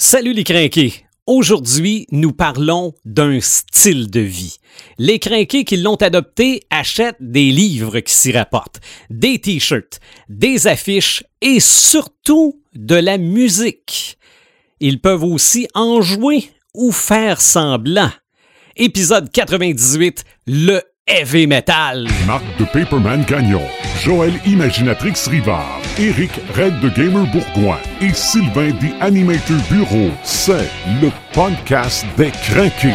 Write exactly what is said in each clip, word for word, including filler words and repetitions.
Salut les crinqués! Aujourd'hui, nous parlons d'un style de vie. Les crinqués qui l'ont adopté achètent des livres qui s'y rapportent, des t-shirts, des affiches et surtout de la musique. Ils peuvent aussi en jouer ou faire semblant. Épisode quatre-vingt-dix-huit, le heavy metal. Marc de Paperman Gagnon, Joël Imaginatrix Rivard, Éric Red de Gamer Bourgoin et Sylvain des Animator Bureau. C'est le podcast des crinqués.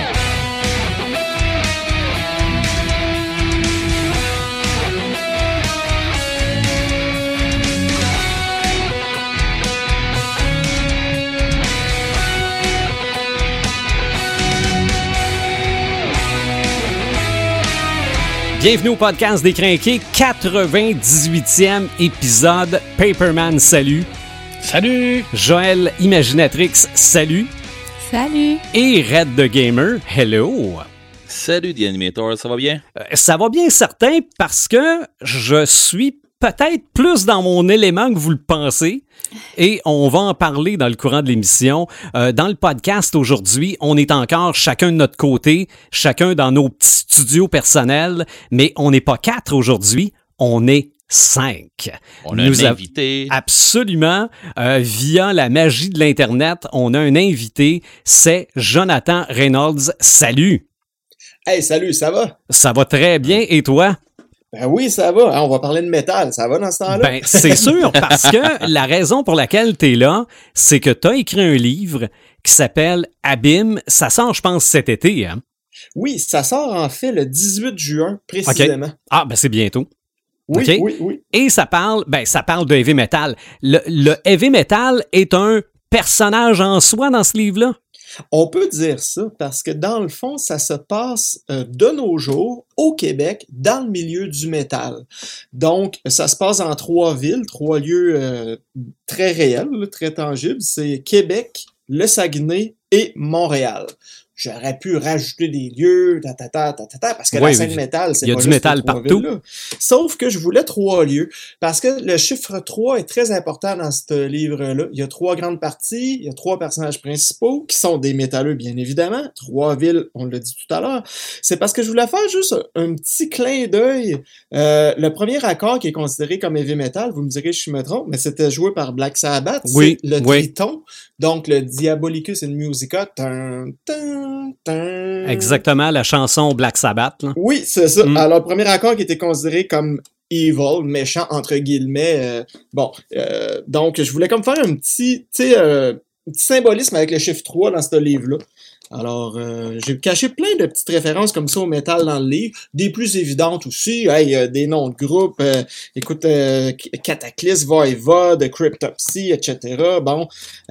Bienvenue au podcast des crinqués, quatre-vingt-dix-huitième épisode. Paperman, salut. Salut. Joël Imaginatrix, salut. Salut. Et Red the Gamer, hello. Salut, The Animator, ça va bien? Euh, ça va bien certain parce que je suis peut-être plus dans mon élément que vous le pensez. Et on va en parler dans le courant de l'émission. Euh, dans le podcast aujourd'hui, on est encore chacun de notre côté, chacun dans nos petits studios personnels, mais on n'est pas quatre aujourd'hui, on est cinq. On a Nous un av- invité. Absolument. Euh, via la magie de l'Internet, on a un invité, c'est Jonathan Reynolds. Salut! Hey, salut, ça va? Ça va très bien, et toi? Ben oui, ça va. Hein, on va parler de métal. Ça va dans ce temps-là? Ben, c'est sûr, parce que la raison pour laquelle tu es là, c'est que tu as écrit un livre qui s'appelle Abîme. Ça sort, je pense, cet été. Hein? Oui, ça sort en fait le dix-huit juin, précisément. Okay. Ah, ben c'est bientôt. Oui, okay. oui, oui. Et ça parle, ben, ça parle de heavy metal. Le, le heavy metal est un personnage en soi dans ce livre-là? On peut dire ça parce que dans le fond, ça se passe euh, de nos jours au Québec, dans le milieu du métal. Donc, ça se passe en trois villes, trois lieux euh, très réels, là, très tangibles. C'est Québec, le Saguenay et Montréal. J'aurais pu rajouter des lieux, ta, ta, ta, ta, ta, ta, parce que oui, la scène métal, c'est il y a pas du juste métal les trois partout. villes-là. Sauf que je voulais trois lieux, parce que le chiffre trois est très important dans ce livre-là. Il y a trois grandes parties, il y a trois personnages principaux, qui sont des métalleux, bien évidemment. Trois villes, on l'a dit tout à l'heure. C'est parce que je voulais faire juste un, un petit clin d'œil. Euh, le premier accord qui est considéré comme heavy metal, vous me direz si je me trompe, mais c'était joué par Black Sabbath, oui, c'est le oui. triton. Donc, le Diabolicus in Musica, tan, tan, tan. Exactement, la chanson Black Sabbath. Là. Oui, c'est ça. Mm. Alors, le premier accord qui était considéré comme evil, méchant, entre guillemets. Euh, bon, euh, donc, je voulais comme faire un petit, tu sais, euh, petit symbolisme avec le chiffre trois dans ce livre-là. Alors, euh, j'ai caché plein de petites références comme ça au métal dans le livre, des plus évidentes aussi, hey, euh, des noms de groupes, euh, écoute, euh, Cataclysm, Voivode, Cryptopsy, et cetera. Bon,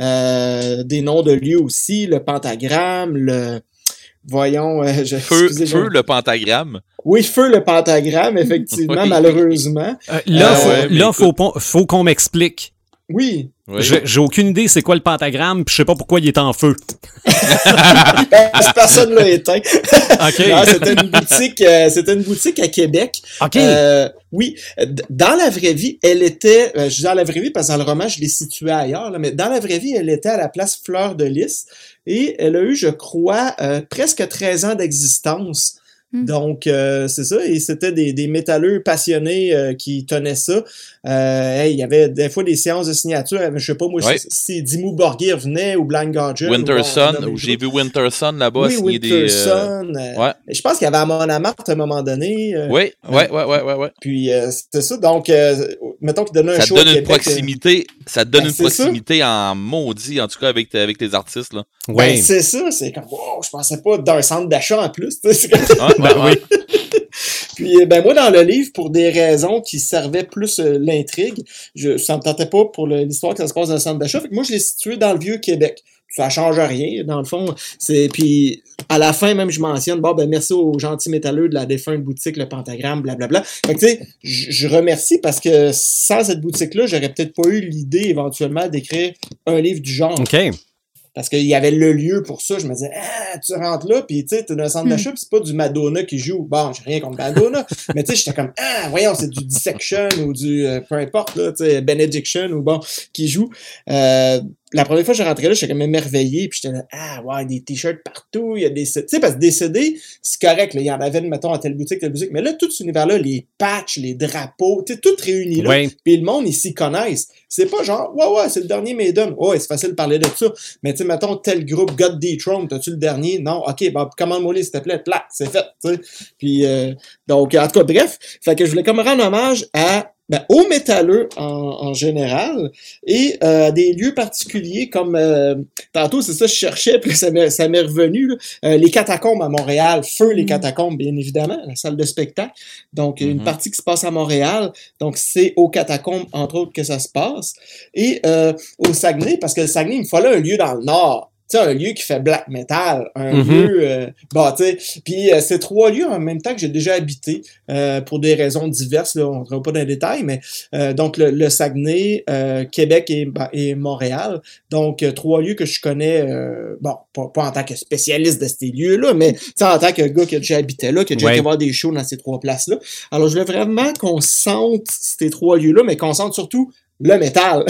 euh, des noms de lieux aussi, le pentagramme, le... Voyons, euh, je, Feu, excusez, feu je... le pentagramme. Oui, feu le pentagramme, effectivement, oui. malheureusement. Euh, là, Euh, faut, ouais, là écoute... faut, pon- faut qu'on m'explique. Oui. Oui. J'ai, j'ai aucune idée c'est quoi le pentagramme, puis je sais pas pourquoi il est en feu. Personne l'a éteint. OK. Non, c'était une boutique, euh, c'était une boutique à Québec. OK. Euh, oui, D- dans la vraie vie, elle était, euh, je dis dans la vraie vie parce que dans le roman, je l'ai située ailleurs, là, mais dans la vraie vie, elle était à la place Fleur de Lys et elle a eu, je crois, euh, presque treize ans d'existence. Mm. Donc, euh, c'est ça, et c'était des, des métalleux passionnés euh, qui tenaient ça. Euh, hey, il y avait des fois des séances de signature, je sais pas, moi, Ouais. si, si Dimmu Borgir venait ou Blind Guardian. Winterson, ou bon, où j'ai vu Winterson là-bas oui, signer des... Winterson. euh, euh, Ouais. Je pense qu'il y avait Amon Amarth à un moment donné. euh, Oui, ouais, ouais, ouais, ouais, ouais. Puis euh, c'était ça. Donc, euh, mettons qu'il donnait un Ça te show donne à une Québec, proximité, ça te donne Ben, une c'est ça. proximité en maudit, en tout cas, avec, avec les artistes, là. euh, Ouais. Ben, c'est ça. C'est comme, wow, je pensais pas d'un centre d'achat en plus. tu sais, c'est comme- Ouais, ouais, ouais. Puis, ben moi, dans le livre, pour des raisons qui servaient plus euh, l'intrigue, je, ça me tentait pas pour le- l'histoire que ça se passe dans un centre d'achat. Fait que moi, je l'ai situé dans le Vieux-Québec. Ça change rien, dans le fond. C'est puis à la fin, même, je mentionne, bon, ben merci aux gentils métalleux de la défunte boutique, le Pentagramme, blablabla. Fait que, tu sais, je je remercie parce que sans cette boutique-là, j'aurais peut-être pas eu l'idée, éventuellement, d'écrire un livre du genre. OK. Parce qu'il y avait le lieu pour ça. Je me disais, ah, tu rentres là, puis tu sais, t'es dans un centre Hmm. d'achat, puis c'est pas du Madonna qui joue. Bon, j'ai rien contre Madonna, mais tu sais, j'étais comme, ah, voyons, c'est du Dissection ou du, euh, peu importe, là, tu sais, Benediction ou bon, qui joue. Euh, la première fois que j'ai rentré là, j'étais comme émerveillé, puis j'étais là, ah, ouais, des t-shirts partout, il y a des... Tu sais, parce que des C D, c'est correct, là, il y en avait, mettons, à telle boutique, telle boutique, mais là, tout cet univers-là, les patchs, les drapeaux, tu sais, tout réuni là, Ouais. puis le monde, ils s'y connaissent. C'est pas genre, ouais, ouais, c'est le dernier Maiden. Ouais, c'est facile de parler de ça. Mais tu sais, mettons, tel groupe, God Dethrone, t'as-tu le dernier? Non, ok, bah, commande-moi les, s'il te plaît, plat, c'est fait, tu sais. Puis, euh, donc, en tout cas, bref, fait que je voulais comme rendre hommage à Ben, aux métalleux en, en général et euh, des lieux particuliers comme euh, tantôt c'est ça je cherchais puis ça m'est, ça m'est revenu là, euh, les catacombes à Montréal, feu les catacombes bien évidemment, la salle de spectacle, donc mm-hmm. une partie qui se passe à Montréal, donc c'est aux catacombes entre autres que ça se passe et euh, au Saguenay parce que le Saguenay il me fallait un lieu dans le nord. Tu sais, un lieu qui fait black metal, un mm-hmm. lieu, euh, bon, tu sais, puis euh, c'est trois lieux en même temps que j'ai déjà habité, euh, pour des raisons diverses, là, on ne rentre pas dans les détails, mais euh, donc le, le Saguenay, euh, Québec et, et Montréal, donc euh, trois lieux que je connais, euh, bon, pas, pas en tant que spécialiste de ces lieux-là, mais tu sais, en tant que gars qui a déjà habité là, qui a déjà ouais. été voir des shows dans ces trois places-là. Alors, je voulais vraiment qu'on sente ces trois lieux-là, mais qu'on sente surtout le métal.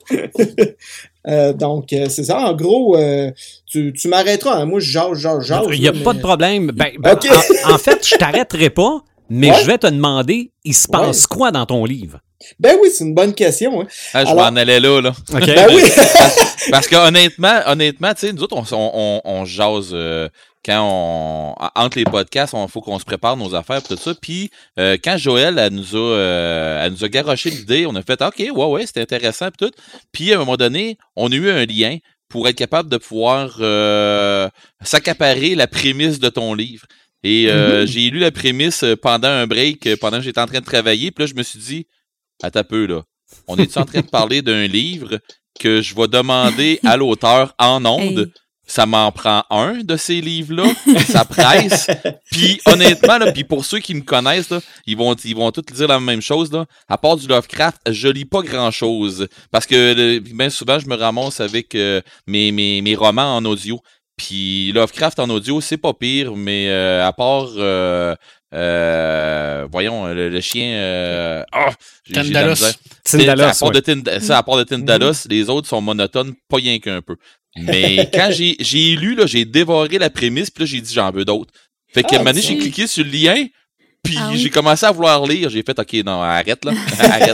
Euh, donc, euh, c'est ça. En gros, euh, tu, tu m'arrêteras. Hein? Moi, je jase, jase, jase. Il n'y a là, pas mais... de problème. Ben, ben, okay. en, en fait, je t'arrêterai pas, mais ouais. je vais te demander, il se passe ouais. quoi dans ton livre? Ben oui, c'est une bonne question. Hein. Ah, je Alors... m'en allais là. là. Okay. Ben oui. parce, parce que honnêtement, honnêtement, tu sais, nous autres, on, on, on, on jase... Euh, quand on entre les podcasts, il faut qu'on se prépare nos affaires et tout ça. Puis euh, quand Joël elle nous a euh, elle nous a garoché l'idée, on a fait OK, ouais, ouais, c'était intéressant et tout. Puis à un moment donné, on a eu un lien pour être capable de pouvoir euh, s'accaparer la prémisse de ton livre. Et euh, mm-hmm. j'ai lu la prémisse pendant un break, pendant que j'étais en train de travailler. Puis là, je me suis dit, attends un peu là, on est-tu en train de parler d'un livre que je vais demander à l'auteur en ondes? Hey. Ça m'en prend un de ces livres-là, ça presse. Puis honnêtement, là, puis pour ceux qui me connaissent, là, ils vont ils vont tous dire la même chose. Là. À part du Lovecraft, je lis pas grand-chose. Parce que bien souvent, je me ramasse avec euh, mes, mes, mes romans en audio. Puis Lovecraft en audio, c'est pas pire, mais euh, à part... Euh, Euh, voyons, le, le chien... Euh, oh, j'ai, Tindalos. J'ai Tindalos, à part ouais. de Tind- ça, à part de Tindalos, mm-hmm. les autres sont monotones, pas rien qu'un peu. Mais quand j'ai, j'ai lu, là, j'ai dévoré la prémisse, puis là, j'ai dit, j'en veux d'autres. Fait que, ah, moment donné, j'ai cliqué sur le lien, puis ah, oui. j'ai commencé à vouloir lire. J'ai fait, OK, non, arrête, là. Arrête.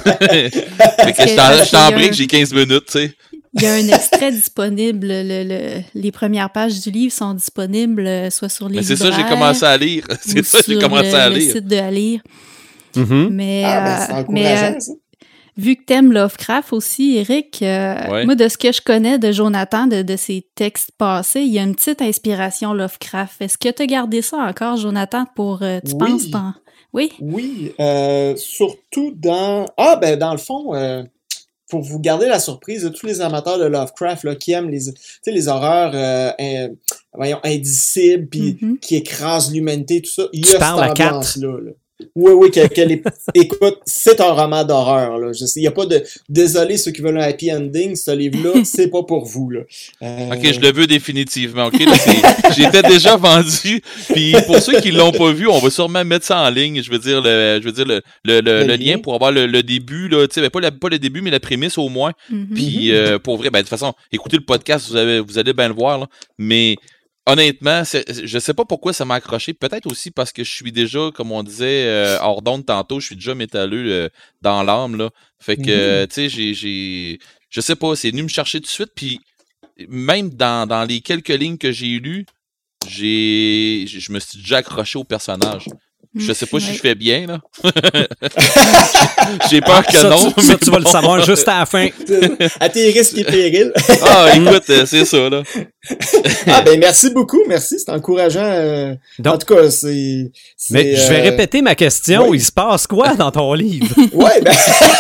Fait que je t'en brique, j'ai quinze minutes, tu sais. Il y a un extrait disponible. Le, le, les premières pages du livre sont disponibles euh, soit sur les Mais c'est ça, j'ai commencé à lire. C'est ça, j'ai commencé le, à lire. Sur le site de À lire. Mm-hmm. Mais, ah, ben, c'est encourageant, mais, ça. Vu que t'aimes Lovecraft aussi, Eric, euh, ouais. moi, de ce que je connais de Jonathan, de, de ses textes passés, il y a une petite inspiration Lovecraft. Est-ce que tu as gardé ça encore, Jonathan, pour, euh, tu oui. penses, dans... Oui? Oui, euh, surtout dans... Ah, ben, dans le fond... Euh... pour vous garder la surprise de tous les amateurs de Lovecraft là, qui aiment les, les horreurs euh, in, voyons, indicibles puis mm-hmm. qui écrasent l'humanité, tout ça. Il y a cette ambiance-là. Là. Oui, oui, que, que les... écoute, c'est un roman d'horreur. Là. Il n'y a pas de... Désolé ceux qui veulent un happy ending, ce livre-là, c'est pas pour vous. Là. Euh... OK, je le veux définitivement. OK, là, j'étais déjà vendu. Puis pour ceux qui l'ont pas vu, on va sûrement mettre ça en ligne. Je veux dire le, je veux dire le, le, le, le, le lien pour avoir le, le début. Là, ben, pas, la, pas le début, mais la prémisse au moins. Mm-hmm. Puis euh, pour vrai, ben, de toute façon, écoutez le podcast, vous, avez, vous allez bien le voir. Là. Mais... honnêtement, c'est, je sais pas pourquoi ça m'a accroché. Peut-être aussi parce que je suis déjà, comme on disait, euh, hors d'onde tantôt, je suis déjà métalleux euh, dans l'âme, là. Fait que, mm-hmm. tu sais, j'ai, j'ai... Je sais pas, c'est venu me chercher tout de suite. Puis même dans, dans les quelques lignes que j'ai lues, j'ai... je me suis déjà accroché au personnage. Je sais pas ouais. si je fais bien, là. J'ai peur que ça, non. Tu, ça, tu bon. vas le savoir juste à la fin. À tes risques et périls. Ah, écoute, c'est ça, là. Ah, ben, merci beaucoup. Merci. C'est encourageant. Euh, Donc, en tout cas, c'est. c'est mais euh... je vais répéter ma question. Oui. Il se passe quoi dans ton livre? Ouais, ben.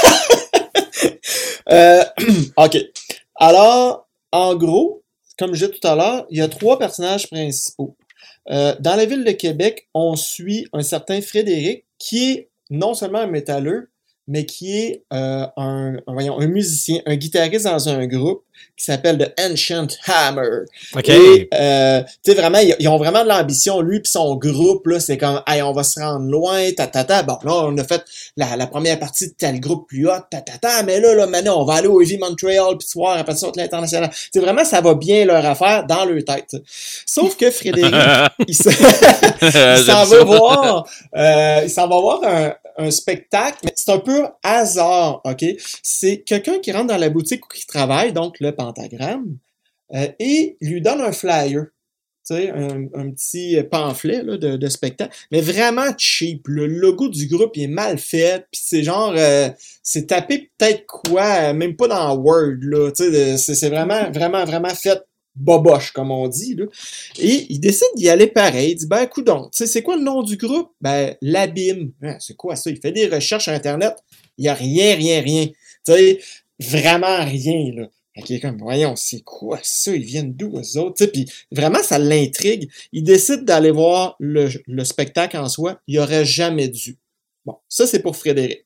euh, OK. Alors, en gros, comme je disais tout à l'heure, il y a trois personnages principaux. Euh, dans la ville de Québec, on suit un certain Frédéric qui est non seulement un métalleux, mais qui est euh, un, un, voyons, un musicien, un guitariste dans un groupe qui s'appelle The Ancient Hammer. OK. Et, euh, tu sais, vraiment, ils, ils ont vraiment de l'ambition. Lui puis son groupe, là, c'est comme, hey, on va se rendre loin, ta, ta, ta. Bon, là, on a fait la, la première partie de tel groupe plus haut, ta, ta, ta. Mais là, là, maintenant, on va aller au Heavy Montreal, puis soir, après ça, l'international. Tu sais, vraiment, ça va bien leur affaire dans leur tête. T'sais. Sauf que Frédéric, il, s- il s'en va voir, euh, il s'en va voir un, un spectacle, mais c'est un peu hasard, OK? C'est quelqu'un qui rentre dans la boutique où il travaille, donc le Pentagramme, euh, et il lui donne un flyer, tu sais, un, un petit pamphlet là, de, de spectacle, mais vraiment cheap. Le logo du groupe il est mal fait, puis c'est genre, euh, c'est tapé peut-être quoi, même pas dans Word, là, tu sais, c'est, c'est vraiment, vraiment, vraiment fait boboche, comme on dit, là. Et il décide d'y aller pareil. Il dit, ben, coudonc, tu sais, c'est quoi le nom du groupe? Ben, l'Abîme. Ah, c'est quoi ça? Il fait des recherches sur Internet. Il y a rien, rien, rien. Tu sais, vraiment rien, là. Fait est comme, voyons, c'est quoi ça? Ils viennent d'où, eux autres? Tu sais, puis vraiment, ça l'intrigue. Il décide d'aller voir le, le spectacle en soi. Il aurait jamais dû. Bon, ça, c'est pour Frédéric.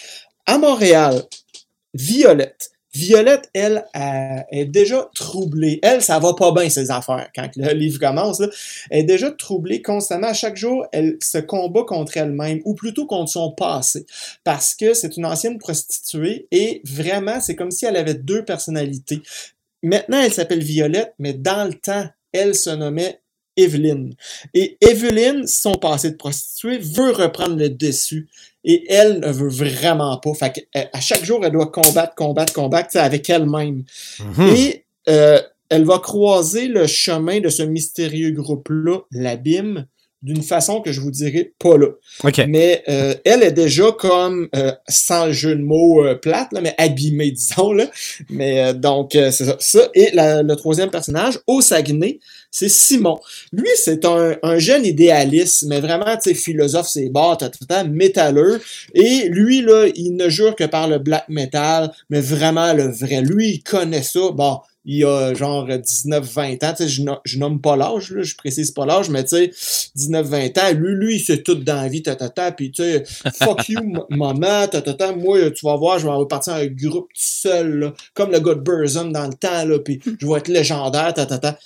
À Montréal, Violette. Violette, elle, elle, est déjà troublée. Elle, ça va pas bien, ses affaires, quand le livre commence, là. Elle est déjà troublée constamment. À chaque jour, elle se combat contre elle-même, ou plutôt contre son passé. Parce que c'est une ancienne prostituée, et vraiment, c'est comme si elle avait deux personnalités. Maintenant, elle s'appelle Violette, mais dans le temps, elle se nommait Evelyne. Et Evelyne, son passé de prostituée, veut reprendre le dessus. Et elle ne veut vraiment pas. Fait qu'à chaque jour, elle doit combattre, combattre, combattre avec elle-même. Mm-hmm. Et euh, elle va croiser le chemin de ce mystérieux groupe-là, l'Abîme, d'une façon que je vous dirai pas là. Okay. Mais euh, elle est déjà comme, euh, sans le jeu de mots euh, plate, là, mais abîmée, disons. Là. Mais euh, donc, euh, c'est ça. ça. Et la, le troisième personnage, au Saguenay, c'est Simon. Lui, c'est un, un jeune idéaliste, mais vraiment, tu sais, philosophe, c'est barres, tout le temps, métalleux. Et lui, là, il ne jure que par le black metal, mais vraiment le vrai. Lui, il connaît ça. Bon, il a genre dix-neuf vingt ans, tu sais, je, no- je nomme pas l'âge, là, je précise pas l'âge, mais tu sais, dix-neuf vingt ans, lui, lui, il sait tout dans la vie, tatata, pis tu sais, fuck you, m- maman, tatata, moi, tu vas voir, je vais partir en groupe tout seul, là, comme le gars de Burzum dans le temps, là, pis je vais être légendaire, tatata.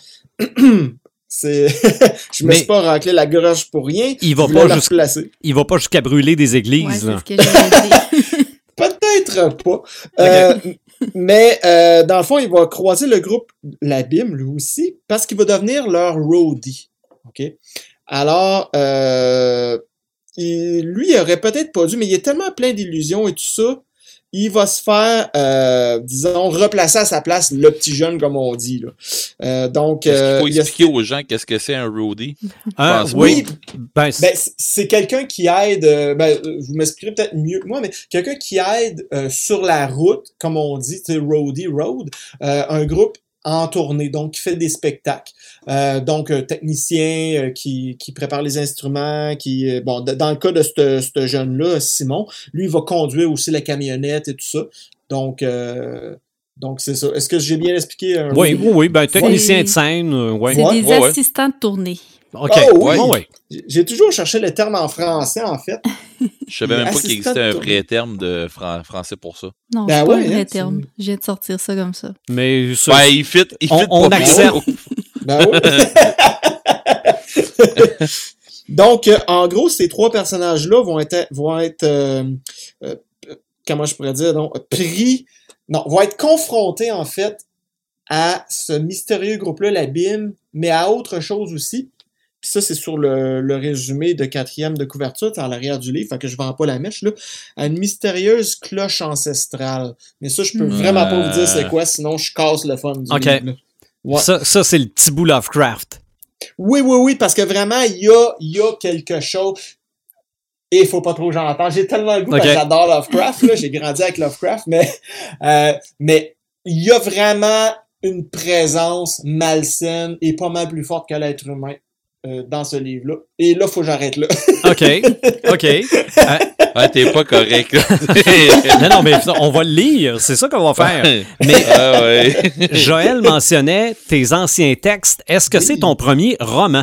C'est... je me mais suis pas raclé la gorge pour rien, il va pas jusqu'à il va pas jusqu'à brûler des églises, ouais, là. C'est ce que j'allais dire. Peut-être pas. Euh, okay. Mais euh, dans le fond, il va croiser le groupe l'Abîme, lui aussi, parce qu'il va devenir leur roadie. OK? Alors, euh, il, lui, il aurait peut-être pas dû, mais il est tellement plein d'illusions et tout ça, il va se faire, euh, disons, replacer à sa place le petit jeune, comme on dit. Là. Euh, donc, Est-ce qu'il faut euh, expliquer a... aux gens qu'est-ce que c'est un roadie? Ah, oui, ben, c'est... Ben, c'est quelqu'un qui aide, euh, ben, vous m'expliquerez peut-être mieux que moi, mais quelqu'un qui aide euh, sur la route, comme on dit, tu sais, roadie, road, euh, un groupe en tournée, donc qui fait des spectacles. Euh, donc, un technicien euh, qui, qui prépare les instruments, qui, euh, bon, de, dans le cas de ce jeune-là, Simon, lui, il va conduire aussi la camionnette et tout ça. Donc, euh, donc c'est ça. Est-ce que j'ai bien expliqué? Un oui, oui, oui, ben, technicien c'est... de scène, euh, ouais. C'est ouais, des ouais, assistants de tournée. OK. Oh, oui. Oh, oui. J'ai toujours cherché le terme en français, en fait. Je savais même pas qu'il existait un vrai terme de fran- français pour ça. Non, ben c'est ouais, pas un vrai hein, terme. Je viens de sortir ça comme ça. Mais ça, ben, il fit, il fit on, on pas accepte. Ben oui. Donc, euh, en gros, ces trois personnages-là vont être, vont être euh, euh, comment je pourrais dire, donc, pris, non, vont être confrontés, en fait, à ce mystérieux groupe-là, l'Abîme, mais à autre chose aussi. Puis ça, c'est sur le, le résumé de quatrième de couverture, c'est à l'arrière du livre, fait que je vends pas la mèche, là. À une mystérieuse cloche ancestrale. Mais ça, je peux mmh. vraiment pas vous dire c'est quoi, sinon je casse le fun du okay. livre. Ouais. Ça, ça, c'est le petit bout Lovecraft. Oui, oui, oui, parce que vraiment, il y a, y a quelque chose... Et il faut pas trop que j'en entende. J'ai tellement le goût, okay. parce que j'adore Lovecraft, là. J'ai grandi avec Lovecraft, mais euh, mais il y a vraiment une présence malsaine et pas mal plus forte que l'être humain. Euh, dans ce livre-là. Et là, il faut que j'arrête là. OK. OK. Euh... Ouais, t'es pas correct. non, non, mais on va le lire. C'est ça qu'on va faire. Mais ah, ouais. Joël mentionnait tes anciens textes. Est-ce que oui. c'est ton premier roman?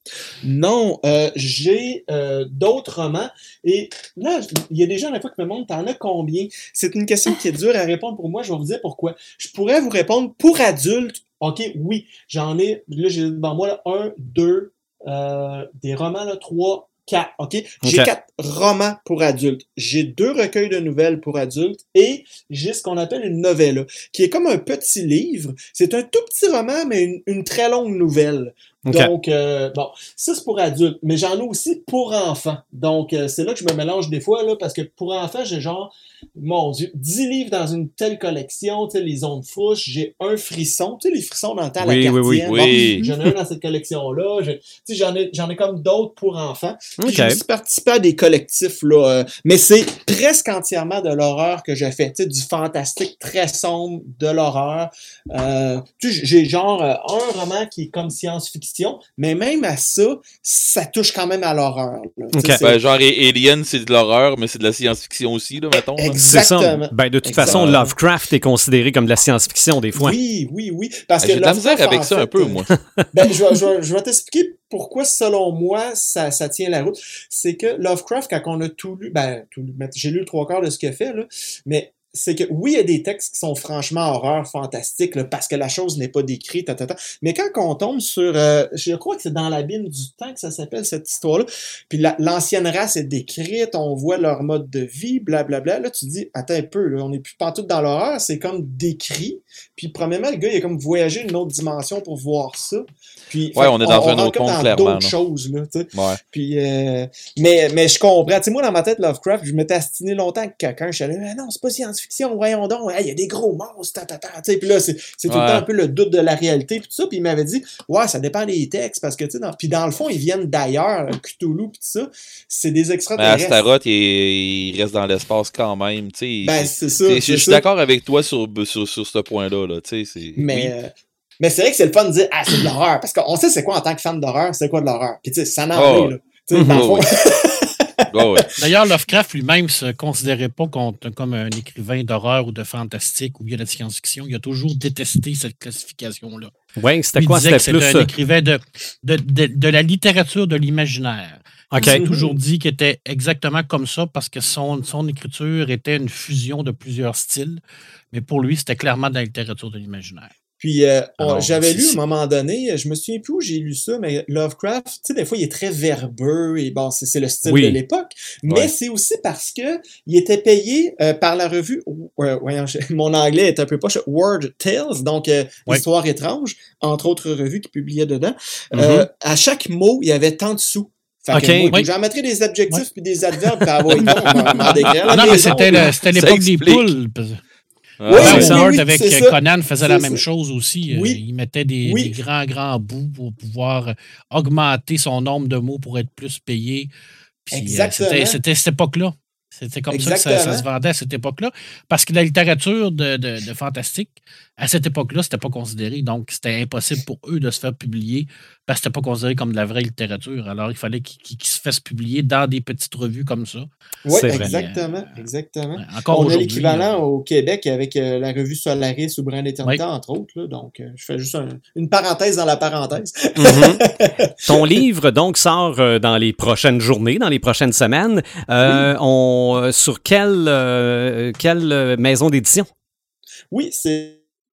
Non, euh, j'ai euh, d'autres romans. Et là, il y a des gens à la fois qui me demandent, t'en as combien? C'est une question qui est dure à répondre pour moi. Je vais vous dire pourquoi. Je pourrais vous répondre pour adultes. OK, oui, j'en ai. Là, j'ai devant moi là, un, deux, euh, des romans, là, trois, quatre. OK? J'ai okay. quatre romans pour adultes. J'ai deux recueils de nouvelles pour adultes et j'ai ce qu'on appelle une novella, qui est comme un petit livre. C'est un tout petit roman, mais une, une très longue nouvelle. Okay. Donc, euh, bon, ça, c'est pour adultes. Mais j'en ai aussi pour enfants. Donc, euh, c'est là que je me mélange des fois, là, parce que pour enfants, j'ai genre, mon Dieu, dix livres dans une telle collection, tu sais, les zones fouches. J'ai un frisson, tu sais, les frissons dans le temps à oui, la oui, oui, bon, oui. J'en ai un dans cette collection-là. Tu sais, j'en ai, j'en ai comme d'autres pour enfants. Puis, okay. J'ai aussi participé à des collectifs, là. Euh, mais c'est presque entièrement de l'horreur que je fais. Tu sais, du fantastique très sombre, de l'horreur. Euh, tu sais, j'ai genre euh, un roman qui est comme science-fiction. Mais même à ça, ça touche quand même à l'horreur. Okay. Ben, genre Alien, c'est de l'horreur, mais c'est de la science-fiction aussi, là, mettons. Exactement. C'est ça. Ben, de toute Exactement. façon, Lovecraft est considéré comme de la science-fiction des fois. Oui, oui, oui. Parce ben, que j'ai de la misère avec ça fait, un peu, moi. Ben, je vais, je vais, je vais t'expliquer pourquoi, selon moi, ça, ça tient la route. C'est que Lovecraft, quand on a tout lu, ben, tout lu, j'ai lu le trois quarts de ce qu'il a fait, là, mais c'est que oui, il y a des textes qui sont franchement horreur, fantastiques, là, parce que la chose n'est pas décrite, ta, ta, ta. Mais quand on tombe sur, euh, je crois que c'est dans l'abîme du temps que ça s'appelle, cette histoire-là, puis la, l'ancienne race est décrite, on voit leur mode de vie, blablabla, là, tu te dis, attends un peu, là, on n'est plus pantoute dans l'horreur, c'est comme décrit, puis premièrement, le gars, il a comme voyagé une autre dimension pour voir ça. Puis, ouais, on est dans on, un on autre monde, dans clairement. d'autres choses, là, tu sais. Ouais. Puis, euh, mais, mais je comprends. Tu sais, moi, dans ma tête, Lovecraft, je m'étais astiné longtemps avec quelqu'un. Je suis allé, ah non, c'est pas science-fiction, voyons donc. Il hey, y a des gros monstres, tata, tu sais. Puis là, c'est, c'est tout ouais. le temps un peu le doute de la réalité, puis tout ça. Puis il m'avait dit, ouais, ça dépend des textes, parce que, tu sais, dans... puis dans le fond, ils viennent d'ailleurs, Cthulhu, puis tout ça. C'est des extraterrestres. Mais Astaroth, il, il reste dans l'espace quand même, tu sais. Ben, c'est ça. C'est, je suis d'accord avec toi sur, sur, sur ce point-là, là, tu sais. C'est... Mais. Oui. Euh... Mais c'est vrai que c'est le fun de dire, ah, c'est de l'horreur. Parce qu'on sait c'est quoi en tant que fan d'horreur, c'est quoi de l'horreur. Puis tu sais, ça n'en oh. est, là. Tu sais, dans oh, le fond. oh, oui. D'ailleurs, Lovecraft lui-même se considérait pas comme un écrivain d'horreur ou de fantastique ou bien de science-fiction. Il a toujours détesté cette classification-là. Oui, c'était il quoi? C'était c'était plus... un écrivain de, de, de, de la littérature de l'imaginaire. Okay. Il a toujours dit qu'il était exactement comme ça parce que son, son écriture était une fusion de plusieurs styles. Mais pour lui, c'était clairement de la littérature de l'imaginaire. Puis euh, Alors, j'avais lu à un moment donné, je me souviens plus où j'ai lu ça, mais Lovecraft, tu sais, des fois, il est très verbeux et bon, c'est, c'est le style oui. de l'époque. Mais ouais. c'est aussi parce que il était payé euh, par la revue, euh, voyons, mon anglais est un peu poche, Word Tales, donc euh, ouais. Histoire étrange, entre autres revues qu'il publiait dedans. Mm-hmm. Euh, à chaque mot, il y avait tant de sous. Fait okay. que moi, oui. j'en mettrais des adjectifs oui. puis des adverbes, puis avoir une Ah non, mais c'était, le, c'était l'époque des poules. Oui, oui, Howard oui, avec c'est Conan ça. faisait c'est la ça. même chose aussi. Oui. Euh, il mettait des, oui. des grands, grands bouts pour pouvoir augmenter son nombre de mots pour être plus payé. Puis, Exactement. Euh, c'était, c'était cette époque-là. C'était comme Exactement. ça que ça, ça se vendait à cette époque-là. Parce que la littérature de, de, de fantastique, à cette époque-là, c'était pas considéré. Donc, c'était impossible pour eux de se faire publier parce que c'était pas considéré comme de la vraie littérature. Alors, il fallait qu'ils, qu'ils se fassent publier dans des petites revues comme ça. Oui, exactement. Euh, exactement. Encore On a l'équivalent euh, au Québec avec euh, la revue Solaris ou Brin d'éternité, oui. entre autres. Là, donc, euh, je fais juste un, une parenthèse dans la parenthèse. Mm-hmm. Ton livre, donc, sort euh, dans les prochaines journées, dans les prochaines semaines. Euh, oui. on, sur quelle, euh, quelle maison d'édition? Oui, c'est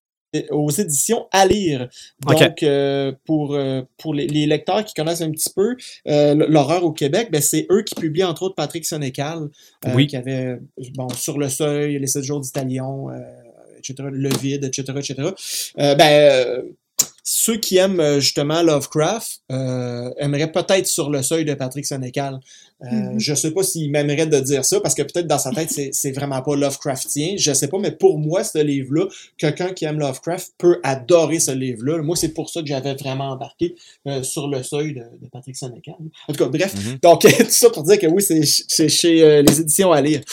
aux éditions À lire. Donc, okay. euh, pour, euh, pour les, les lecteurs qui connaissent un petit peu euh, l'horreur au Québec, ben, c'est eux qui publient, entre autres, Patrick Sénécal, euh, oui. qui avait, bon, Sur le seuil, Les sept jours d'Italion, euh, et cetera, Le vide, et cetera, et cetera. Euh, ben, euh, ceux qui aiment justement Lovecraft euh, aimeraient peut-être Sur le seuil de Patrick Sénécal. Euh, mm-hmm. Je sais pas s'il m'aimerait de dire ça, parce que peut-être dans sa tête, c'est, c'est vraiment pas Lovecraftien. Je sais pas, mais pour moi, ce livre-là, quelqu'un qui aime Lovecraft peut adorer ce livre-là. Moi, c'est pour ça que j'avais vraiment embarqué euh, Sur le seuil de, de Patrick Sénécal. En tout cas, bref. Mm-hmm. Donc, tout ça pour dire que oui, c'est, c'est chez euh, les éditions À lire.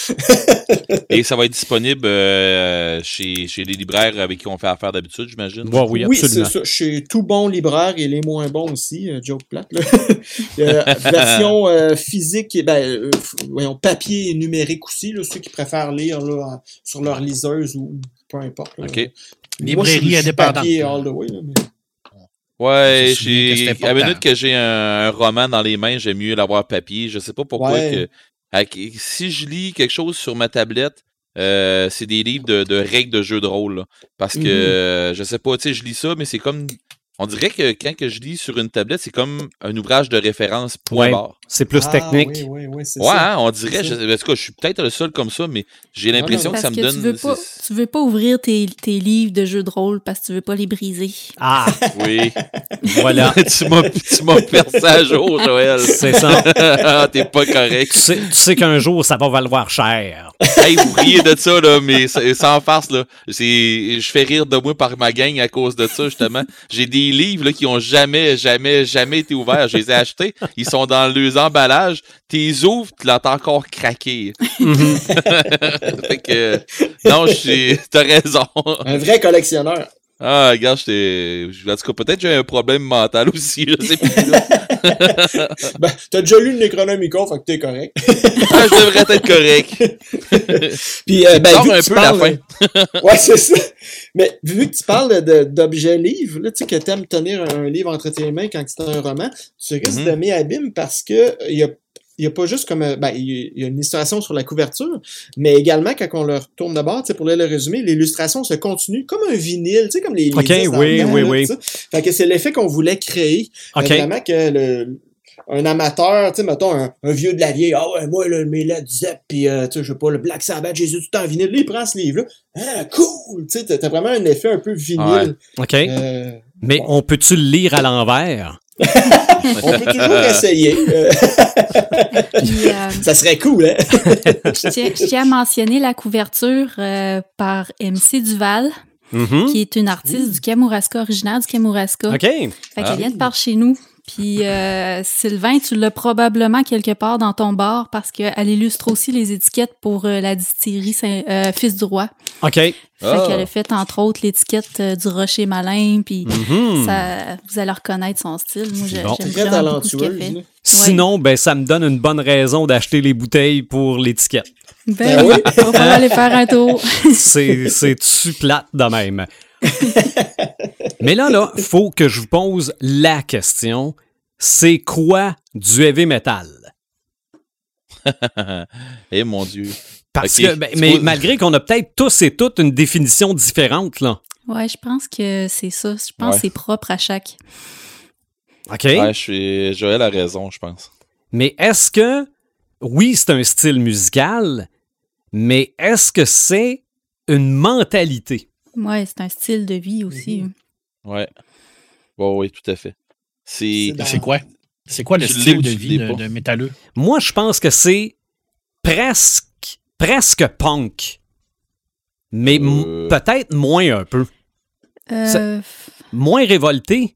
Et ça va être disponible euh, chez, chez les libraires avec qui on fait affaire d'habitude, j'imagine? Wow, oui, oui, absolument. c'est ça. Chez tout bon libraire et les moins bons aussi. Euh, joke plate, là. euh, version euh, physique, ben, euh, voyons, papier et numérique aussi, là, ceux qui préfèrent lire là, en, sur leur liseuse ou peu importe. Là. OK. Librairie indépendante. Papier all the way, là, mais... Ouais, j'ai, à la minute que j'ai un, un roman dans les mains, j'aime mieux l'avoir papier. Je sais pas pourquoi ouais. que, avec, si je lis quelque chose sur ma tablette, euh, c'est des livres de, de règles de jeu de rôle, là, parce que, mm-hmm. euh, je sais pas, tu sais, je lis ça, mais c'est comme, on dirait que quand que je lis sur une tablette, c'est comme un ouvrage de référence point ouais, barre. C'est plus ah, technique. Oui, oui, oui, c'est ouais, ça. Hein, on dirait, je, en tout cas, je suis peut-être le seul comme ça, mais j'ai l'impression non, non, que ça me que donne... Tu veux, pas, tu veux pas ouvrir tes, tes livres de jeux de rôle parce que tu veux pas les briser. Ah! Oui. Voilà. tu m'as tu m'as percé à jour, Joël. C'est ça. T'es pas correct. Tu sais, tu sais qu'un jour, ça va valoir cher. Hey, vous riez de ça, là, mais sans farce, là. C'est, je fais rire de moi par ma gang à cause de ça, justement. J'ai des livres là, qui ont jamais, jamais, jamais été ouverts. Je les ai achetés. Ils sont dans leurs emballages. T'es ouvres, tu l'entends encore craquer. Mm-hmm. Fait que, non, je t'as raison. Un vrai collectionneur. Ah, regarde, j'étais. En tout cas, peut-être que j'ai un problème mental aussi, je sais plus. Ben, t'as déjà lu le Necronomicon, fait que t'es correct. Ah, je devrais être correct. Puis, euh, ben, vu un que tu peu parles... la fin. Ouais, c'est ça. Mais vu que tu parles de, d'objets livres, là, tu sais, que t'aimes tenir un livre entre tes mains quand c'est un roman, tu risques mm-hmm. de m'y abîme parce que il y a Il n'y a pas juste comme. Ben, il y a une illustration sur la couverture, mais également, quand on le retourne de bord, pour le résumer, l'illustration se continue comme un vinyle, tu sais, comme les. les OK, oui, dedans, oui, là, oui. Fait que c'est l'effet qu'on voulait créer. Okay. Vraiment que le. Un amateur, tu sais, mettons, un, un vieux de la vieille, ah ouais, moi, le mes Led Zepp, pis, euh, tu sais, je sais pas, le Black Sabbath, Jésus tout en vinyle, là, il prend ce livre-là. Ah, cool! Tu sais, t'as, t'as vraiment un effet un peu vinyle. Ouais. OK. Euh, mais bon. On peut-tu le lire à l'envers? On peut toujours essayer. Puis, euh, ça serait cool, hein? je, tiens, je tiens à mentionner la couverture euh, par M C Duval, mm-hmm. qui est une artiste mmh. du Kamouraska, originaire du Kamouraska. OK. Fait qu'elle ah. vient de par chez nous. Puis euh, Sylvain, tu l'as probablement quelque part dans ton bar parce qu'elle illustre aussi les étiquettes pour euh, la distillerie Saint, euh, Fils du Roi. OK. Fait oh. qu'elle a fait, entre autres, l'étiquette euh, du Rocher Malin, puis mm-hmm. ça, vous allez reconnaître son style. Moi, j'ai, bon. j'aime très vraiment beaucoup ce qu'elle fait. Ouais. Sinon, ben, ça me donne une bonne raison d'acheter les bouteilles pour l'étiquette. Ben oui, on va aller faire un tour. c'est, c'est-tu plate de même? Mais là, là, faut que je vous pose la question. C'est quoi du heavy metal? Eh mon Dieu. Parce okay. que, ben, mais poses... malgré qu'on a peut-être tous et toutes une définition différente, là. Ouais, je pense que c'est ça. Je pense ouais. que c'est propre à chaque. OK. Ouais, je suis... Joël a raison, je pense. Mais est-ce que, oui, c'est un style musical, mais est-ce que c'est une mentalité? Ouais, c'est un style de vie aussi. Mm-hmm. Ouais. Bon, oui, tout à fait. C'est, c'est, dans... c'est quoi? C'est quoi le tu style de vie de, de métalleux? Moi, je pense que c'est presque, presque punk. Mais euh... m- peut-être moins un peu. Euh... Moins révolté.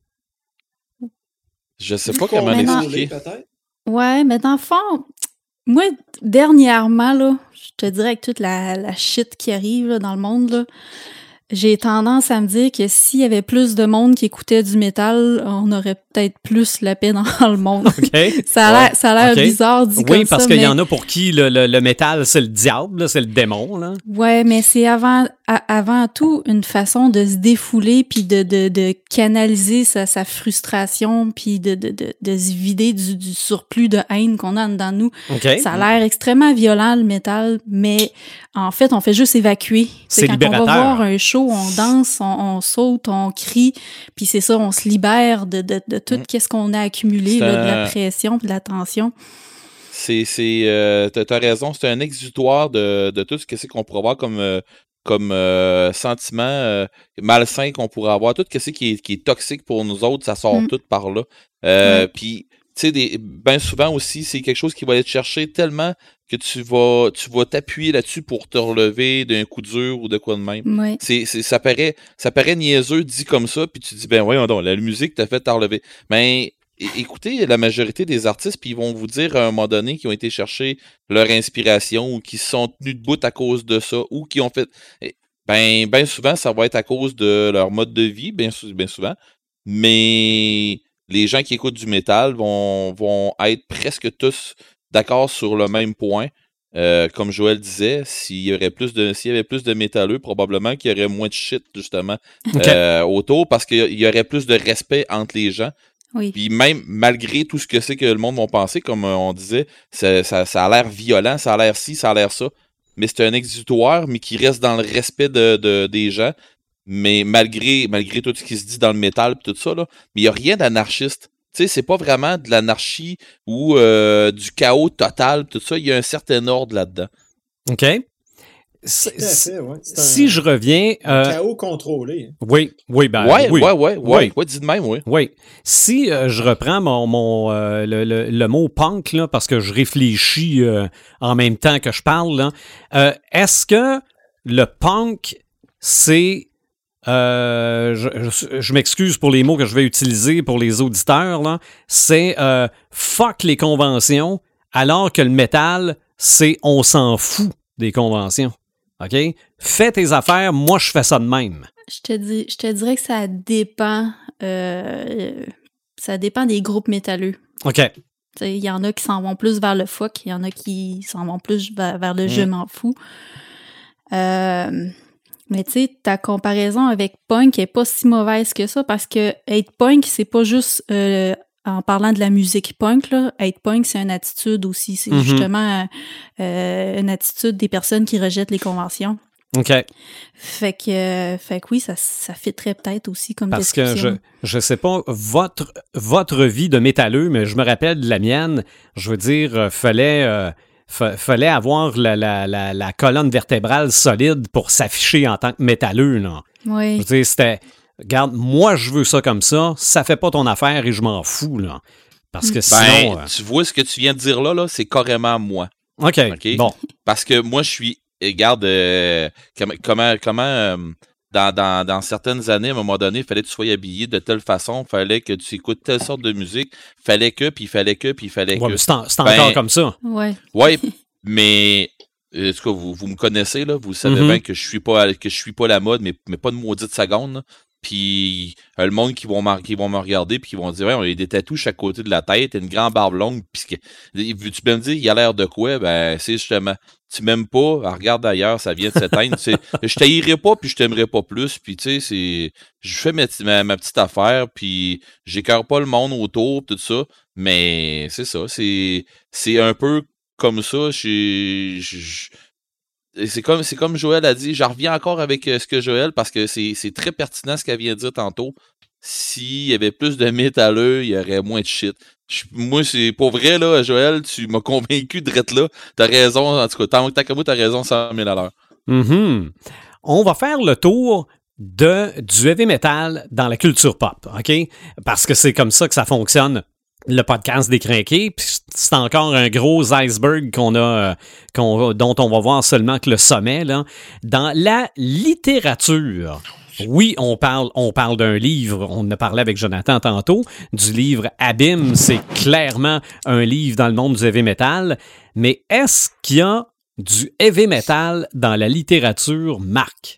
Je sais pas comment l'expliquer. Peut-être. Ouais, mais dans le fond, moi, dernièrement, là, je te dirais avec toute la, la shit qui arrive là, dans le monde, là, j'ai tendance à me dire que s'il y avait plus de monde qui écoutait du métal, on aurait peut-être plus la paix dans le monde. Okay. ça a l'air, ouais. ça a l'air okay. bizarre dit oui, comme ça. Oui, parce qu'il mais... y en a pour qui le, le, le métal, c'est le diable, là, c'est le démon. Là. Ouais, mais c'est avant, à, avant tout une façon de se défouler puis de, de, de canaliser sa, sa frustration puis de, de, de, de se vider du, du surplus de haine qu'on a dans nous. Okay. Ça a l'air extrêmement violent, le métal, mais en fait, on fait juste évacuer. C'est, c'est quand libérateur. On va voir un show, on danse, on, on saute, on crie, puis c'est ça, on se libère de, de, de tout mmh. qu'est-ce qu'on a accumulé, là, de la pression puis de la tension. C'est, c'est, euh, t'as, t'as raison, c'est un exutoire de, de tout ce que c'est qu'on pourrait avoir comme, euh, comme euh, sentiment euh, malsain qu'on pourrait avoir, tout ce qui est, qui est toxique pour nous autres, ça sort mmh. tout par là. Euh, mmh. Puis, tu sais, bien souvent aussi, c'est quelque chose qui va aller te chercher tellement que tu vas, tu vas t'appuyer là-dessus pour te relever d'un coup dur ou de quoi de même. Oui. C'est, c'est, ça, paraît, ça paraît niaiseux dit comme ça, puis tu dis, ben voyons donc, la musique t'a fait te relever. Mais écoutez la majorité des artistes, puis ils vont vous dire à un moment donné qu'ils ont été chercher leur inspiration ou qu'ils se sont tenus debout à cause de ça ou qui ont fait... Ben, ben souvent, ça va être à cause de leur mode de vie, bien, bien souvent. Mais les gens qui écoutent du métal vont, vont être presque tous d'accord sur le même point. Euh, comme Joël disait, s'il y aurait plus de, s'il y avait plus de métalleux, probablement qu'il y aurait moins de shit, justement, okay. euh, autour, parce qu'il y aurait plus de respect entre les gens. Oui. Puis même, malgré tout ce que c'est que le monde va penser, comme on disait, ça, ça, ça a l'air violent, ça a l'air ci, ça a l'air ça. Mais c'est un exutoire, mais qui reste dans le respect de, de, des gens. Mais malgré, malgré tout ce qui se dit dans le métal et tout ça, là, mais il n'y a rien d'anarchiste. Tu sais, c'est pas vraiment de l'anarchie ou euh, du chaos total, tout ça. Il y a un certain ordre là-dedans. OK. Fait, ouais. Si un, je reviens... Un euh, chaos contrôlé. Oui, oui, ben ouais, oui. Ouais, ouais, ouais, oui. ouais, dis de même, oui. Oui. Si euh, je reprends mon, mon euh, le, le, le mot punk, là, parce que je réfléchis euh, en même temps que je parle, là, euh, est-ce que le punk, c'est... Euh, je, je, je m'excuse pour les mots que je vais utiliser pour les auditeurs, là. C'est euh, fuck les conventions, alors que le métal, c'est on s'en fout des conventions. OK? Fais tes affaires, moi je fais ça de même. Je te dis, je te dirais que ça dépend. Euh, ça dépend des groupes métalleux. OK. Il y en a qui s'en vont plus vers le fuck, il y en a qui s'en vont plus vers, vers le mmh. je m'en fous. Euh. Mais tu sais, ta comparaison avec punk est pas si mauvaise que ça parce que être punk, c'est pas juste euh, en parlant de la musique punk, là. Être punk, c'est une attitude aussi. C'est mm-hmm. justement euh, une attitude des personnes qui rejettent les conventions. OK. Fait que, euh, fait que oui, ça, ça fitterait peut-être aussi comme parce description. Parce que je, je sais pas, votre, votre vie de métalleux, mais je me rappelle de la mienne, je veux dire, euh, fallait... Euh, F- fallait avoir la, la, la, la colonne vertébrale solide pour s'afficher en tant que métalleux, là. Oui. Je veux dire, c'était... Regarde, moi, je veux ça comme ça. Ça fait pas ton affaire et je m'en fous, là. Parce que sinon... Ben, euh... tu vois, ce que tu viens de dire là, là, c'est carrément moi. OK, okay? Bon. Parce que moi, je suis... Regarde, euh, comment... comment euh, dans, dans, dans certaines années, à un moment donné, il fallait que tu sois habillé de telle façon, il fallait que tu écoutes telle sorte de musique, fallait que, puis il fallait que, puis il fallait ouais, que. C'est, en, c'est ben, encore comme ça. Oui. Oui, mais... En tout cas, vous, vous me connaissez, là, vous savez mm-hmm. bien que je suis pas que je suis pas la mode, mais, mais pas de maudite seconde. Là. Puis euh, le monde qui vont, mar- qui vont me regarder puis qui vont dire ouais, on a des tatous chaque côté de la tête, une grande barbe longue, puis tu peux me dire il a l'air de quoi? Ben c'est justement, tu m'aimes pas, alors, regarde ailleurs, ça vient de s'éteindre. Je t'haïrai pas, puis je t'aimerai pas plus, puis tu sais, c'est. Je fais ma, ma, ma petite affaire, puis j'écœure pas le monde autour, tout ça. Mais c'est ça, c'est. C'est un peu comme ça, je, je, c'est comme c'est comme Joël a dit, j'en reviens encore avec ce que Joël, parce que c'est, c'est très pertinent ce qu'elle vient de dire tantôt. S'il y avait plus de métalleux, il y aurait moins de shit. Je, moi, c'est pour vrai, là, Joël, tu m'as convaincu de d'être là. T'as raison, en tout cas, tant que t'as raison, cent mille à l'heure. Mm-hmm. On va faire le tour de, du heavy metal dans la culture pop, OK? Parce que c'est comme ça que ça fonctionne. Le podcast des Crinqués, puis c'est encore un gros iceberg qu'on a, qu'on, dont on va voir seulement que le sommet, là. Dans la littérature, oui, on parle, on parle d'un livre, on en a parlé avec Jonathan tantôt, du livre Abîme, c'est clairement un livre dans le monde du heavy metal, mais est-ce qu'il y a du heavy metal dans la littérature, Marc?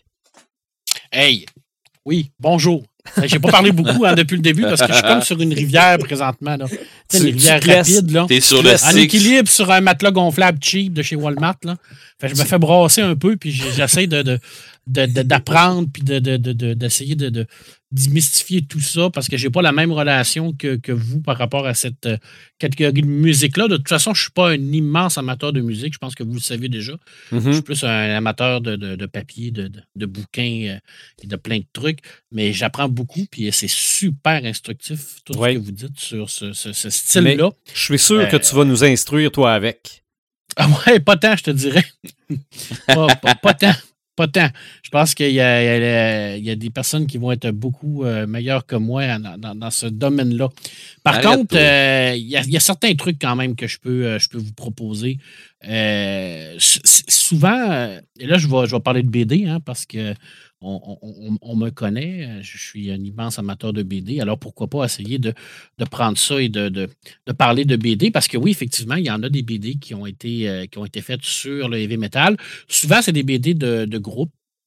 Hey, oui, bonjour. J'ai pas parlé beaucoup hein, depuis le début parce que je suis comme sur une rivière présentement. Là. Tu, une rivière rapide. Là. T'es sur le en équilibre sur un matelas gonflable cheap de chez Walmart. Là. Fait, je me fais brasser un peu puis j'essaie de, de, de, de, d'apprendre puis de, de, de, de, d'essayer de, de démystifier tout ça parce que j'ai pas la même relation que, que vous par rapport à cette euh, catégorie de musique-là. De toute façon, je suis pas un immense amateur de musique. Je pense que vous le savez déjà. Mm-hmm. Je suis plus un amateur de, de, de papier, de, de, de bouquins euh, et de plein de trucs. Mais j'apprends beaucoup, puis c'est super instructif, tout oui. ce que vous dites sur ce, ce, ce style-là. Mais je suis sûr euh, que tu vas nous instruire, toi, avec. Ah ouais, pas tant, je te dirais. pas, pas, pas tant. Pas tant. Je pense qu'il y a, il y a, il y a des personnes qui vont être beaucoup euh, meilleures que moi dans, dans, dans ce domaine-là. Par Arrête contre, euh, il, y a, il y a certains trucs quand même que je peux, euh, je peux vous proposer. Euh, souvent, et là, je vais, je vais parler de B D, hein, parce que on, on, on me connaît. Je suis un immense amateur de B D. Alors, pourquoi pas essayer de, de prendre ça et de, de, de parler de B D? Parce que oui, effectivement, il y en a des B D qui ont été, euh, qui ont été faites sur le heavy metal. Souvent, c'est des B D de, de groupes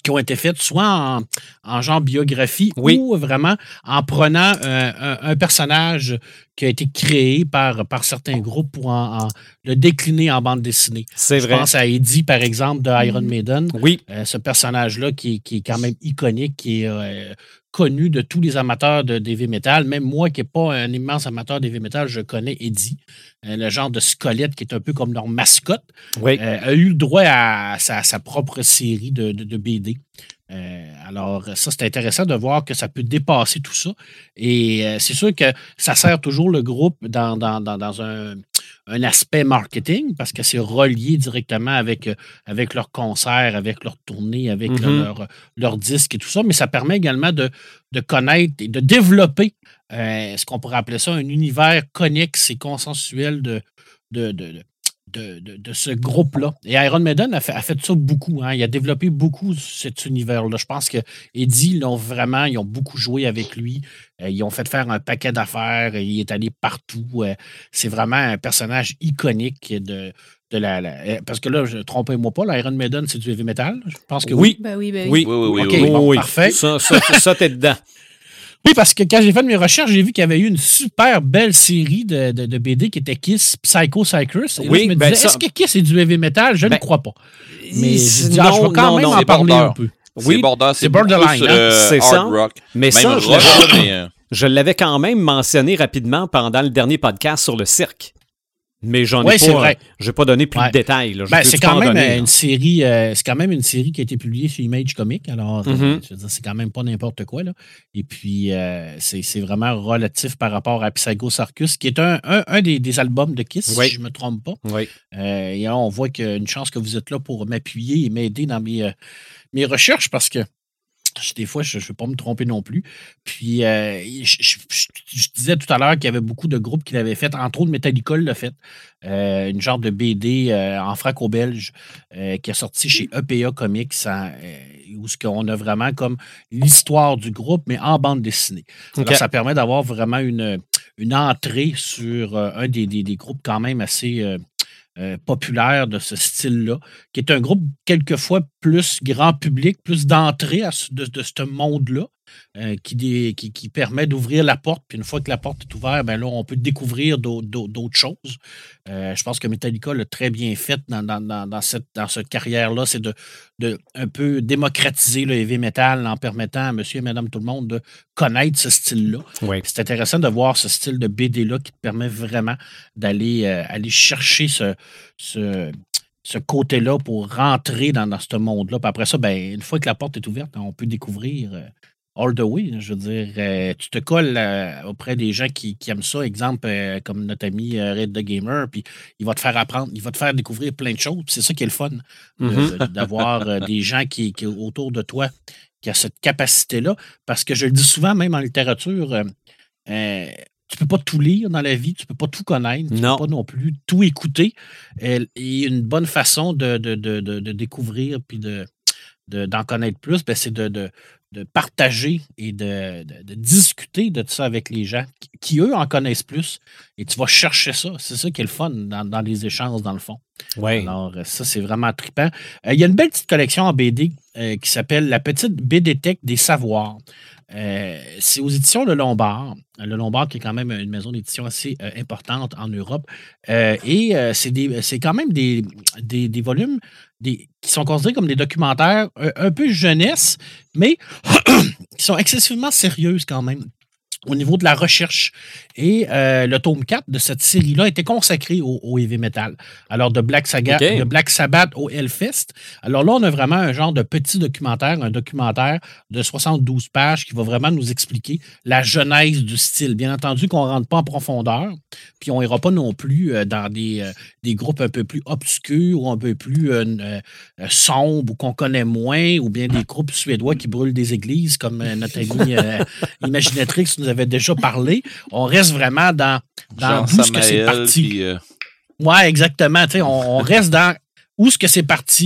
qui ont été faites soit en, en genre biographie oui. ou vraiment en prenant un, un, un personnage qui a été créé par, par certains groupes pour en, en, le décliner en bande dessinée. C'est Je vrai. pense à Eddie, par exemple, de Iron Maiden. Oui. Euh, ce personnage-là qui, qui est quand même iconique, qui est euh, connu de tous les amateurs de heavy metal. Même moi, qui n'ai pas un immense amateur de heavy metal, je connais Eddie, euh, le genre de squelette qui est un peu comme leur mascotte. Oui. Euh, a eu le droit à sa, sa propre série de, de, de B D. Euh, alors, ça, c'est intéressant de voir que ça peut dépasser tout ça. Et euh, c'est sûr que ça sert toujours le groupe dans, dans, dans, dans un, un aspect marketing parce que c'est relié directement avec, avec leurs concerts, avec leurs tournées, avec mm-hmm. leurs leur disques et tout ça. Mais ça permet également de, de connaître et de développer euh, ce qu'on pourrait appeler ça un univers connexe et consensuel de, de, de, de De, de, de ce groupe-là. Et Iron Maiden a fait, a fait ça beaucoup. Hein. Il a développé beaucoup cet univers-là. Je pense que Eddie, l'ont vraiment, ils ont beaucoup joué avec lui. Euh, ils ont fait faire un paquet d'affaires. Il est allé partout. Euh, c'est vraiment un personnage iconique de, de la, la... Parce que là, je, trompez-moi pas, l'Iron Maiden, c'est du heavy metal. Je pense que oui. Oui, ben oui, ben oui. oui. Oui, oui, oui. OK, oui, bon, oui. parfait. Ça, ça, ça t'es dedans. Oui, parce que quand j'ai fait mes recherches, j'ai vu qu'il y avait eu une super belle série de, de, de B D qui était Kiss, Psycho Circus. Et oui, là, je me ben disais, ça... est-ce que Kiss est du heavy metal? Je ben, ne crois pas. Mais non, je, dis, ah, je vais quand non, même non, en parler border. un peu. C'est oui, border, c'est borderline. Plus, hein? euh, c'est hard ça. rock. Mais Même ça, rock, je l'avais, mais, euh... je l'avais quand même mentionné rapidement pendant le dernier podcast sur le cirque. Mais j'en ai ouais, pas, je n'ai pas donné plus ouais. de détails. Là. Ben, c'est quand même donner, une série, euh, c'est quand même une série qui a été publiée sur Image Comics. Alors, mm-hmm. euh, je veux dire, c'est quand même pas n'importe quoi là. Et puis, euh, c'est, c'est vraiment relatif par rapport à Psycho Circus, qui est un, un, un des, des albums de Kiss, oui. si je me trompe pas. Oui. Euh, et là, on voit qu'il y a une chance que vous êtes là pour m'appuyer et m'aider dans mes, euh, mes recherches parce que des fois, je ne veux pas me tromper non plus. Puis, euh, je, je, je, je disais tout à l'heure qu'il y avait beaucoup de groupes qui l'avaient fait. Entre autres, Metallica l'a fait. Euh, une genre de B D euh, en franco-belge euh, qui est sorti chez E P A Comics en, euh, où on a vraiment comme l'histoire du groupe, mais en bande dessinée. Okay. Alors, ça permet d'avoir vraiment une, une entrée sur euh, un des, des, des groupes quand même assez... Euh, Euh, populaire de ce style-là, qui est un groupe quelquefois plus grand public, plus d'entrée à ce, de, de ce monde-là, euh, qui, des, qui, qui permet d'ouvrir la porte. Puis une fois que la porte est ouverte, ben là, on peut découvrir d'autres, d'autres choses. Euh, je pense que Metallica l'a très bien fait dans, dans, dans, dans, cette, dans cette carrière-là, c'est de, de un peu démocratiser le heavy metal en permettant à monsieur et madame tout le monde de connaître ce style-là. Oui. C'est intéressant de voir ce style de B D-là qui te permet vraiment d'aller euh, aller chercher ce, ce, ce côté-là pour rentrer dans, dans ce monde-là. Puis après ça, ben, une fois que la porte est ouverte, on peut découvrir euh, all the way. Je veux dire, euh, tu te colles euh, auprès des gens qui, qui aiment ça. Exemple, euh, comme notre ami euh, Red the Gamer, puis il va te faire apprendre, il va te faire découvrir plein de choses. Puis c'est ça qui est le fun, mm-hmm. de, d'avoir euh, des gens qui, qui autour de toi qui a cette capacité-là. Parce que je le dis souvent, même en littérature, euh, euh, tu peux pas tout lire dans la vie, tu peux pas tout connaître, tu non. peux pas non plus tout écouter. Et, et une bonne façon de, de, de, de, de découvrir puis de, de, d'en connaître plus, ben c'est de, de, de partager et de, de, de discuter de ça avec les gens qui, qui, eux, en connaissent plus. Et tu vas chercher ça. C'est ça qui est le fun dans, dans les échanges, dans le fond. Ouais. Alors, ça, c'est vraiment trippant. Euh, il y a une belle petite collection en B D euh, qui s'appelle La Petite B D Tech des Savoirs. Euh, c'est aux éditions Le Lombard. Le Lombard, qui est quand même une maison d'édition assez euh, importante en Europe. Euh, et euh, c'est, des, c'est quand même des, des, des volumes des, qui sont considérés comme des documentaires un, un peu jeunesse, mais qui sont excessivement sérieuses quand même au niveau de la recherche. Et euh, le tome quatre de cette série-là était consacré au, au heavy metal. Alors, de Black, Saga, okay. de Black Sabbath au Hellfest. Alors là, on a vraiment un genre de petit documentaire, un documentaire de soixante-douze pages qui va vraiment nous expliquer la genèse du style. Bien entendu qu'on ne rentre pas en profondeur, puis on n'ira pas non plus euh, dans des, euh, des groupes un peu plus obscurs ou un peu plus euh, euh, sombres ou qu'on connaît moins, ou bien des groupes suédois qui brûlent des églises, comme euh, notre ami euh, Imaginatrix nous avait déjà parlé. On reste vraiment dans, dans d'où ce que c'est parti. Puis, euh... Ouais, exactement. On, on reste dans où ce que c'est parti,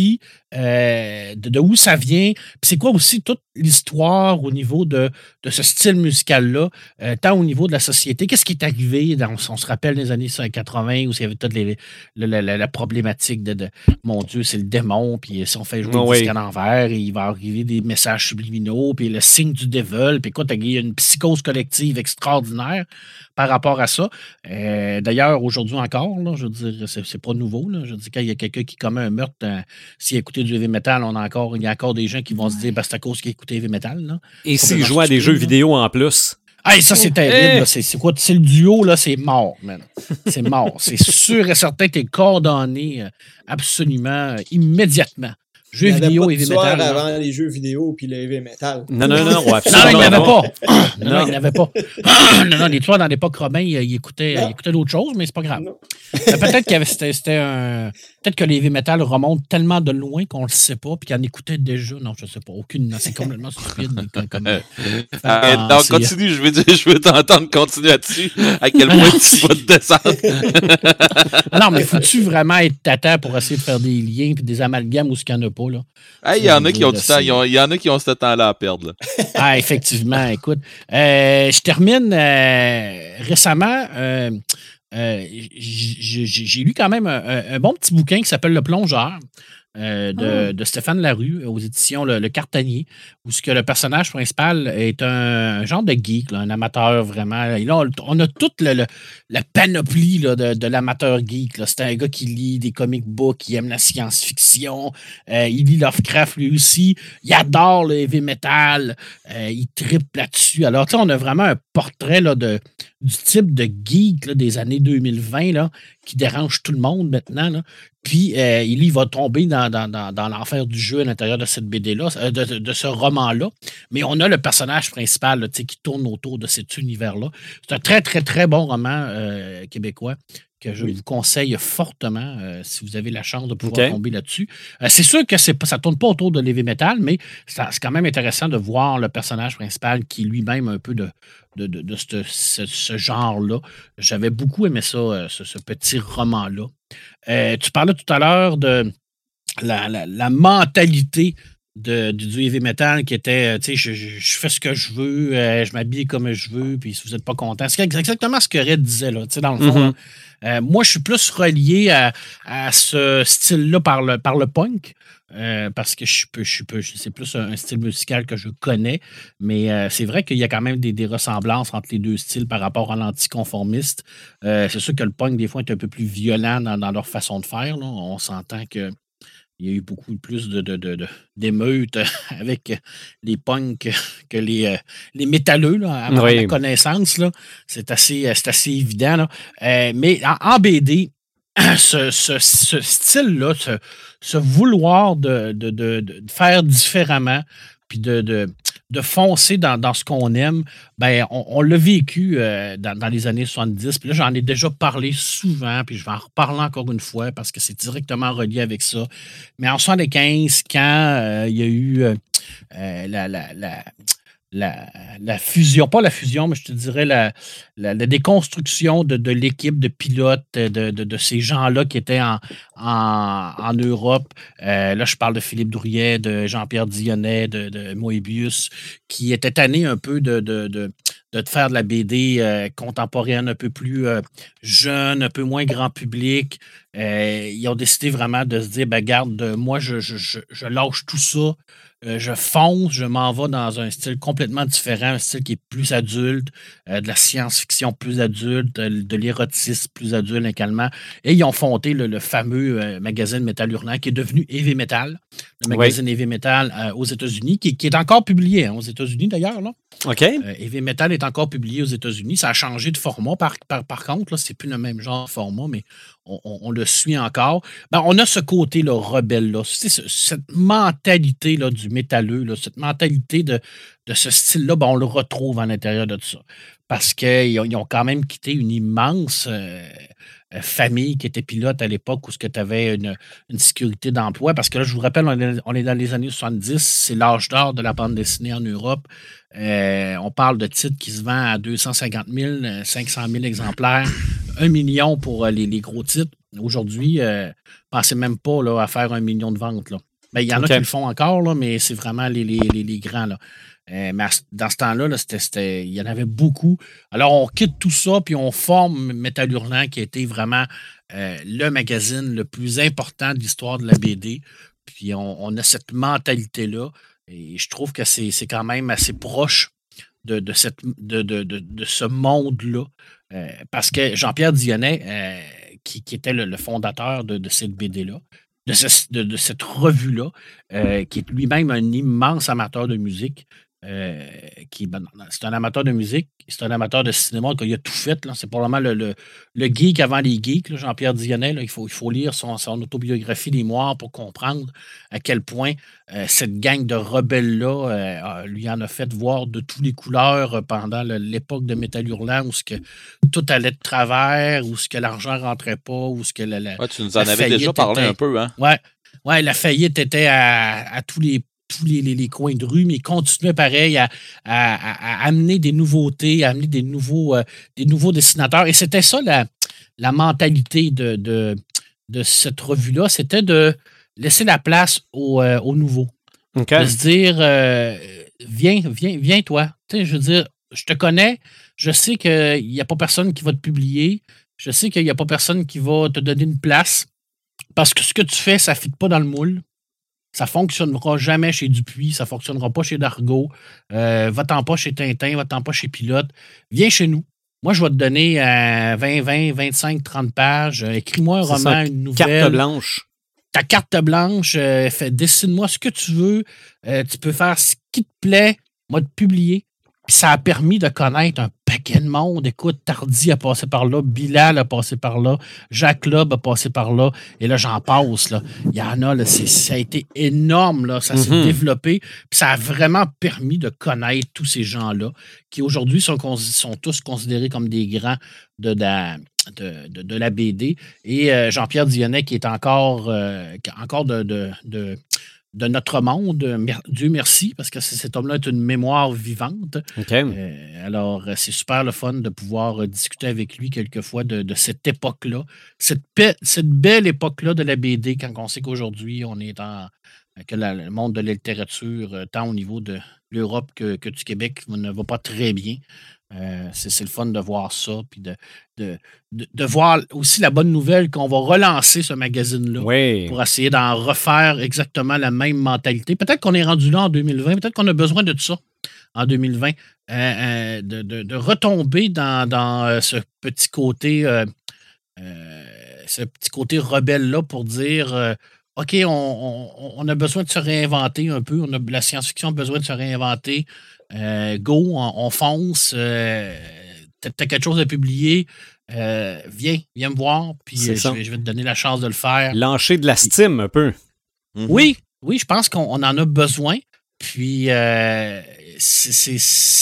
euh, de, de où ça vient, puis c'est quoi aussi toute l'histoire au niveau de, de ce style musical-là, euh, tant au niveau de la société. Qu'est-ce qui est arrivé, dans, on se rappelle des années quatre-vingts, où il y avait toute les, la, la, la, la problématique de, de mon Dieu, c'est le démon, puis si on fait jouer oh, le disque oui. à l'envers, il va arriver des messages subliminaux, puis le signe du devil, puis écoute, il y a une psychose collective extraordinaire par rapport à ça. Euh, d'ailleurs, aujourd'hui encore, là, je veux dire, c'est, c'est pas nouveau. Là, je veux dire, quand il y a quelqu'un qui commet un meurtre, euh, s'il a écouté du heavy metal, on a encore, il y a encore des gens qui vont se dire, ben, c'est à cause qu'il a écouté heavy metal. Là. Et s'il joue à des jeux là. vidéo en plus. Ah, ça, c'est terrible. Là. C'est, c'est quoi? C'est le duo, là, c'est mort, man. C'est mort. C'est sûr et certain que t'es coordonné euh, absolument, euh, immédiatement. Jeux vidéo et heavy metal. Avant là. Les jeux vidéo puis le heavy metal. Non, non, non, non, absolument non, il n'y en avait pas. Non, non, il n'y en avait pas. non, non, les tueurs dans l'époque romaine, ils écoutaient, ils écoutaient d'autres choses, mais c'est pas grave. Peut-être qu'il y avait, c'était, c'était un. Peut-être que les heavy metal remontent tellement de loin qu'on ne le sait pas, puis qu'ils en écoutaient déjà. Non, je ne sais pas. Aucune. Non, c'est complètement stupide. Comme, comme, ah, non, continue, je veux, dire, je veux t'entendre continuer là-dessus. À quel point tu vas te descendre. ah non, mais faut-tu vraiment être tata pour essayer de faire des liens et des amalgames où ce qu'il n'y en a pas, là? Il hey, y en a qui ont du temps, il y en a qui ont ce temps-là à perdre. Là. ah, effectivement, écoute. Euh, je termine euh, récemment. Euh, euh, j'ai, j'ai lu quand même un, un bon petit bouquin qui s'appelle Le Plongeur. Euh, de, oh. de Stéphane Larue aux éditions Le, le Cartanier, où ce que le personnage principal est un, un genre de geek, là, un amateur vraiment. Et là, on, on a toute le, le, la panoplie là, de, de l'amateur geek. Là. C'est un gars qui lit des comic books, qui aime la science-fiction, euh, il lit Lovecraft lui aussi, il adore le heavy metal, euh, il trippe là-dessus. Alors, tu sais, on a vraiment un portrait là, de, du type de geek là, des années deux mille vingt là, qui dérange tout le monde maintenant. Là. Puis, euh, il va tomber dans, dans, dans, dans l'enfer du jeu à l'intérieur de cette B D-là, de, de, de ce roman-là. Mais on a le personnage principal là, qui tourne autour de cet univers-là. C'est un très, très, très bon roman euh, québécois que je oui. vous conseille fortement euh, si vous avez la chance de pouvoir okay. tomber là-dessus. Euh, c'est sûr que c'est, ça ne tourne pas autour de l'heavy metal, mais ça, c'est quand même intéressant de voir le personnage principal qui lui-même un peu de, de, de, de ce, ce, ce genre-là. J'avais beaucoup aimé ça, euh, ce, ce petit roman-là. Euh, tu parlais tout à l'heure de la, la, la mentalité de, du, du heavy metal qui était, tu sais, je, je, je fais ce que je veux, euh, je m'habille comme je veux, puis si vous n'êtes pas content. C'est exactement ce que Red disait, là, tu sais, dans le fond. Mm-hmm. Là, euh, moi, je suis plus relié à, à ce style-là par le, par le punk. Euh, parce que je suis peu, je suis peu, c'est plus un style musical que je connais, mais euh, c'est vrai qu'il y a quand même des, des ressemblances entre les deux styles par rapport à l'anticonformiste. Euh, c'est sûr que le punk, des fois, est un peu plus violent dans, dans leur façon de faire. Là. On s'entend que il y a eu beaucoup plus de, de, de, de, d'émeutes avec les punks que les, euh, les métalleux, là, à oui. ma connaissance. Là. C'est, assez, c'est assez évident. Là. Euh, mais en, en B D, ce, ce, ce style-là, ce, ce vouloir de, de, de, de faire différemment, puis de, de, de foncer dans, dans ce qu'on aime, ben on, on l'a vécu euh, dans, dans les années soixante-dix. Puis là, j'en ai déjà parlé souvent, puis je vais en reparler encore une fois parce que c'est directement relié avec ça. Mais en soixante-quinze, quand euh, il y a eu euh, la, la, la La, la fusion, pas la fusion, mais je te dirais la, la, la déconstruction de, de l'équipe de pilotes, de, de, de ces gens-là qui étaient en, en, en Europe. Euh, là, je parle de Philippe Drouillet, de Jean-Pierre Dionnet, de, de Moebius, qui étaient tannés un peu de, de, de, de faire de la B D euh, contemporaine, un peu plus euh, jeune, un peu moins grand public. Euh, ils ont décidé vraiment de se dire, ben, garde, moi, je, je, je, je lâche tout ça. Euh, je fonce, je m'en vais dans un style complètement différent, un style qui est plus adulte, euh, de la science-fiction plus adulte, euh, de l'érotisme plus adulte également. Et ils ont fondé le, le fameux euh, magazine Metal Hurlant qui est devenu Heavy Metal, le magazine oui. Heavy Metal euh, aux États-Unis, qui, qui est encore publié hein, aux États-Unis d'ailleurs. Là. OK. Euh, Heavy Metal est encore publié aux États-Unis. Ça a changé de format par, par, par contre. Là, c'est plus le même genre de format, mais on, on, on le suit encore. Ben, on a ce côté-là rebelle-là. C'est, c'est, cette mentalité-là du métalleux, là, cette mentalité de, de ce style-là, ben, on le retrouve à l'intérieur de tout ça. Parce qu'ils ont, ils ont quand même quitté une immense euh, famille qui était pilote à l'époque où tu avais une, une sécurité d'emploi. Parce que là, je vous rappelle, on est, on est dans les années soixante-dix, c'est l'âge d'or de la bande dessinée en Europe. Euh, on parle de titres qui se vendent à deux cent cinquante mille, cinq cent mille exemplaires, un million pour les, les gros titres. Aujourd'hui, euh, pensez même pas là, à faire un million de ventes. Là. Ben, il y en okay. a qui le font encore, là, mais c'est vraiment les, les, les, les grands. Là. Euh, mais dans ce temps-là, là, c'était, c'était, il y en avait beaucoup. Alors, on quitte tout ça, puis on forme Métal Hurlant, qui a été vraiment euh, le magazine le plus important de l'histoire de la B D. Puis on, on a cette mentalité-là. Et je trouve que c'est, c'est quand même assez proche de, de, cette, de, de, de, de ce monde-là. Euh, parce que Jean-Pierre Dionnet, euh, qui, qui était le, le fondateur de, de cette B D-là, de, ce, de, de cette revue-là, euh, qui est lui-même un immense amateur de musique, Euh, qui, ben, c'est un amateur de musique, c'est un amateur de cinéma, il a tout fait. Là. C'est probablement le, le, le geek avant les geeks, là, Jean-Pierre Dionnet. Là. Il, faut, il faut lire son, son autobiographie Les Moires pour comprendre à quel point euh, cette gang de rebelles-là euh, lui en a fait voir de toutes les couleurs pendant le, l'époque de Métal Hurlant, où ce que tout allait de travers, où ce que l'argent ne rentrait pas, où ce que la, la, ouais, tu nous en avais déjà parlé était, un peu, hein? Ouais, ouais, la faillite était à, à tous les tous les, les, les coins de rue, mais il continuait pareil à, à, à, à amener des nouveautés, à amener des nouveaux, euh, des nouveaux dessinateurs. Et c'était ça la, la mentalité de, de, de cette revue-là, c'était de laisser la place aux, euh, aux nouveaux. Okay. De se dire, euh, viens, viens, viens toi. Tu sais, je veux dire, je te connais, je sais qu'il n'y a pas personne qui va te publier, je sais qu'il n'y a pas personne qui va te donner une place, parce que ce que tu fais, ça ne fit pas dans le moule. Ça ne fonctionnera jamais chez Dupuis, ça ne fonctionnera pas chez Dargaud. Euh, va-t'en pas chez Tintin, va-t'en pas chez Pilote. Viens chez nous. Moi, je vais te donner euh, vingt, vingt, vingt-cinq, trente pages. Euh, écris-moi un c'est roman, ça, une nouvelle. Carte blanche. Ta carte blanche, euh, fait, dessine-moi ce que tu veux. Euh, tu peux faire ce qui te plaît. Moi, te publier. Puis ça a permis de connaître un paquet de monde. Écoute, Tardy a passé par là, Bilal a passé par là, Jacques Loeb a passé par là, et là, j'en passe. Là. Il y en a, là, c'est, ça a été énorme, là, ça mm-hmm. s'est développé, puis ça a vraiment permis de connaître tous ces gens-là, qui aujourd'hui sont, sont tous considérés comme des grands de, de, de, de, de la B D. Et euh, Jean-Pierre Dionnet, qui est encore, euh, encore de... de, de de notre monde, Dieu merci, parce que cet homme-là est une mémoire vivante. Okay. Euh, alors, c'est super le fun de pouvoir discuter avec lui quelquefois de, de cette époque-là, cette, pe- cette belle époque-là de la B D, quand on sait qu'aujourd'hui, on est dans que la, le monde de la littérature, tant au niveau de l'Europe que, que du Québec, ne va pas très bien. Euh, c'est, c'est le fun de voir ça, puis de, de, de, de voir aussi la bonne nouvelle qu'on va relancer ce magazine-là oui. pour essayer d'en refaire exactement la même mentalité. Peut-être qu'on est rendu là en deux mille vingt, peut-être qu'on a besoin de ça en deux mille vingt, euh, euh, de, de, de retomber dans, dans ce petit côté euh, euh, ce petit côté rebelle-là pour dire euh, OK, on, on, on a besoin de se réinventer un peu, on a, la science-fiction a besoin de se réinventer. Euh, go, on, on fonce, euh, t'as, t'as quelque chose à publier, euh, viens, viens me voir, puis euh, je, vais, je vais te donner la chance de le faire. Lâcher de la stime un peu. Mm-hmm. Oui, oui, je pense qu'on on en a besoin, puis euh, c'est, c'est,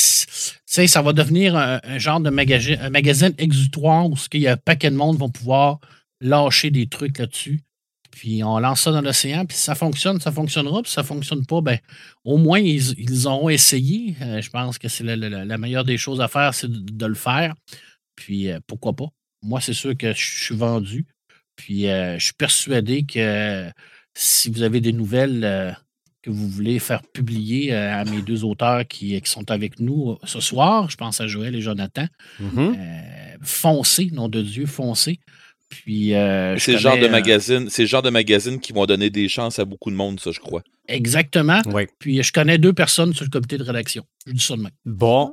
c'est, ça va devenir un, un genre de magazine, un magazine exutoire où il y a un paquet de monde qui vont pouvoir lâcher des trucs là-dessus. Puis on lance ça dans l'océan, puis si ça fonctionne, ça fonctionnera. Puis si ça ne fonctionne pas, ben au moins, ils, ils auront essayé. Euh, je pense que c'est la, la, la meilleure des choses à faire, c'est de, de le faire. Puis euh, pourquoi pas? Moi, c'est sûr que je suis vendu. Puis euh, je suis persuadé que euh, si vous avez des nouvelles euh, que vous voulez faire publier euh, à mes deux auteurs qui, qui sont avec nous euh, ce soir, je pense à Joël et Jonathan, mm-hmm. euh, foncez, nom de Dieu, foncez. Puis, euh, c'est, le genre de magazine, c'est le genre de magazine qui vont donner des chances à beaucoup de monde, ça, je crois. Exactement. Oui. Puis, je connais deux personnes sur le comité de rédaction. Je dis ça de même. Bon.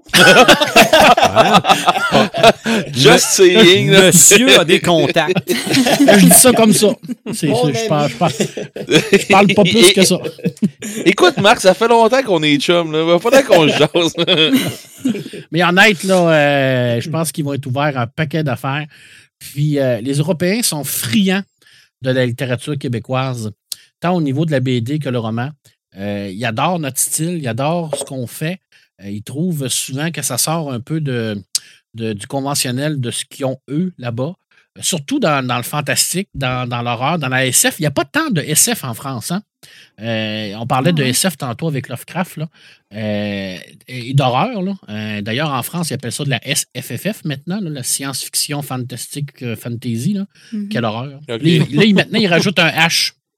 Just saying. Monsieur a des contacts. Je dis ça comme ça. C'est, bon, c'est, je, parle, je, parle, je parle pas plus que ça. Écoute, Marc, ça fait longtemps qu'on est chum. Il va falloir qu'on jase. Mais honnête, là, euh, je pense qu'ils vont être ouverts à un paquet d'affaires. Puis euh, les Européens sont friands de la littérature québécoise, tant au niveau de la B D que le roman. Euh, ils adorent notre style, ils adorent ce qu'on fait. Euh, ils trouvent souvent que ça sort un peu de, de, du conventionnel de ce qu'ils ont eux là-bas. Euh, surtout dans, dans le fantastique, dans, dans l'horreur, dans la S F. Il n'y a pas tant de S F en France. Hein? Euh, on parlait de S F tantôt avec Lovecraft là, euh, et d'horreur. Là. Euh, d'ailleurs, en France, ils appellent ça de la S F F F maintenant, là, la science-fiction fantastique euh, fantasy. Là. Mm-hmm. Quelle horreur. Okay. Là, là, maintenant, ils rajoutent un H.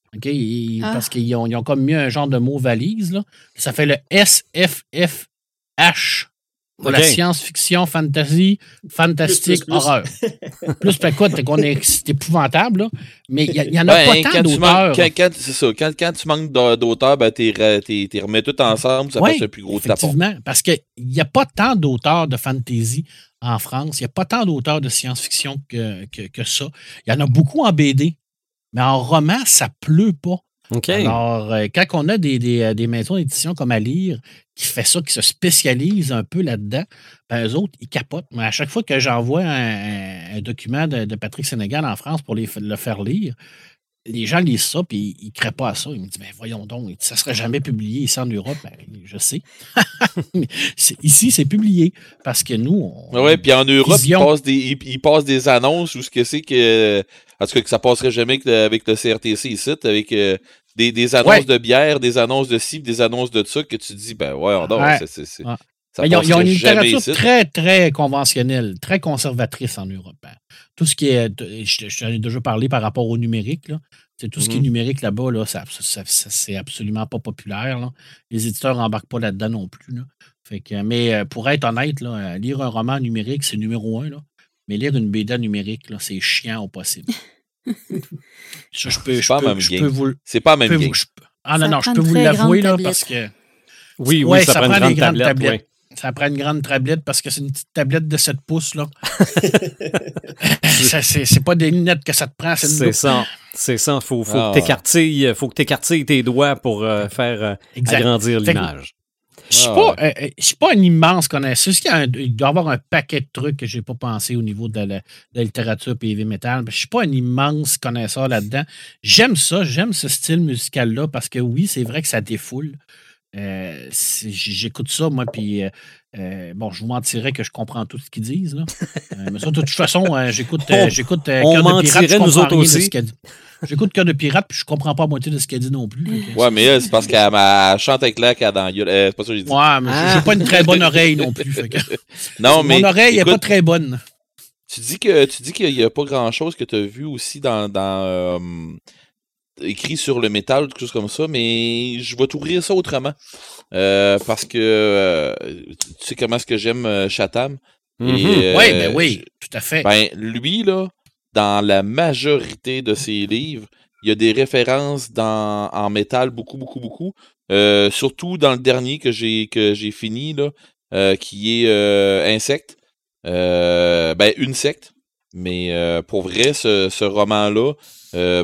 OK? Et, ah. Parce qu'ils ont, ils ont comme mis un genre de mot valise, là. Ça fait le S F F H. Pour okay. La science-fiction, fantasy, fantastique, plus, plus, plus. Horreur. Plus, ben, écoute, qu'on est, c'est épouvantable, là. Mais il y, y en a ben, pas tant d'auteurs. Quand, quand, c'est ça. Quand, quand tu manques d'auteurs, ben, tu les remets tout ensemble, ça oui, passe le plus gros tapon. Effectivement, parce qu'il n'y a pas tant d'auteurs de fantasy en France. Il n'y a pas tant d'auteurs de science-fiction que, que, que ça. Il y en a beaucoup en B D. Mais en roman, ça pleut pas. Okay. Alors, euh, quand on a des, des, des maisons d'édition comme à lire qui fait ça, qui se spécialisent un peu là-dedans, ben eux autres, ils capotent. Mais à chaque fois que j'envoie un, un document de, de Patrick Sénégal en France pour les, le faire lire, les gens lisent ça puis ils ne créent pas à ça. Ils me disent, ben voyons donc, ça ne serait jamais publié ici en Europe. Ben, je sais. Ici, c'est publié parce que nous, on... Oui, puis en Europe, ils passent, des, ils, ils passent des annonces où ce que c'est que... En tout cas, que ça passerait jamais avec le, avec le C R T C ici, avec euh, des, des annonces ouais. de bière, des annonces de ci, des annonces de ça, que tu dis, ben ouais, non, ouais. c'est... c'est, c'est ouais. Ça ils, ont, ils ont une littérature ici. très, très conventionnelle, très conservatrice en Europe. Hein. Tout ce qui est... Je, je t'en ai déjà parlé par rapport au numérique, là. C'est tout ce mm-hmm. qui est numérique là-bas, là, ça, ça, ça, c'est absolument pas populaire. Là. Les éditeurs n'embarquent pas là-dedans non plus. Là. Fait que, mais pour être honnête, là, lire un roman numérique, c'est numéro un. Là. Mais lire une B D numérique, là, c'est chiant au possible. Ça, je peux, c'est je pas peux, même je game. peux vous, c'est pas même peux game. Vous, je, ah non, ça non, je peux vous l'avouer là, parce que. Oui, oui, ouais, ça, ça prend, prend une des grande grandes tablette. tablettes. Ouais. Ça prend une grande tablette parce que c'est une petite tablette de sept pouces. Là. ça, c'est, c'est pas des lunettes que ça te prend, c'est une C'est loupe. ça. C'est ça. Faut, faut ah, que t'écartilles, faut que t'écartilles tes doigts pour euh, faire euh, agrandir fait l'image. Je suis pas, euh, pas un immense connaisseur. Il doit y avoir un paquet de trucs que j'ai pas pensé au niveau de la, de la littérature et heavy metal. Je suis pas un immense connaisseur là-dedans. J'aime ça, j'aime ce style musical-là parce que oui, c'est vrai que ça défoule. Euh, j'écoute ça, moi, puis euh, euh, bon, je vous mentirais que je comprends tout ce qu'ils disent, là. Euh, mais ça, de toute façon, euh, j'écoute, euh, j'écoute euh, Cœur de Pirate, je nous autres aussi. J'écoute Cœur de Pirate, puis je comprends pas la moitié de ce qu'elle dit non plus. Okay. Ouais, mais elle, c'est parce qu'elle chante avec l'air qu'elle a dans la gueule. Euh, c'est pas ça que j'ai dit. Ouais, mais ah. j'ai pas une très bonne oreille non plus. Fait que... non, mais. Mon oreille écoute, est pas très bonne. Tu dis que tu dis qu'il y a pas grand-chose que tu as vu aussi dans. dans euh, écrit sur le métal, quelque chose comme ça, mais je vais t'ouvrir ça autrement. Euh, parce que euh, tu sais comment est-ce que j'aime euh, Chatham. Mm-hmm. Euh, oui, ben oui, tout à fait. Ben, lui, là, dans la majorité de ses livres, il y a des références dans, en métal, beaucoup, beaucoup, beaucoup. Euh, surtout dans le dernier que j'ai que j'ai fini, là, euh, qui est euh, Insecte. Euh, ben, une secte. Mais euh, pour vrai, ce, ce roman-là, euh,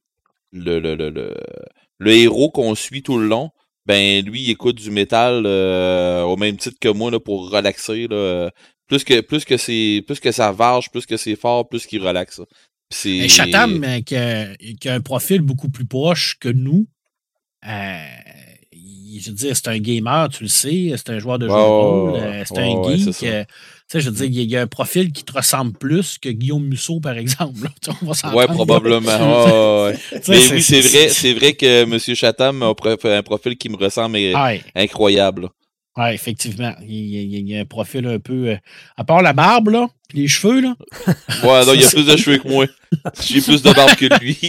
Le, le, le, le, le héros qu'on suit tout le long, ben lui, il écoute du métal euh, au même titre que moi là, pour relaxer. Là. Plus que plus que c'est plus que ça varge, plus que c'est fort, plus qu'il relaxe. C'est... Et Chatham, euh, qui, a, qui a un profil beaucoup plus proche que nous, euh, il, je veux dire, c'est un gamer, tu le sais, c'est un joueur de jeux de rôle, euh, c'est oh, un geek. Ouais, tu sais, je veux dire, il y a un profil qui te ressemble plus que Guillaume Musso, par exemple. On va ouais, probablement. Oh, ouais. Mais c'est, oui, c'est, c'est vrai, c'est vrai que M. Chatham a un profil qui me ressemble et ouais. incroyable. Oui, effectivement. Il, il, il y a un profil un peu... Euh, à part la barbe, là, puis les cheveux, là. Ouais, non, il y a plus de cheveux que moi. J'ai plus de barbe que lui.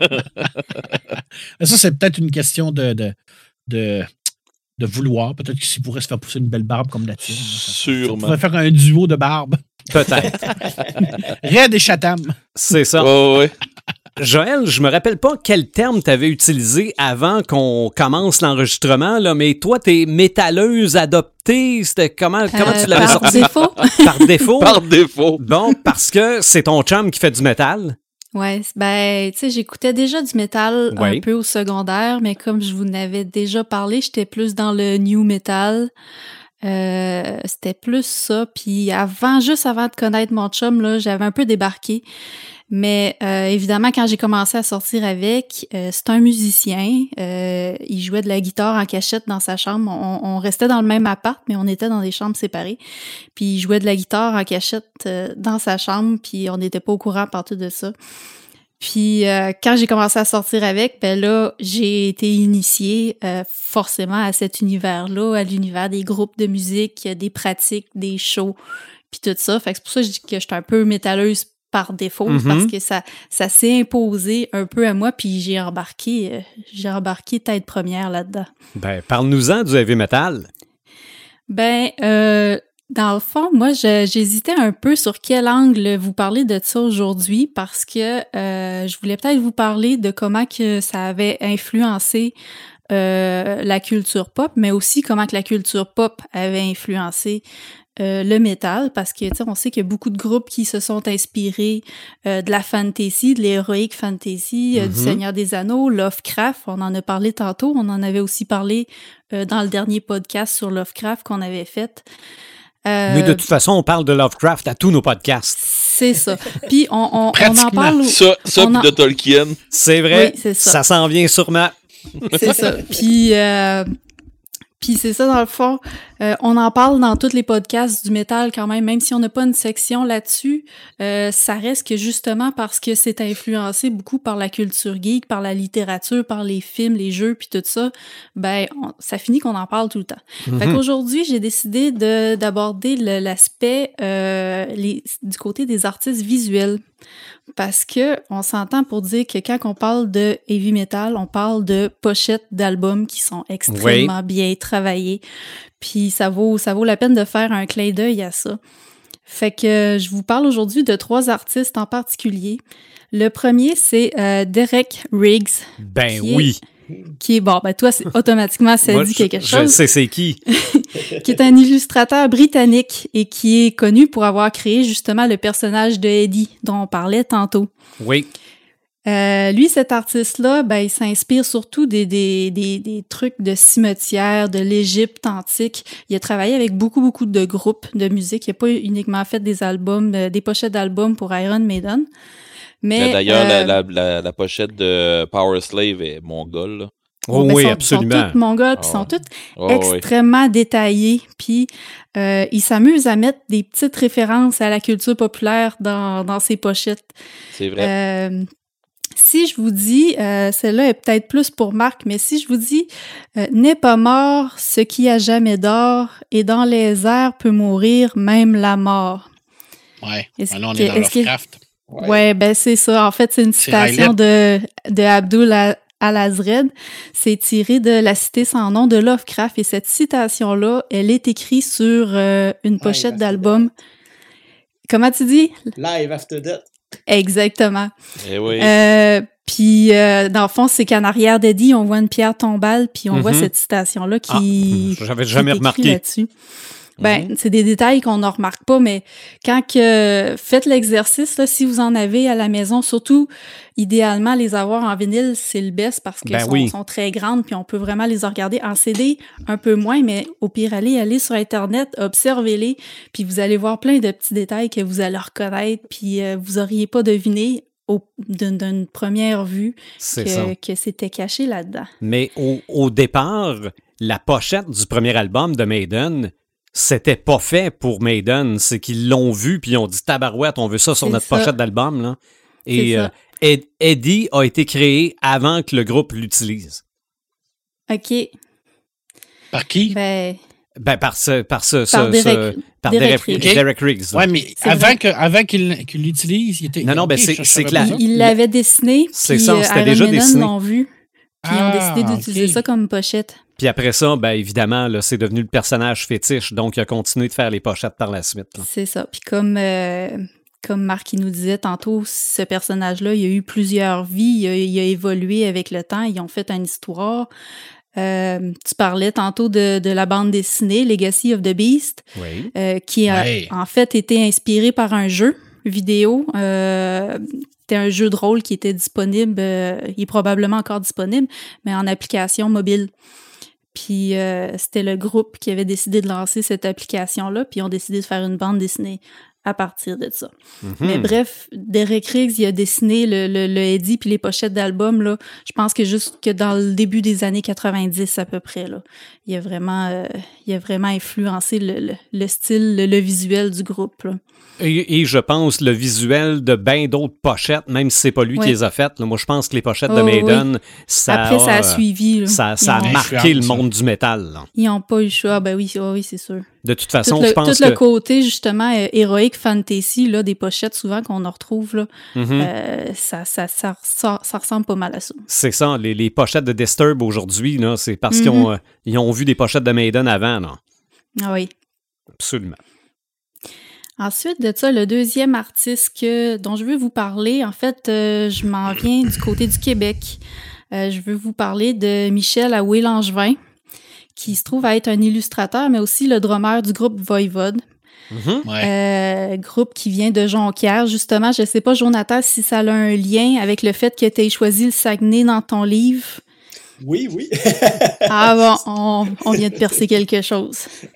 Ça, c'est peut-être une question de... de, de de vouloir. Peut-être qu'il pourrait se faire pousser une belle barbe comme la tienne. Sûrement. On pourrait faire un duo de barbe. Peut-être. Red et Chatham. C'est ça. Oh, ouais. Joël, je me rappelle pas quel terme tu avais utilisé avant qu'on commence l'enregistrement, là, mais toi, t'es métalleuse adoptée. C'était comment, euh, comment tu l'avais par sorti? Défaut. Par défaut. Par défaut. Bon, parce que c'est ton chum qui fait du métal. Ouais, ben, tu sais, j'écoutais déjà du métal ouais. un peu au secondaire, mais comme je vous en avais déjà parlé, j'étais plus dans le new metal. Euh, c'était plus ça. Puis avant, juste avant de connaître mon chum, là, j'avais un peu débarqué. Mais euh, évidemment, quand j'ai commencé à sortir avec, euh, c'est un musicien. Euh, il jouait de la guitare en cachette dans sa chambre. On, on restait dans le même appart, mais on était dans des chambres séparées. Puis il jouait de la guitare en cachette euh, dans sa chambre, puis on n'était pas au courant partout de ça. Puis euh, quand j'ai commencé à sortir avec, ben là, j'ai été initiée euh, forcément à cet univers-là, à l'univers des groupes de musique, des pratiques, des shows, puis tout ça. Fait que c'est pour ça que je dis que je suis un peu métalleuse par défaut Mm-hmm. parce que ça, ça s'est imposé un peu à moi, puis j'ai embarqué, euh, j'ai embarqué tête première là-dedans. Ben, parle-nous-en du heavy metal. Ben, euh, dans le fond, moi, je, j'hésitais un peu sur quel angle vous parler de ça aujourd'hui parce que euh, je voulais peut-être vous parler de comment que ça avait influencé euh, la culture pop, mais aussi comment que la culture pop avait influencé euh, le métal, parce que, tu sais, on sait qu'il y a beaucoup de groupes qui se sont inspirés euh, de la fantasy, de l'heroic fantasy, euh, mm-hmm. du Seigneur des Anneaux, Lovecraft, on en a parlé tantôt, on en avait aussi parlé euh, dans le dernier podcast sur Lovecraft qu'on avait fait. Euh, Mais de toute façon, on parle de Lovecraft à tous nos podcasts. C'est ça. Puis on, on, on en parle... Ça, ça on en... de Tolkien. C'est vrai, oui, c'est ça. Ça s'en vient sûrement. C'est ça. Puis... Euh... Puis c'est ça, dans le fond, euh, on en parle dans tous les podcasts du métal quand même, même si on n'a pas une section là-dessus, euh, ça reste que justement parce que c'est influencé beaucoup par la culture geek, par la littérature, par les films, les jeux, puis tout ça, ben on, ça finit qu'on en parle tout le temps. Mm-hmm. Fait qu'aujourd'hui, j'ai décidé de, d'aborder le, l'aspect euh, les, du côté des artistes visuels. Parce que on s'entend pour dire que quand on parle de heavy metal, on parle de pochettes d'albums qui sont extrêmement oui. bien travaillées. Puis ça vaut ça vaut la peine de faire un clin d'œil à ça. Fait que je vous parle aujourd'hui de trois artistes en particulier. Le premier, c'est euh, Derek Riggs. Ben oui. Est, qui est, bon, ben toi, c'est, automatiquement, ça Moi, dit quelque je, chose. Je sais c'est qui. Qui est un illustrateur britannique et qui est connu pour avoir créé justement le personnage de Eddie dont on parlait tantôt. Oui. Euh, lui, cet artiste-là, ben, il s'inspire surtout des, des, des, des trucs de cimetière, de l'Égypte antique. Il a travaillé avec beaucoup, beaucoup de groupes de musique. Il n'a pas uniquement fait des albums, euh, des pochettes d'albums pour Iron Maiden. Mais, D'ailleurs, euh, la, la, la pochette de Power Slave est mongole, là. Oh, ben, oui, sont, absolument. Ils sont toutes mongols, puis oh. sont toutes oh, extrêmement oui. détaillées. Puis euh, ils s'amusent à mettre des petites références à la culture populaire dans, dans ces pochettes. C'est vrai. Euh, si je vous dis, euh, celle-là est peut-être plus pour Marc, mais si je vous dis euh, « N'est pas mort ce qui a jamais d'or, et dans les airs peut mourir même la mort. » Ouais, est-ce là on que, est dans Lovecraft. Ouais. ouais, ben c'est ça. En fait, c'est une citation de, de Abdul Al-Azred. C'est tiré de La Cité sans nom de Lovecraft. Et cette citation-là, elle est écrite sur euh, une pochette Live d'album. Comment tu dis? Live After Death. Exactement. Eh oui. Euh, puis, euh, dans le fond, c'est qu'en arrière d'Eddie, on voit une pierre tombale, puis on mm-hmm. voit cette citation-là qui, ah, j'avais jamais qui est remarqué là-dessus. Ben, mm-hmm. c'est des détails qu'on ne remarque pas, mais quand que faites l'exercice, là, si vous en avez à la maison, surtout, idéalement, les avoir en vinyle, c'est le best parce qu'elles ben sont, oui. sont très grandes, puis on peut vraiment les regarder en C D, un peu moins, mais au pire, allez, allez sur Internet, observez-les, puis vous allez voir plein de petits détails que vous allez reconnaître, puis euh, vous n'auriez pas deviné au, d'une, d'une première vue que, que c'était caché là-dedans. Mais au, au départ, la pochette du premier album de Maiden, c'était pas fait pour Maiden, c'est qu'ils l'ont vu puis ils ont dit tabarouette, on veut ça sur c'est notre ça. pochette d'album là. Et euh, Ed- Eddie a été créé avant que le groupe l'utilise. OK. Par qui? Ben, ben par ce par ce, par ce, Derek, ce par Derek, Derek Riggs. Okay. Derek Riggs. Ouais, mais c'est avant que avant qu'il, qu'il l'utilise, il était Non non, ben okay, c'est c'est clair. Il, il l'avait dessiné, c'est puis ça, euh, c'était Iron déjà Maiden dessiné. l'ont vu. Puis ils ont décidé ah, d'utiliser okay. ça comme pochette. Puis après ça, ben évidemment, là, c'est devenu le personnage fétiche, donc il a continué de faire les pochettes par la suite. Là. C'est ça. Puis comme, euh, comme Marc il nous disait tantôt, ce personnage-là, il a eu plusieurs vies, il a, il a évolué avec le temps, ils ont fait une histoire. Euh, tu parlais tantôt de, de la bande dessinée Legacy of the Beast, oui. euh, qui a oui. en fait été inspirée par un jeu vidéo. Euh, C'était un jeu de rôle qui était disponible, euh, il est probablement encore disponible, mais en application mobile. Puis euh, c'était le groupe qui avait décidé de lancer cette application-là, puis ils ont décidé de faire une bande dessinée à partir de ça. Mm-hmm. Mais bref, Derek Riggs, il a dessiné le, le, le Eddie puis les pochettes d'albums, là, je pense que juste que dans le début des années quatre-vingt-dix à peu près, là, il a vraiment, euh, il a vraiment influencé le, le, le style, le, le visuel du groupe, là. Et, et je pense le visuel de bien d'autres pochettes, même si c'est pas lui oui. qui les a faites. Là, moi, je pense que les pochettes oh, de Maiden, oui. ça Après, a, ça a suivi. Là. Ça, ça a marqué le monde du métal. Là. Ils n'ont pas eu le choix. Ben oui, oh, oui c'est sûr. De toute façon, tout le, je pense tout que... le côté, justement, euh, héroïque fantasy, là, des pochettes souvent qu'on en retrouve, là, mm-hmm. euh, ça, ça, ça, ça, ça ressemble pas mal à ça. C'est ça. Les, les pochettes de Disturb aujourd'hui, là, c'est parce mm-hmm. qu'ils ont, euh, ils ont vu des pochettes de Maiden avant. Là. Ah oui. Absolument. Ensuite de ça, le deuxième artiste que, dont je veux vous parler, en fait, euh, je m'en viens du côté du Québec. Euh, je veux vous parler de Michel Houé-Langevin, qui se trouve à être un illustrateur, mais aussi le drummer du groupe Voivode. Mm-hmm. Ouais. Euh, groupe qui vient de Jonquière. Justement, je ne sais pas, Jonathan, si ça a un lien avec le fait que tu aies choisi le Saguenay dans ton livre. Oui, oui. Ah bon, on, on vient de percer quelque chose.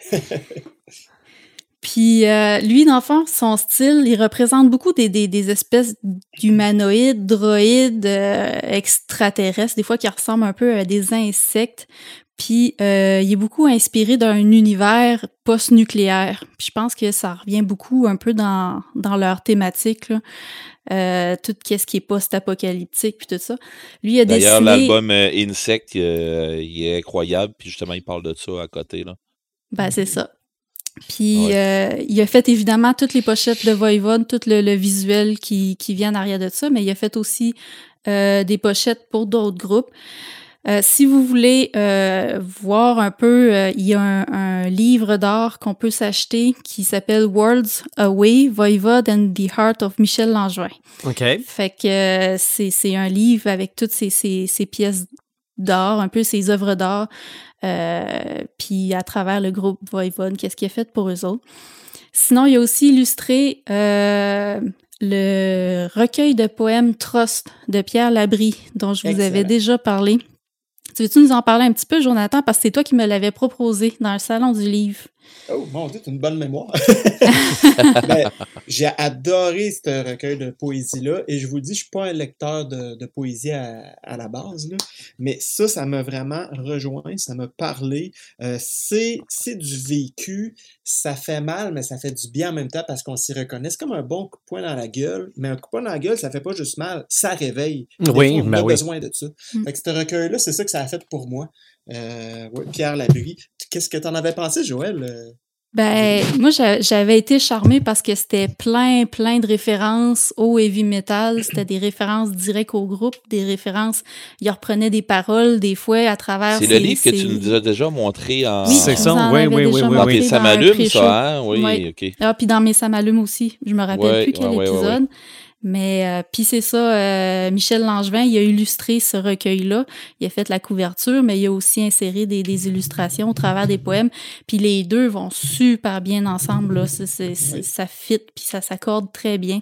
Puis euh, lui, dans le fond, son style, il représente beaucoup des, des, des espèces d'humanoïdes, droïdes, euh, extraterrestres, des fois qui ressemblent un peu à des insectes. Puis euh, il est beaucoup inspiré d'un univers post-nucléaire. Puis je pense que ça revient beaucoup un peu dans, dans leur thématique, là. Euh, tout ce qui est post-apocalyptique, puis tout ça. Lui, il a D'ailleurs, dessiné... l'album euh, Insect, euh, il est incroyable, puis justement, il parle de ça à côté, là. Ben, c'est ça. Puis, ouais. euh, il a fait évidemment toutes les pochettes de Voivode, tout le, le visuel qui, qui vient en arrière de ça, mais il a fait aussi euh, des pochettes pour d'autres groupes. Euh, si vous voulez euh, voir un peu, euh, il y a un, un livre d'art qu'on peut s'acheter qui s'appelle Worlds Away, Voivode and the Heart of Michel Langevin. OK. Fait que euh, c'est, c'est un livre avec toutes ces, ces, ces pièces d'art, un peu ses œuvres d'art, euh, puis à travers le groupe Voivode, qu'est-ce qu'il a fait pour eux autres. Sinon, il a aussi illustré euh, le recueil de poèmes Trost de Pierre Labrie, dont je vous Excellent. avais déjà parlé. Tu veux-tu nous en parler un petit peu, Jonathan, parce que c'est toi qui me l'avais proposé dans le salon du livre. Oh, mon Dieu, t'as une bonne mémoire. Ben, j'ai adoré ce recueil de poésie-là, et je vous dis, je suis pas un lecteur de, de poésie à, à la base, là, mais ça, ça m'a vraiment rejoint, ça m'a parlé. Euh, c'est, c'est du vécu, ça fait mal, mais ça fait du bien en même temps parce qu'on s'y reconnaît. C'est comme un bon coup de poing dans la gueule, mais un coup de poing dans la gueule, ça fait pas juste mal, ça réveille. Des oui, fois, on ben a oui. besoin de ça. Mm. Fait que ce recueil-là, c'est ça que ça a fait pour moi. Euh, ouais, Pierre Labrie. Qu'est-ce que t'en avais pensé, Joël? Ben, moi, j'avais été charmée parce que c'était plein, plein de références au heavy metal. C'était des références directes au groupe, des références. Il reprenait des paroles, des fois, à travers. C'est ses, le livre ses... que tu nous as déjà montré en. Oui, c'est ça, oui, oui, oui, oui. Dans tes Samalumes, ça, hein? Oui, oui. OK. Ah, puis dans mes Samalumes aussi. Je me rappelle ouais, plus quel ouais, épisode. Ouais, ouais. Mais euh, puis c'est ça, euh, Michel Langevin, il a illustré ce recueil-là. Il a fait la couverture, mais il a aussi inséré des, des illustrations au travers des poèmes. Puis les deux vont super bien ensemble, là. C'est, c'est, c'est, ça fit, puis ça s'accorde très bien.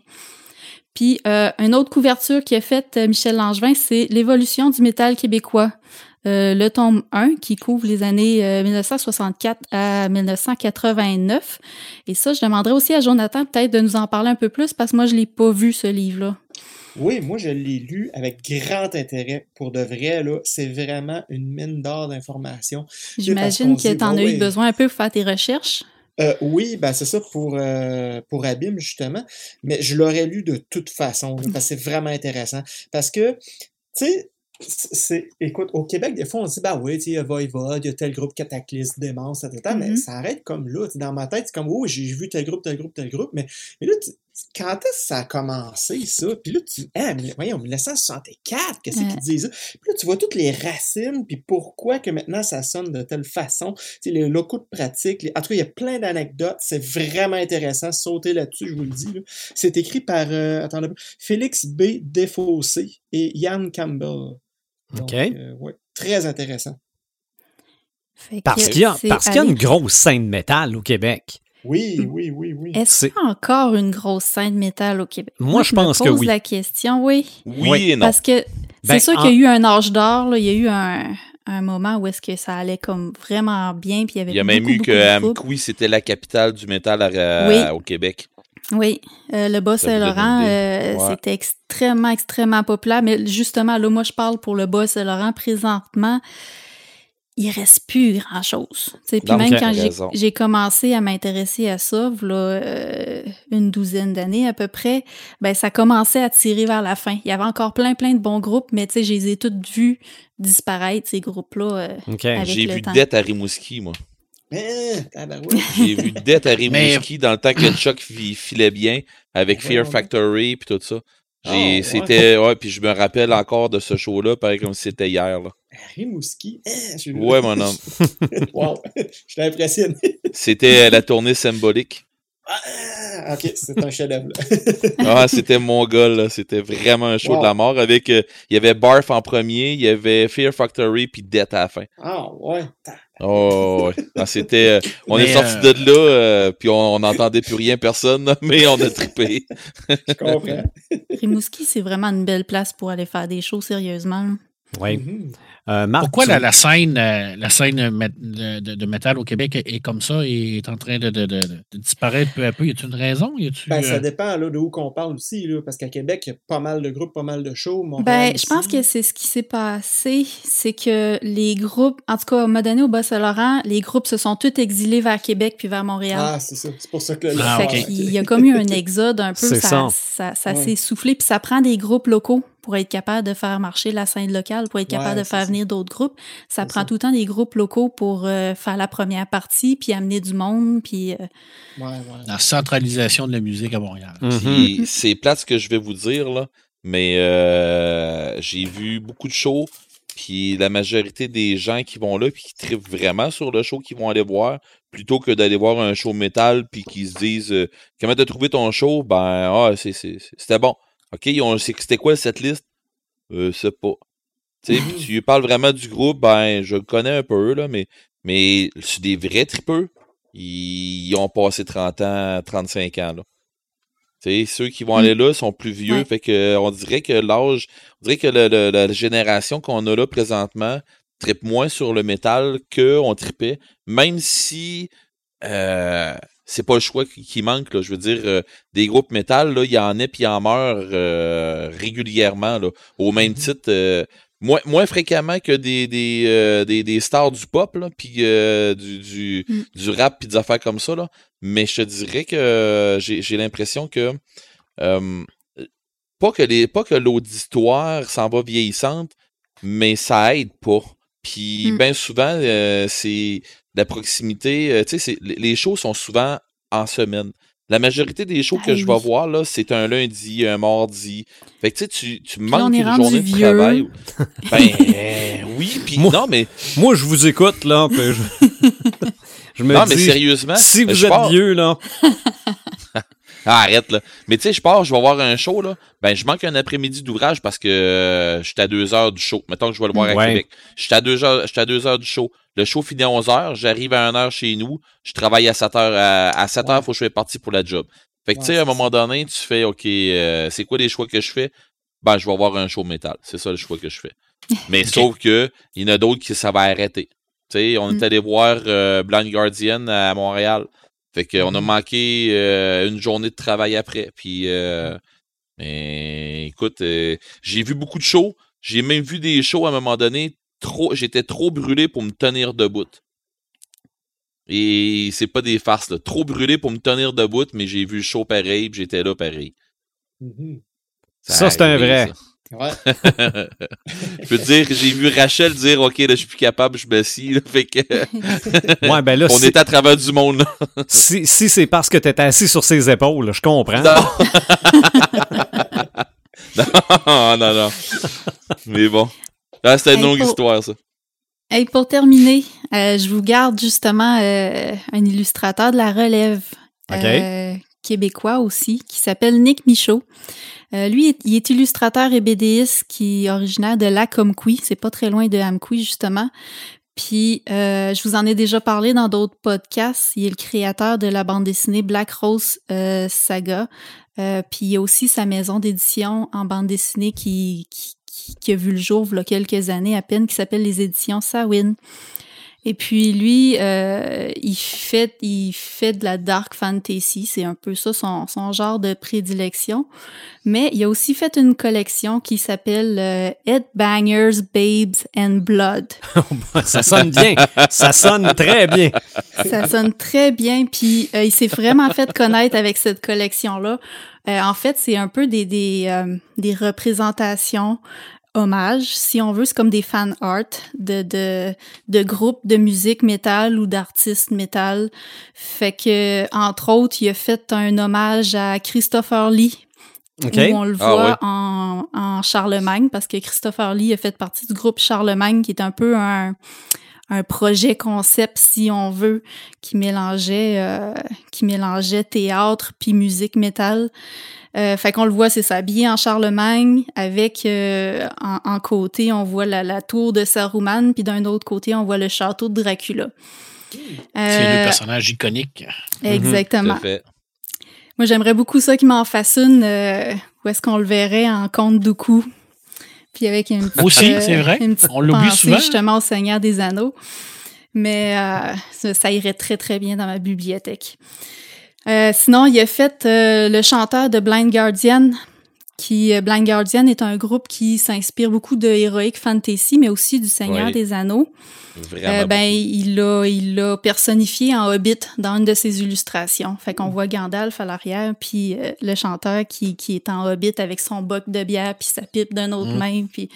Puis euh, une autre couverture qu'il a faite, Michel Langevin, c'est l'évolution du métal québécois. Euh, le tome un qui couvre les années euh, dix-neuf cent soixante-quatre à dix-neuf cent quatre-vingt-neuf. Et ça, je demanderais aussi à Jonathan peut-être de nous en parler un peu plus parce que moi, je l'ai pas vu, ce livre-là. Oui, moi, je l'ai lu avec grand intérêt. Pour de vrai, là, c'est vraiment une mine d'or d'informations. J'imagine que tu en as eu besoin un peu pour faire tes recherches. Euh, oui, ben c'est ça pour, euh, pour Abîme, justement. Mais je l'aurais lu de toute façon, là, parce que c'est vraiment intéressant. Parce que, tu sais, c'est, écoute, au Québec, des fois, on se dit, bah oui, il y a Voivode, il y a tel groupe Cataclysme, Démence, et cetera. Mm-hmm. Mais ça arrête comme là. Dans ma tête, c'est comme, oh, j'ai vu tel groupe, tel groupe, tel groupe. Mais, mais là, tu, quand est-ce que ça a commencé, ça? Puis là, tu ah, mais voyons, dix-neuf cent soixante-quatre, qu'est-ce ouais. qu'ils disent ça? Puis là, tu vois toutes les racines, puis pourquoi que maintenant ça sonne de telle façon. Tu sais, les locaux de pratique. Les... En tout cas, il y a plein d'anecdotes. C'est vraiment intéressant. Sautez là-dessus, je vous le dis. Là. C'est écrit par euh, attendez, Félix B. Desfossés et Ian Campbell. Donc, OK. Euh, ouais, très intéressant. Parce qu'il y a, parce qu'il y a une grosse scène métal au Québec. Oui, oui, oui, oui. Est-ce qu'il y a encore une grosse scène métal au Québec? Moi, Moi je, je pense me pose que oui. la question, oui. Oui et non. Parce que c'est ben, sûr en... qu'il y a eu un âge d'or, là. Il y a eu un, un moment où est-ce que ça allait comme vraiment bien, puis il y avait Il y a beaucoup, même eu beaucoup que Amqui, c'était la capitale du métal à, oui. au Québec. Oui, euh, le Bas-Saint-Laurent, euh, ouais. c'était extrêmement, extrêmement populaire. Mais justement, là, moi, je parle pour le Bas-Saint-Laurent présentement. Il reste plus grand-chose. Puis même quand j'ai, j'ai commencé à m'intéresser à ça, là, euh, une douzaine d'années à peu près, ben ça commençait à tirer vers la fin. Il y avait encore plein, plein de bons groupes, mais tu sais, je les ai tous vus disparaître, ces groupes-là, euh, okay. avec j'ai le vu temps. Dette à Rimouski, moi. Ah, ben ouais. J'ai vu Death à Rimouski mais... dans le temps que Chuck filait bien avec ouais, Fear ouais. Factory puis tout ça. J'ai, oh, c'était, ouais, ouais puis je me rappelle encore de ce show-là, pareil comme si c'était hier, là. Rimouski? Eh, ouais, mon homme. Wow, je suis impressionné. C'était la tournée symbolique. Ah, ok, c'est un chef-d'œuvre. Ah, c'était mon gars, là. C'était vraiment un show wow. de la mort. Avec, euh, il y avait Barf en premier, il y avait Fear Factory, puis Death à la fin. Ah, ouais. Oh, ouais. Ah, c'était, euh, on mais est sorti euh... de là, euh, puis on n'entendait plus rien, personne, mais on a trippé. Je comprends. Rimouski, c'est vraiment une belle place pour aller faire des shows, sérieusement. Oui. Mm-hmm. Euh, Marc, Pourquoi tu... la, la scène, euh, la scène de, de, de métal au Québec est, est comme ça et est en train de, de, de, de disparaître peu à peu? Y a-t-il une raison? Y a-t-il, ben, euh... ça dépend là, de où qu'on parle aussi, là, parce qu'à Québec, il y a pas mal de groupes, pas mal de shows. Montréal ben, aussi. Je pense que c'est ce qui s'est passé, c'est que les groupes, en tout cas, à un moment donné, au Bas-Saint-Laurent, les groupes se sont tous exilés vers Québec puis vers Montréal. Ah, c'est ça. C'est pour ça que... Ah, fait okay. Il y a comme eu un exode un peu, c'est ça, ça. ça, ça ouais. s'est soufflé, puis ça prend des groupes locaux pour être capable de faire marcher la scène locale, pour être capable ouais, de faire ça. venir d'autres groupes. Ça c'est prend ça. tout le temps des groupes locaux pour euh, faire la première partie, puis amener du monde, puis... Euh... Ouais, ouais. La centralisation de la musique à Montréal. Mm-hmm. C'est plate ce que je vais vous dire, là, mais euh, j'ai vu beaucoup de shows, puis la majorité des gens qui vont là, puis qui trippent vraiment sur le show qu'ils vont aller voir, plutôt que d'aller voir un show métal, puis qu'ils se disent euh, « Comment t'as trouvé ton show? » Ben, ah, c'est, c'est, c'était bon. OK, on, c'est, c'était quoi cette liste? Euh, c'est pas. Tu sais, puis tu parles vraiment du groupe, ben, je le connais un peu, là, mais, mais c'est des vrais tripeux. Ils, ils ont passé trente ans, trente-cinq ans, là. Tu sais, ceux qui vont aller là sont plus vieux, ouais. Fait que on dirait que l'âge, on dirait que le, le, la génération qu'on a là présentement trippe moins sur le métal qu'on trippait, même si euh, c'est pas le choix qui, qui manque, là. Je veux dire, euh, des groupes métal, là, il y en a puis il en meurt euh, régulièrement, là, au même mm-hmm. titre, euh, moins, moins fréquemment que des, des, euh, des, des stars du pop, là, puis euh, du, du, mm. du rap puis des affaires comme ça, là. Mais je te dirais que euh, j'ai, j'ai l'impression que euh, pas que les pas que l'auditoire s'en va vieillissante, mais ça aide pas. Puis mm. bien souvent, euh, c'est la proximité. Euh, tu sais, les shows sont souvent en semaine. La majorité des shows que ah, je vais oui. voir, là, c'est un lundi, un mardi. Fait que tu sais, tu, tu manques une journée de vieux. Travail. Ben euh, oui, puis non, mais. Moi, je vous écoute, là. Je, je me non, dis, mais sérieusement. Si vous êtes pars... vieux, là. Ah, arrête, là. Mais tu sais, je pars, je vais voir un show, là. Ben, je manque un après-midi d'ouvrage parce que euh, je suis à deux heures du show. Mettons que je vais le voir à ouais. Québec. Je suis à deux heures, je suis à deux heures du show. Le show finit à onze heures, j'arrive à une heure chez nous, je travaille à sept heures. À, à sept heures, il ouais. faut que je sois parti pour la job. Fait que ouais, tu sais, à un moment donné, tu fais, OK, euh, c'est quoi les choix que je fais? Ben, je vais voir un show métal. C'est ça le choix que je fais. Mais okay. sauf que, il y en a d'autres qui ça va arrêter. Tu sais, on mm. est allé voir euh, Blind Guardian à Montréal. Fait qu'on mm. a manqué euh, une journée de travail après. Puis, euh, mais, écoute, euh, j'ai vu beaucoup de shows. J'ai même vu des shows à un moment donné. Trop, j'étais trop brûlé pour me tenir debout. Et c'est pas des farces, là. Trop brûlé pour me tenir debout, mais j'ai vu le show pareil, puis j'étais là pareil. Mm-hmm. Ça, ça c'est un vrai. Ça. Ouais. Je peux te dire, j'ai vu Rachel dire, OK, là, je suis plus capable, je me scie, là. Fait que. Ouais, ben là, on si... est à travers du monde, là. si, si c'est parce que t'étais assis sur ses épaules, je comprends. Non. non, non, non. Mais bon. Ah, c'était une hey, longue pour... histoire, ça. Hey, pour terminer, euh, je vous garde justement euh, un illustrateur de la relève okay. euh, québécois aussi, qui s'appelle Nick Michaud. Euh, lui, il est illustrateur et BDiste qui est originaire de Lacomquie. C'est pas très loin de Amqui, justement. Puis, euh, je vous en ai déjà parlé dans d'autres podcasts. Il est le créateur de la bande dessinée Black Rose euh, Saga. Euh, puis, il y a aussi sa maison d'édition en bande dessinée qui... qui qui a vu le jour il y a quelques années à peine, qui s'appelle les éditions Sawin. Et puis lui, euh, il fait il fait de la dark fantasy, c'est un peu ça son, son genre de prédilection. Mais il a aussi fait une collection qui s'appelle euh, Headbangers, Babes and Blood. Ça sonne bien, ça sonne très bien. Ça sonne très bien, puis euh, il s'est vraiment fait connaître avec cette collection-là. Euh, en fait, c'est un peu des des, euh, des représentations hommages, si on veut. C'est comme des fan art de, de, de groupes de musique métal ou d'artistes métal. Fait que, entre autres, il a fait un hommage à Christopher Lee. Okay. Où on le voit ah, oui. en, en Charlemagne, parce que Christopher Lee a fait partie du groupe Charlemagne, qui est un peu un, un projet concept, si on veut, qui mélangeait, euh, qui mélangeait théâtre puis musique métal. Euh, fait qu'on le voit, c'est ça, habillé en Charlemagne, avec euh, en, en côté, on voit la, la tour de Saruman, puis d'un autre côté, on voit le château de Dracula. C'est euh, le personnage iconique. Exactement. Mm-hmm, moi, j'aimerais beaucoup ça qui m'en fasse une, euh, où est-ce qu'on le verrait en Comte Dooku. Puis avec une petite, aussi, euh, c'est vrai. Une petite on l'oublie pensée souvent. Justement au Seigneur des Anneaux. Mais euh, ça, ça irait très, très bien dans ma bibliothèque. Euh, sinon, il a fait euh, le chanteur de Blind Guardian, qui, euh, Blind Guardian est un groupe qui s'inspire beaucoup de Heroic Fantasy, mais aussi du Seigneur oui. des Anneaux. Euh, ben, il l'a, il l'a personnifié en Hobbit dans une de ses illustrations. Fait qu'on voit Gandalf à l'arrière, puis euh, le chanteur qui, qui est en Hobbit avec son boc de bière, puis sa pipe d'une autre mmh. main, puis...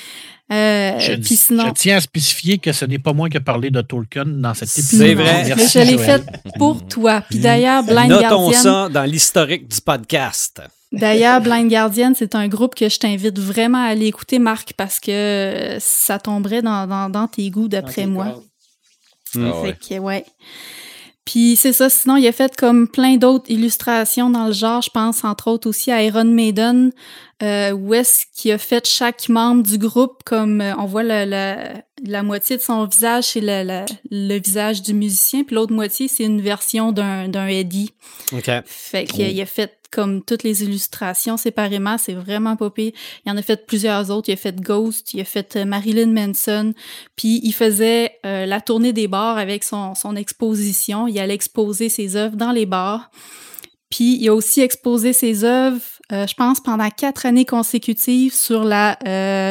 Euh, je, puis sinon, je tiens à spécifier que ce n'est pas moi qui ai parlé de Tolkien dans cet épisode. C'est vrai. Merci, mais je l'ai fait pour toi. Puis d'ailleurs, Blind Notons Guardian... Notons ça dans l'historique du podcast. D'ailleurs, Blind Guardian, c'est un groupe que je t'invite vraiment à aller écouter, Marc, parce que ça tomberait dans, dans, dans tes goûts, d'après tes moi. Mmh. Ah ouais. Fait que, ouais. Puis c'est ça, sinon il a fait comme plein d'autres illustrations dans le genre, je pense entre autres aussi à Iron Maiden, euh, où est-ce qu'il a fait chaque membre du groupe, comme euh, on voit la, la, la moitié de son visage, c'est le, le, le visage du musicien, puis l'autre moitié, c'est une version d'un, d'un Eddie. OK. Fait qu'il oh. a fait comme toutes les illustrations séparément, c'est vraiment pas pire. Il en a fait plusieurs autres, il a fait Ghost, il a fait Marilyn Manson, puis il faisait euh, la tournée des bars avec son, son exposition, il allait exposer ses œuvres dans les bars, puis il a aussi exposé ses œuvres, euh, je pense, pendant quatre années consécutives sur la euh,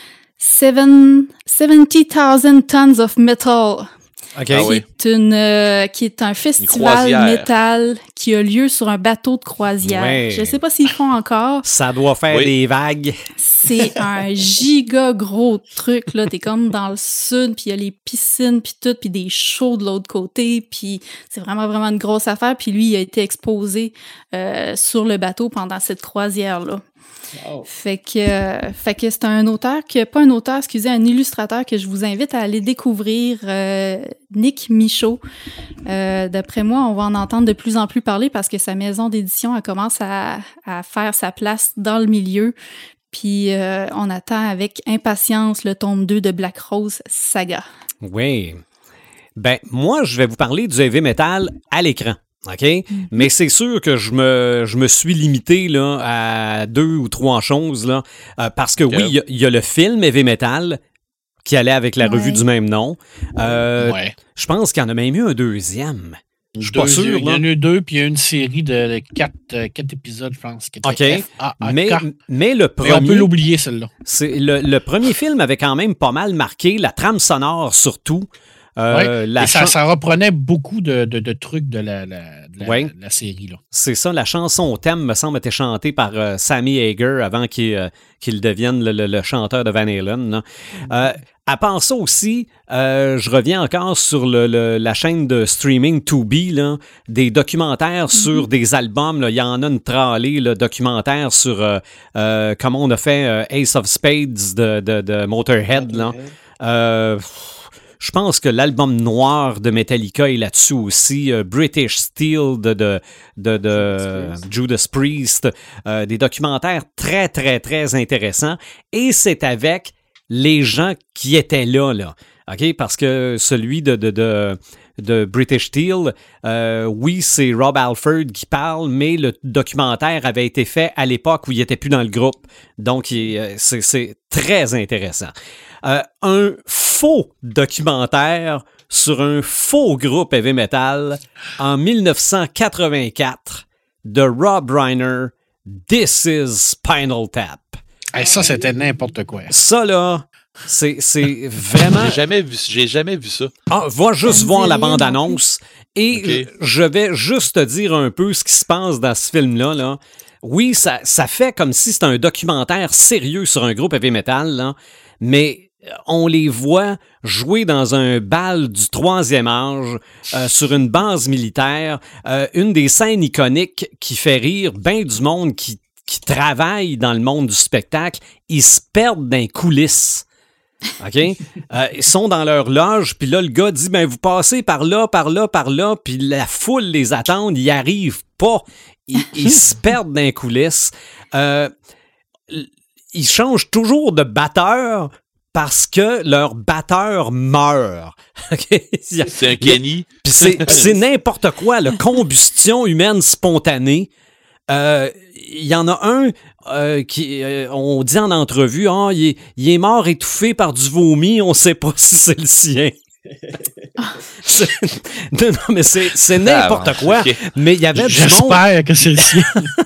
seventy thousand Tons of Metal. Okay. Ah oui. Qui est, une, euh, qui est un festival métal qui a lieu sur un bateau de croisière. Ouais. Je ne sais pas s'ils font encore. Ça doit faire oui. des vagues. C'est un giga gros truc, là. T'es comme dans le sud, puis il y a les piscines, puis tout, puis des shows de l'autre côté, puis c'est vraiment, vraiment une grosse affaire. Puis lui, il a été exposé euh, sur le bateau pendant cette croisière-là. Wow. Fait que, euh, fait que c'est un auteur, que, pas un auteur, excusez, un illustrateur que je vous invite à aller découvrir, euh, Nick Michaud. Euh, d'après moi, on va en entendre de plus en plus parler parce que sa maison d'édition, elle commence à, à faire sa place dans le milieu. Puis euh, on attend avec impatience le tome deux de Black Rose Saga. Oui. Ben, moi, je vais vous parler du heavy metal à l'écran. OK? Mm-hmm. Mais c'est sûr que je me, je me suis limité là, à deux ou trois choses, là, euh, parce que okay. oui, il y, y a le film Heavy Metal qui allait avec la ouais. revue du même nom. Euh, ouais. Je pense qu'il y en a même eu un deuxième. Je suis pas sûr. Il y en a eu deux, puis il y a une série de quatre, euh, quatre épisodes, je pense. Qui était OK. F A A K. Mais, mais le premier... Mais on peut l'oublier, celle-là. C'est, le, le premier film avait quand même pas mal marqué, la trame sonore surtout. Euh, ouais. la ça, chan- ça reprenait beaucoup de, de, de trucs de la, la, de la, ouais. la série. Là. C'est ça, la chanson thème, me semble, était chantée par euh, Sammy Hagar avant qu'il, euh, qu'il devienne le, le, le chanteur de Van Halen. Là. Euh, à part ça aussi, euh, je reviens encore sur le, le, la chaîne de streaming Tubi, là, des documentaires mm-hmm. sur des albums. Là. Il y en a une tralée là, documentaire sur euh, euh, comment on a fait euh, Ace of Spades de, de, de Motorhead. Là. Euh, Je pense que l'album noir de Metallica est là-dessus aussi. Euh, British Steel de, de, de, de Judas Priest. Euh, des documentaires très, très, très intéressants. Et c'est avec les gens qui étaient là, là. OK? Parce que celui de, de, de, de British Steel, euh, oui, c'est Rob Halford qui parle, mais le documentaire avait été fait à l'époque où il n'était plus dans le groupe. Donc, il, c'est, c'est très intéressant. Euh, un faux documentaire sur un faux groupe heavy metal en dix-neuf cent quatre-vingt-quatre de Rob Reiner, This is Spinal Tap. Hey, ça, c'était n'importe quoi. Ça, là, c'est, c'est vraiment... J'ai jamais vu, j'ai jamais vu ça. Ah, va juste voir la bande-annonce et okay. je vais juste te dire un peu ce qui se passe dans ce film-là, là. oui, ça, ça fait comme si c'était un documentaire sérieux sur un groupe heavy metal, là, mais on les voit jouer dans un bal du troisième âge, euh, sur une base militaire, euh, une des scènes iconiques qui fait rire bien du monde qui, qui travaille dans le monde du spectacle, ils se perdent dans les coulisses. OK? Euh, ils sont dans leur loge, puis là, le gars dit, ben, vous passez par là, par là, par là, puis la foule les attend, ils n'y arrivent pas. Ils, ils se perdent dans les coulisses. Euh, ils changent toujours de batteur parce que leur batteur meurt. Okay? C'est un Kenny. Puis c'est, c'est n'importe quoi, la combustion humaine spontanée. Euh, il y en a un euh, qui, euh, on dit en entrevue, ah, oh, il, il est mort étouffé par du vomi, on sait pas si c'est le sien. c'est, non, non, mais c'est, c'est n'importe ah, bon, quoi. Okay. Mais il y avait J'espère du monde. J'espère que c'est le sien.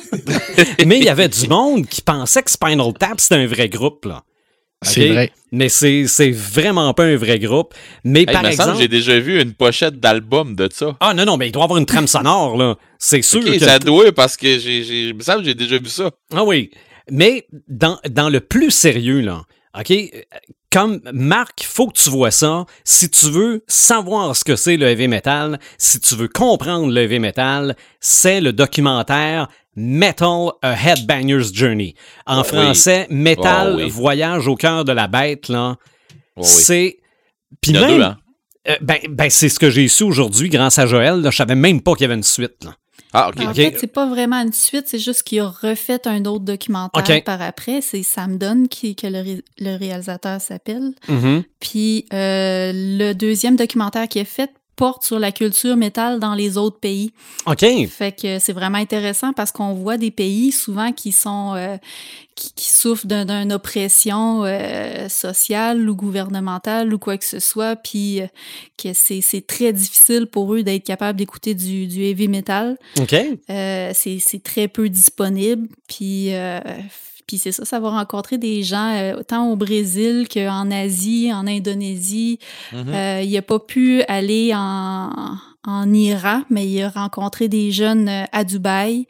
Mais il y avait du monde qui pensait que Spinal Tap, c'était un vrai groupe, là. C'est okay? vrai. Mais c'est, c'est vraiment pas un vrai groupe. Mais hey, par me exemple. Semble, j'ai déjà vu une pochette d'album de ça. Ah non, non, mais il doit y avoir une trame sonore, là. C'est sûr okay, que. Ça doit, parce que j'ai, j'ai, il me semble que j'ai déjà vu ça. Ah oui. Mais dans, dans le plus sérieux, là, OK? Comme Marc, il faut que tu vois ça. Si tu veux savoir ce que c'est le heavy metal, si tu veux comprendre le heavy metal, c'est le documentaire Metal, A Headbanger's Journey. En oh, français, oui. Metal, oh, oui. Voyage au cœur de la bête, là. Oh, c'est. Oui. Puis même. Deux, hein? euh, ben, ben, c'est ce que j'ai su aujourd'hui grâce à Joël. Là. Je savais même pas qu'il y avait une suite, là. Ah, OK. En okay. fait, c'est pas vraiment une suite, c'est juste qu'il a refait un autre documentaire okay. par après. C'est Sam Dunn qui, que le, ré, le réalisateur s'appelle. Mm-hmm. Puis euh, le deuxième documentaire qu'il a fait porte sur la culture métal dans les autres pays. OK. Fait que c'est vraiment intéressant parce qu'on voit des pays souvent qui sont euh, qui, qui souffrent d'un, d'une oppression euh, sociale ou gouvernementale ou quoi que ce soit, puis euh, que c'est, c'est très difficile pour eux d'être capables d'écouter du, du heavy metal. OK. Euh, c'est, c'est très peu disponible, puis... Euh, Puis c'est ça, ça va rencontrer des gens euh, autant au Brésil qu'en Asie, en Indonésie. Mm-hmm. Euh, il n'a pas pu aller en, en Iran, mais il a rencontré des jeunes euh, à Dubaï.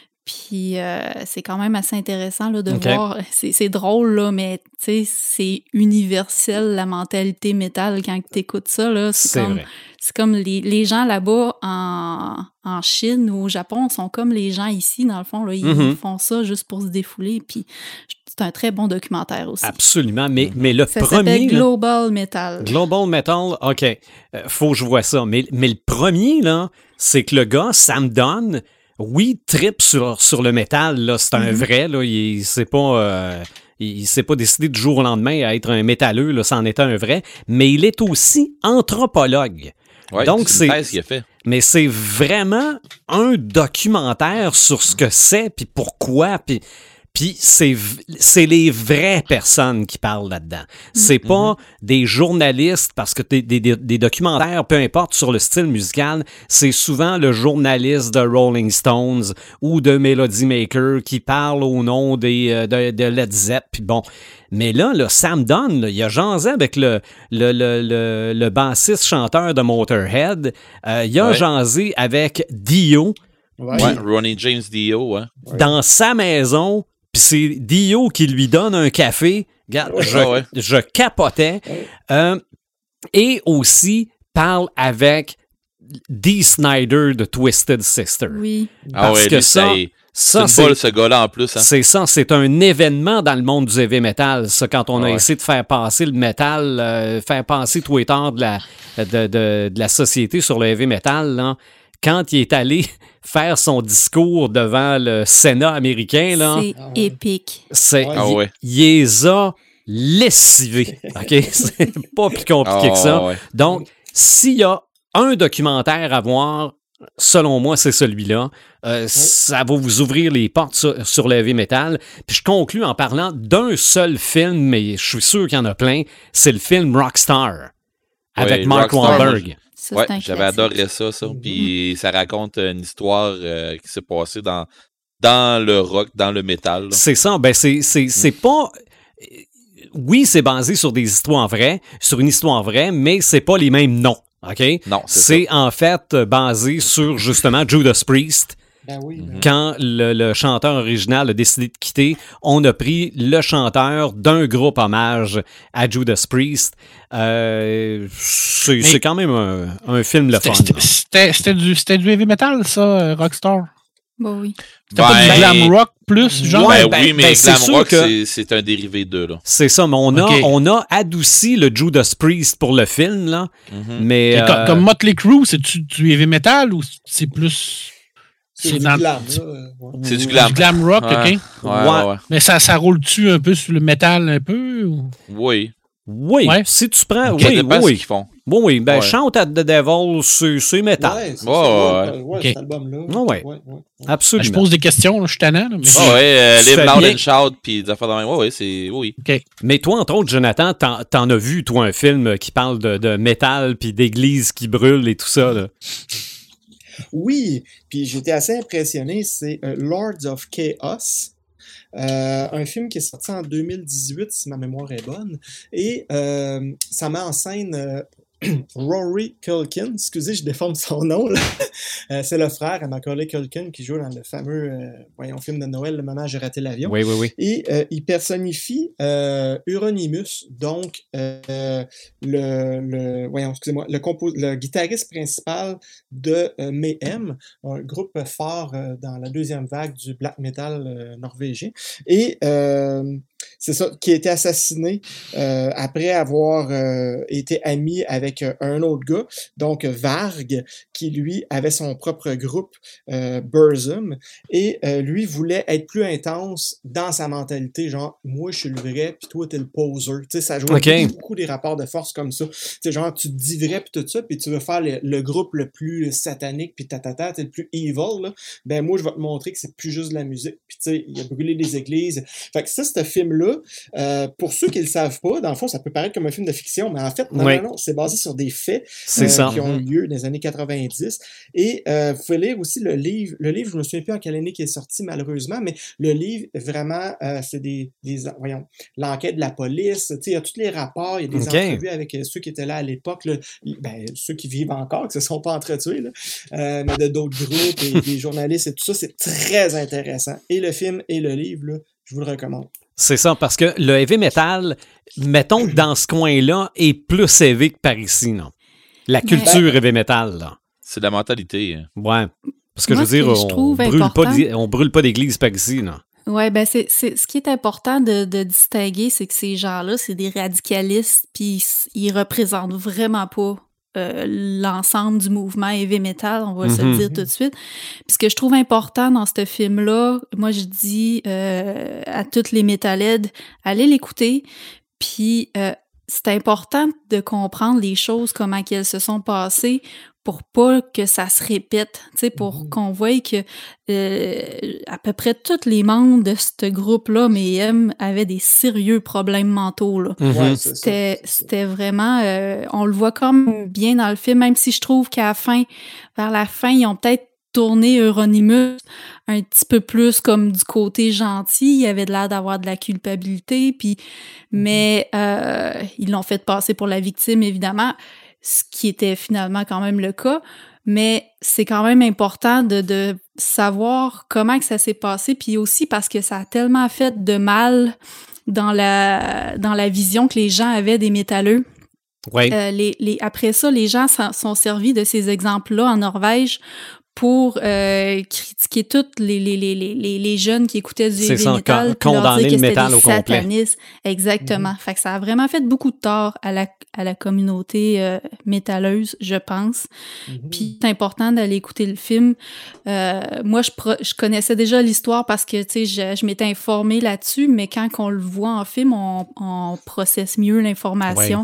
Puis euh, c'est quand même assez intéressant là, de okay. voir. C'est, c'est drôle, là, mais tu sais, c'est universel la mentalité métal quand tu écoutes ça. Là. C'est, c'est comme, vrai. C'est comme les, les gens là-bas en, en Chine ou au Japon sont comme les gens ici, dans le fond. Là, ils mm-hmm. font ça juste pour se défouler. Puis c'est un très bon documentaire aussi. Absolument. Mais, mais le ça premier. Ça s'appelle Global là, Metal. Global Metal, OK. Euh, faut que je vois ça. Mais, mais le premier, là, c'est que le gars, Sam Dunn, oui, trip sur, sur le métal, là, c'est un mm-hmm. vrai, là, il s'est pas, euh, il s'est pas décidé du jour au lendemain à être un métalleux, là, c'en était un vrai, mais il est aussi anthropologue. Ouais, donc c'est une thèse qu'il a fait. Mais c'est vraiment un documentaire sur ce que c'est, puis pourquoi, puis Puis c'est, c'est les vraies personnes qui parlent là-dedans. C'est mm-hmm. pas des journalistes, parce que des, des, des documentaires, peu importe sur le style musical, c'est souvent le journaliste de Rolling Stones ou de Melody Maker qui parle au nom des, de, de Led Zepp. Puis bon. Mais là, là Sam Dunn, là, il a jasé avec le, le, le, le, le bassiste-chanteur de Motorhead. Euh, il a ouais. jasé avec Dio. Ouais, ouais Ronnie James Dio, ouais. Dans sa maison. Puis c'est Dio qui lui donne un café. Regarde, ouais, je, ouais. je capotais. Ouais. Euh, et aussi parle avec Dee Snider de Twisted Sister. Oui. Parce ah ouais, que lui, ça, ça, ça c'est une balle, ce gars-là, en plus. Hein. C'est ça, c'est un événement dans le monde du heavy metal, ça, quand on a ouais. essayé de faire passer le métal, euh, faire passer Twitter de la, de, de, de la société sur le heavy metal, là. Quand il est allé faire son discours devant le Sénat américain, là, c'est ah ouais. épique. C'est, ah ouais. il, il les a lessivés. OK? C'est pas plus compliqué oh, que ça. Ouais. Donc, s'il y a un documentaire à voir, selon moi, c'est celui-là. Euh, ouais. Ça va vous ouvrir les portes sur, sur le heavy metal. Puis je conclue en parlant d'un seul film, mais je suis sûr qu'il y en a plein. C'est le film Rockstar avec ouais, Mark Wahlberg. Ça, ouais, j'avais adoré ça, ça. Mm-hmm. Puis ça raconte une histoire euh, qui s'est passée dans, dans le rock, dans le métal. Là. C'est ça. Ben, c'est, c'est, c'est mm. pas. Oui, c'est basé sur des histoires vraies, sur une histoire vraie, mais c'est pas les mêmes noms. OK? Non, c'est C'est ça. en fait basé sur justement Judas Priest. Ben oui, ben oui. Quand le, le chanteur original a décidé de quitter, on a pris le chanteur d'un groupe hommage à Judas Priest. Euh, c'est, Mais- c'est quand même un, un film le fun. C'était- là. C'était c'était du, c'était du heavy metal, ça, euh, Rockstar? Bah oui. C'était pas Ben, du glam rock plus, genre? Ouais, Ben, ben- oui, mais ben, c'est Glam sûr Rock, que- c'est, c'est un dérivé d'eux, là. C'est ça, mais on a, Ok. on a adouci le Judas Priest pour le film, là. Mhm. Mais, Et euh, comme, comme Motley Crue, c'est du, du heavy metal ou c'est plus. C'est C'est du dans- glam, là. euh, ouais. C'est du glam. Du glam rock, Ouais. OK? Ouais, ouais, ouais. Mais ça, ça roule-tu un peu sur le métal un peu? Ou... Oui. oui, Ouais. si tu prends, Ça oui, dépend oui, ce oui, qu'ils font. oui, oui, ben Ouais. Shout at the Devil, c'est, c'est métal. Ouais, c'est Ouais, ça, ouais, ouais, ouais, Ok. cet album-là. Ouais, ouais. ouais, ouais. Absolument. Ben, je pose des questions, là, je suis tannant. là, mais... Tu- Ah ouais, euh, tu Live fais Loud bien. and Shout, puis des affaires de même. Ouais, ouais, c'est. Oui. OK. Mais toi, entre autres, Jonathan, t'en, t'en as vu, toi, un film qui parle de, de métal puis d'églises qui brûlent et tout ça, là. Oui, puis j'étais assez impressionné, c'est euh, Lords of Chaos. Euh, un film qui est sorti en deux mille dix-huit, si ma mémoire est bonne. Et euh, ça met en scène euh, Rory Culkin. Excusez, je déforme son nom. là. Euh, c'est le frère à Macaulay Culkin qui joue dans le fameux euh, voyons, film de Noël, Le Moment j'ai raté l'avion. Oui, oui, oui. Et euh, il personnifie euh, Euronymous, donc euh, le, le, voyons, excusez-moi, le, compo- le guitariste principal de euh, Mayhem, un groupe fort euh, dans la deuxième vague du black metal euh, norvégien. Et euh, c'est ça, qui a été assassiné euh, après avoir euh, été ami avec euh, un autre gars, donc Varg, qui lui avait son propre groupe, euh, Burzum, et euh, lui voulait être plus intense dans sa mentalité, genre moi je suis le vrai, puis toi t'es le poser. Tu sais, ça jouait Ok. beaucoup, beaucoup des rapports de force comme ça. Tu sais, genre tu te dis vrai puis tout ça, puis tu veux faire le, le groupe le plus satanique, puis tatata, t'es le plus evil, là. Ben moi je vais te montrer que c'est plus juste de la musique. Puis tu sais, il a brûlé des églises. Fait que ça, ce film-là, euh, pour ceux qui ne le savent pas, dans le fond, ça peut paraître comme un film de fiction, mais en fait, non, Oui. non, non, c'est basé sur des faits C'est euh, ça. qui ont eu lieu dans les années quatre-vingt-dix. Et euh, vous pouvez lire aussi le livre. Le livre, je me souviens plus en quelle année qui est sorti, malheureusement, mais le livre, vraiment, euh, c'est des, des, voyons, l'enquête de la police, tu sais, il y a tous les rapports, il y a des Ok. entrevues avec euh, ceux qui étaient là à l'époque, là, ben, ceux qui vivent encore, qui se sont pas entretués, là, euh, mais de d'autres groupes et des journalistes et tout ça, c'est très intéressant. Et le film et le livre, là, je vous le recommande. C'est ça, parce que le heavy metal, mettons que dans ce coin-là, est plus heavy que par ici, non? La culture heavy metal, là. C'est de la mentalité. hein. Ouais. Parce que Moi, je veux ce dire, que je on trouve brûle, pas important- d'é- on brûle pas d'église par ici, non? Oui, ben c'est, c'est ce qui est important de, de distinguer, c'est que ces gens-là, c'est des radicalistes, puis ils représentent vraiment pas euh, l'ensemble du mouvement heavy metal, on va se Mhm. le dire tout de suite. Puis ce que je trouve important dans ce film-là, moi je dis euh, à toutes les métalheads, allez l'écouter, puis euh, c'est important de comprendre les choses, comment qu'elles se sont passées, pour pas que ça se répète, tu sais, pour Mhm. qu'on voie que euh, à peu près tous les membres de ce groupe-là, Mayhem, avaient des sérieux problèmes mentaux, là. Mhm. Ouais, c'est ça, C'était, c'est ça. c'était vraiment... euh, on le voit comme bien dans le film, même si je trouve qu'à la fin, vers la fin, ils ont peut-être tourné Euronymous un petit peu plus comme du côté gentil. Il avait l'air d'avoir de la culpabilité, puis mais euh, ils l'ont fait passer pour la victime, évidemment, ce qui était finalement quand même le cas. Mais c'est quand même important de, de savoir comment que ça s'est passé, puis aussi parce que ça a tellement fait de mal dans la, dans la vision que les gens avaient des métalleux. Oui. Euh, les, les, après ça, les gens s'en- sont servis de ces exemples-là en Norvège pour euh, critiquer tous les, les, les, les, les jeunes qui écoutaient du C'est heavy ça, metal, con- puis leur condamner dire que le c'était métal des au complet. satanistes. Exactement. Fait que ça a vraiment fait beaucoup de tort à la, à la communauté euh, métalleuse, je pense. Mhm. Puis c'est important d'aller écouter le film. Euh, moi, je, pro- je connaissais déjà l'histoire parce que, tu sais, je, je m'étais informée là-dessus, mais quand on le voit en film, on, on processe mieux l'information.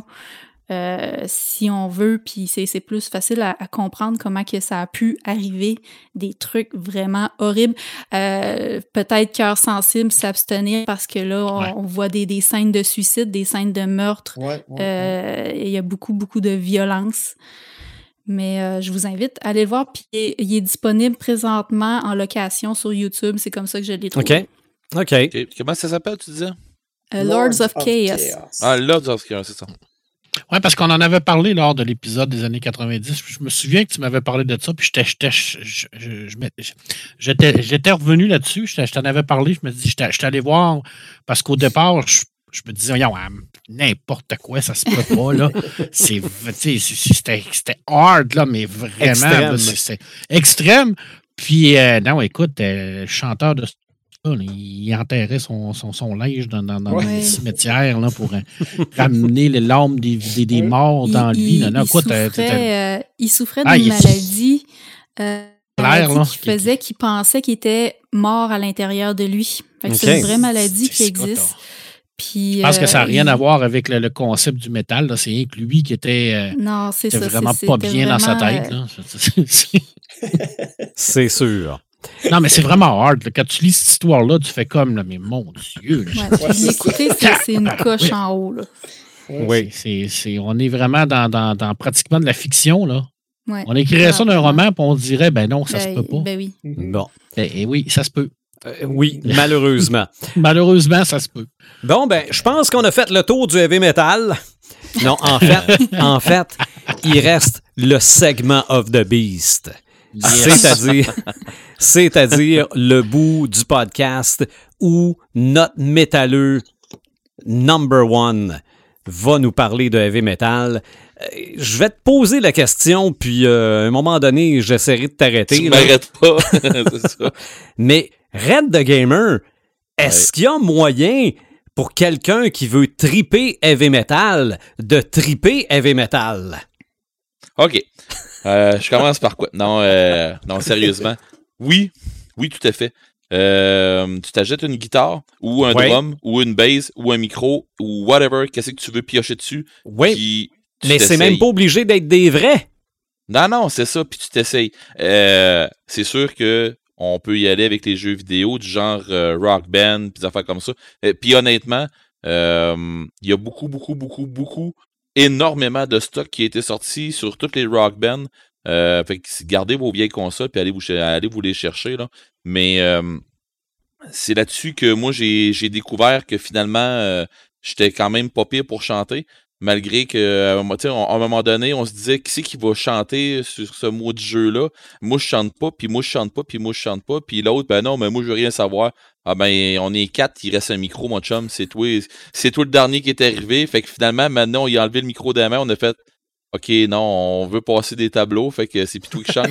Euh, si on veut, puis c'est, c'est plus facile à, à comprendre comment que ça a pu arriver, des trucs vraiment horribles. Euh, peut-être cœur sensible, s'abstenir, parce que là, on, Ouais. on voit des, des scènes de suicide, des scènes de meurtre. Ouais, ouais, ouais. Euh, il y a beaucoup, beaucoup de violence. Mais euh, je vous invite à aller le voir. Puis il est disponible présentement en location sur YouTube. C'est comme ça que je l'ai trouvé. OK. OK. Ok. Comment ça s'appelle, tu disais? Euh, Lords of Chaos. Ah, Lords of Chaos, c'est ça. Oui, parce qu'on en avait parlé lors de l'épisode des années quatre-vingt-dix. Je me souviens que tu m'avais parlé de ça, puis j'étais, j'étais, je, je, je, j'étais, j'étais revenu là-dessus. Je t'en avais parlé. Je me dis, j'étais, j'étais allé voir, parce qu'au départ, je, je me disais, n'importe quoi, ça se peut pas, là. C'est, c'était, c'était hard, là, mais vraiment, extrême. Là, c'était extrême. Puis, euh, non, écoute, euh, le chanteur de il enterrait son, son, son linge dans, dans, dans ouais. le cimetière là, pour euh, ramener les larmes des, des, des morts dans il, lui. Il, non, non, il, quoi, souffrait, t'as, t'as... Euh, il souffrait d'une ah, il... maladie, euh, Claire, maladie qui faisait qu'il pensait qu'il était mort à l'intérieur de lui. Fait que okay. C'est une vraie maladie c'est qui existe. Puis, je pense euh, que ça n'a rien il... à voir avec le, le concept du métal. Là. C'est rien que lui qui était, euh, non, c'est était ça, vraiment c'est, pas bien dans sa tête. Là. C'est sûr. Non, mais c'est vraiment hard. Là. Quand tu lis cette histoire-là, tu fais comme, là, mais mon Dieu. Ouais, ouais, l'écouter, c'est, c'est une coche oui. en haut. Là. Oui, c'est, c'est, on est vraiment dans, dans, dans pratiquement de la fiction. Là. Ouais. On écrirait ça d'un roman, puis on dirait, ben non, ça ben, se peut pas. Ben oui. Bon. Ben, et oui, ça se peut. Euh, oui, malheureusement. Malheureusement, ça se peut. Bon, ben, je pense qu'on a fait le tour du heavy metal. Non, en fait, en fait, il reste le segment of the beast. Yes. C'est-à-dire, c'est-à-dire le bout du podcast où notre métalleux number one va nous parler de heavy metal. Je vais te poser la question, puis euh, à un moment donné, j'essaierai de t'arrêter. Tu m'arrêtes pas, c'est ça. Mais Red the Gamer, est-ce ouais. qu'il y a moyen pour quelqu'un qui veut triper heavy metal de triper heavy metal? OK. Euh, je commence par quoi? Non, euh, non, sérieusement. Oui, oui, tout à fait. Euh, tu t'achètes une guitare, ou un ouais. drum, ou une bass, ou un micro, ou whatever, qu'est-ce que tu veux piocher dessus. Oui, puis mais c'est même pas obligé d'être des vrais. Non, non, c'est ça, puis tu t'essayes. Euh, c'est sûr que on peut y aller avec les jeux vidéo du genre euh, Rock Band, puis des affaires comme ça. Euh, puis honnêtement, il euh, y a beaucoup, beaucoup, beaucoup, beaucoup énormément de stock qui a été sorti sur toutes les Rock Band. Euh, fait que gardez vos vieilles consoles puis allez vous, allez vous les chercher. Là. Mais euh, c'est là-dessus que moi, j'ai, j'ai découvert que finalement, euh, j'étais quand même pas pire pour chanter. Malgré que, euh, à un moment donné, on se disait qui c'est qui va chanter sur ce mot de jeu-là. Moi, je chante pas, puis moi, je chante pas, puis moi, je chante pas. Puis l'autre, ben non, mais moi, je veux rien savoir. Ah ben, on est quatre, il reste un micro, mon chum. C'est toi, c'est toi le dernier qui est arrivé. Fait que finalement, maintenant, on y a enlevé le micro de la main. On a fait, OK, non, on veut passer des tableaux. Fait que c'est plus toi qui chante.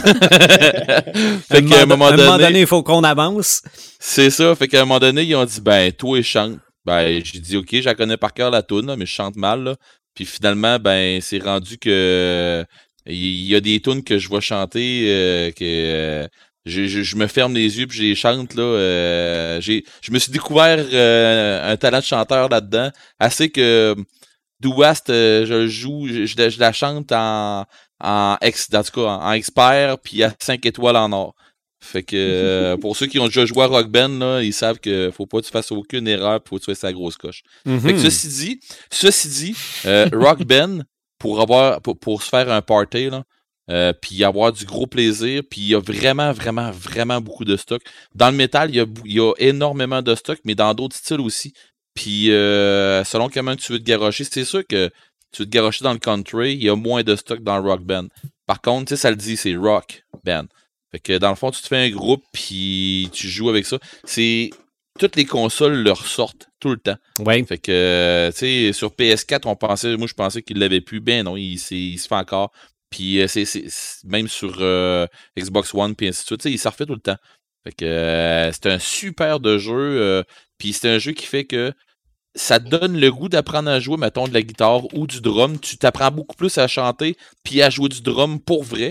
Fait qu'à un moment donné, à un moment donné, il faut qu'on avance. C'est ça. Fait qu'à un moment donné, ils ont dit, ben, toi, chante. Ben, j'ai dit, OK, je la connais par cœur la toune, mais je chante mal, là. Puis finalement, ben, c'est rendu que il y, y a des tunes que je vais chanter, euh, que euh, je, je, je me ferme les yeux puis je les chante, là. Euh, j'ai, je me suis découvert euh, un talent de chanteur là-dedans, assez que Douast, euh, je le joue, je, je, je la chante en, en ex, en tout cas, en, en expert, puis à cinq étoiles en or. Fait que euh, pour ceux qui ont déjà joué à Rock Band, là, ils savent que faut pas que tu fasses aucune erreur, faut que tu fasses sa grosse coche. Mm-hmm. Fait que ceci dit, ceci dit, euh, Rock Band, pour avoir pour, pour se faire un party, là, euh, puis avoir du gros plaisir, puis il y a vraiment, vraiment, vraiment beaucoup de stock. Dans le métal, il y a, il y a énormément de stock, mais dans d'autres styles aussi. Puis euh, selon comment tu veux te garrocher, c'est sûr que tu veux te garrocher dans le country, il y a moins de stock dans le Rock Band. Par contre, tu sais, ça le dit, c'est Rock Band. Fait que dans le fond, tu te fais un groupe puis tu joues avec ça. C'est toutes les consoles leur sortent tout le temps. Ouais. Fait que tu sais, sur P S quatre, on pensait, moi je pensais qu'il l'avait plus. Ben non, il, il se fait encore. Puis c'est, c'est, c'est même sur euh, Xbox One puis ainsi de suite, tu sais, il s'en refait tout le temps. Fait que euh, c'est un super de jeu. Euh, puis c'est un jeu qui fait que ça te donne le goût d'apprendre à jouer, mettons, de la guitare ou du drum. Tu t'apprends beaucoup plus à chanter puis à jouer du drum pour vrai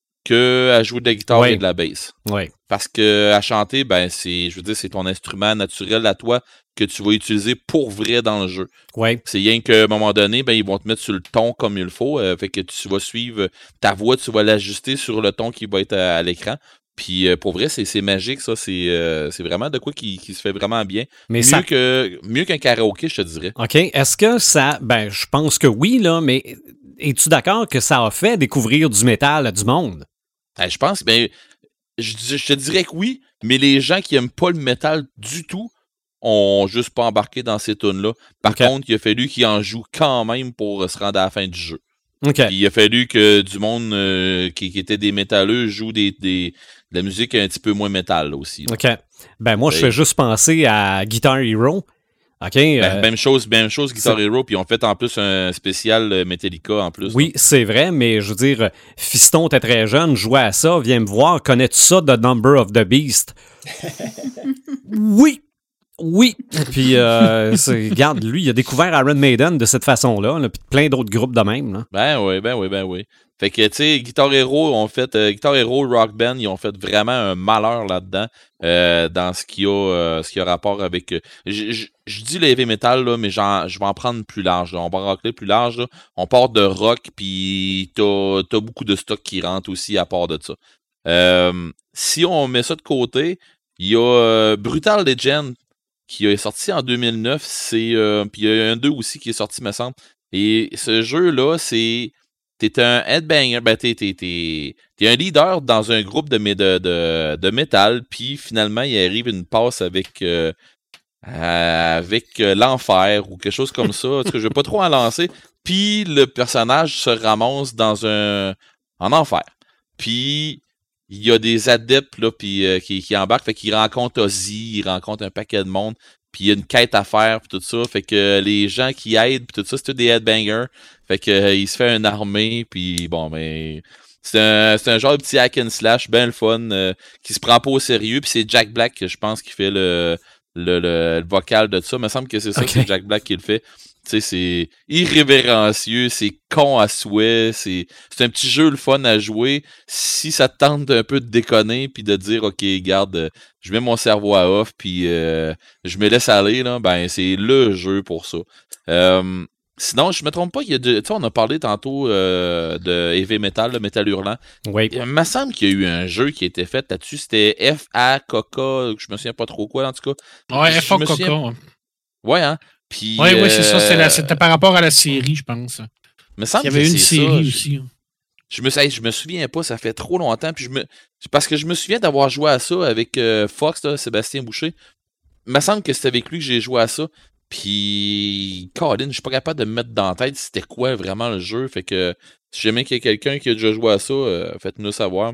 que à jouer de la guitare ouais. et de la bass. Ouais. Parce que à chanter, ben c'est, je veux dire, c'est ton instrument naturel à toi que tu vas utiliser pour vrai dans le jeu. Ouais. C'est rien qu'à un moment donné, ben ils vont te mettre sur le ton comme il faut, euh, fait que tu vas suivre ta voix, tu vas l'ajuster sur le ton qui va être à, à l'écran. Puis euh, pour vrai, c'est, c'est magique, ça. C'est, euh, c'est vraiment de quoi qui, qui se fait vraiment bien. Mais mieux, ça... que, mieux qu'un karaoké, je te dirais. OK. Est-ce que ça... Ben, je pense que oui, là, mais es-tu d'accord que ça a fait découvrir du métal à du monde? Ben, je pense, ben, je, je te dirais que oui, mais les gens qui aiment pas le métal du tout ont juste pas embarqué dans ces tunes-là. Par okay. contre, il a fallu qu'ils en jouent quand même pour se rendre à la fin du jeu. Okay. Puis il a fallu que du monde euh, qui, qui était des métalleux joue des, des, de la musique un petit peu moins métal là, aussi. Là. OK. Ben moi, je fais juste penser à Guitar Hero. OK. Ben, euh... Même chose, même chose Guitar Hero, puis ils ont fait en plus un spécial Metallica en plus. Oui, là. C'est vrai, mais je veux dire, Fiston était très jeune, jouait à ça, viens me voir, connais-tu ça, The Number of the Beast? Oui. Oui, puis euh, regarde, lui, il a découvert Iron Maiden de cette façon-là, là, puis plein d'autres groupes de même. Là. Ben oui, ben oui, ben oui. Fait que, tu sais, Guitar Hero ont fait, euh, Guitar Hero Rock Band, ils ont fait vraiment un malheur là-dedans, euh, dans ce qui a, euh, ce qui a rapport avec... Euh, je dis le heavy metal, là, mais je vais en prendre plus large. Là. On va racler plus large. Là. On part de rock, puis t'as, t'as beaucoup de stock qui rentre aussi à part de ça. Euh, si on met ça de côté, il y a euh, Brutal Legend, qui est sorti en deux mille neuf, c'est euh, puis il y a un deux aussi qui est sorti, me semble. Et ce jeu-là, c'est t'es un headbanger, ben t'es, t'es, t'es, t'es un leader dans un groupe de, de, de, de métal, puis finalement, il arrive une passe avec euh, avec euh, l'enfer ou quelque chose comme ça. Parce que je vais pas trop en lancer. Puis le personnage se ramasse dans un en enfer. Puis il y a des adeptes là, pis, euh, qui, qui embarquent, fait qu'il rencontre Ozzy, il rencontre un paquet de monde, puis il y a une quête à faire, puis tout ça, fait que les gens qui aident, puis tout ça, c'est tous des headbangers, fait que euh, il se fait une armée, puis bon, mais c'est un, c'est un genre de petit hack and slash, ben le fun, euh, qui se prend pas au sérieux, puis c'est Jack Black, je pense, qui fait le, le, le, le vocal de ça, il me semble que c'est ça, okay. C'est Jack Black qui le fait. Tu sais, c'est irrévérencieux, c'est con à souhait, c'est, c'est un petit jeu le fun à jouer. Si ça te tente un peu de déconner puis de dire, OK, garde, je mets mon cerveau à off puis euh, je me laisse aller, là, ben c'est le jeu pour ça. Euh, sinon, je me trompe pas, il y a de, tu sais, on a parlé tantôt euh, de heavy metal, le métal hurlant. Oui. Il me semble qu'il y a eu un jeu qui a été fait là-dessus, c'était F A K K, je me souviens pas trop quoi, en tout cas. Ouais, F A K K. Souviens... Ouais, hein. Puis, oui, euh, oui, c'est ça. C'était, la, c'était par rapport à la série, je pense. Me semble Il y avait que une c'est série ça. aussi. Je, je, me, je me souviens pas, ça fait trop longtemps. Puis je me, parce que je me souviens d'avoir joué à ça avec euh, Fox, là, Sébastien Boucher. Il me semble que c'était avec lui que j'ai joué à ça. Puis, Colin, je suis pas capable de me mettre dans la tête c'était quoi vraiment le jeu. Fait que si jamais qu'il y a quelqu'un qui a déjà joué à ça, euh, faites-nous savoir.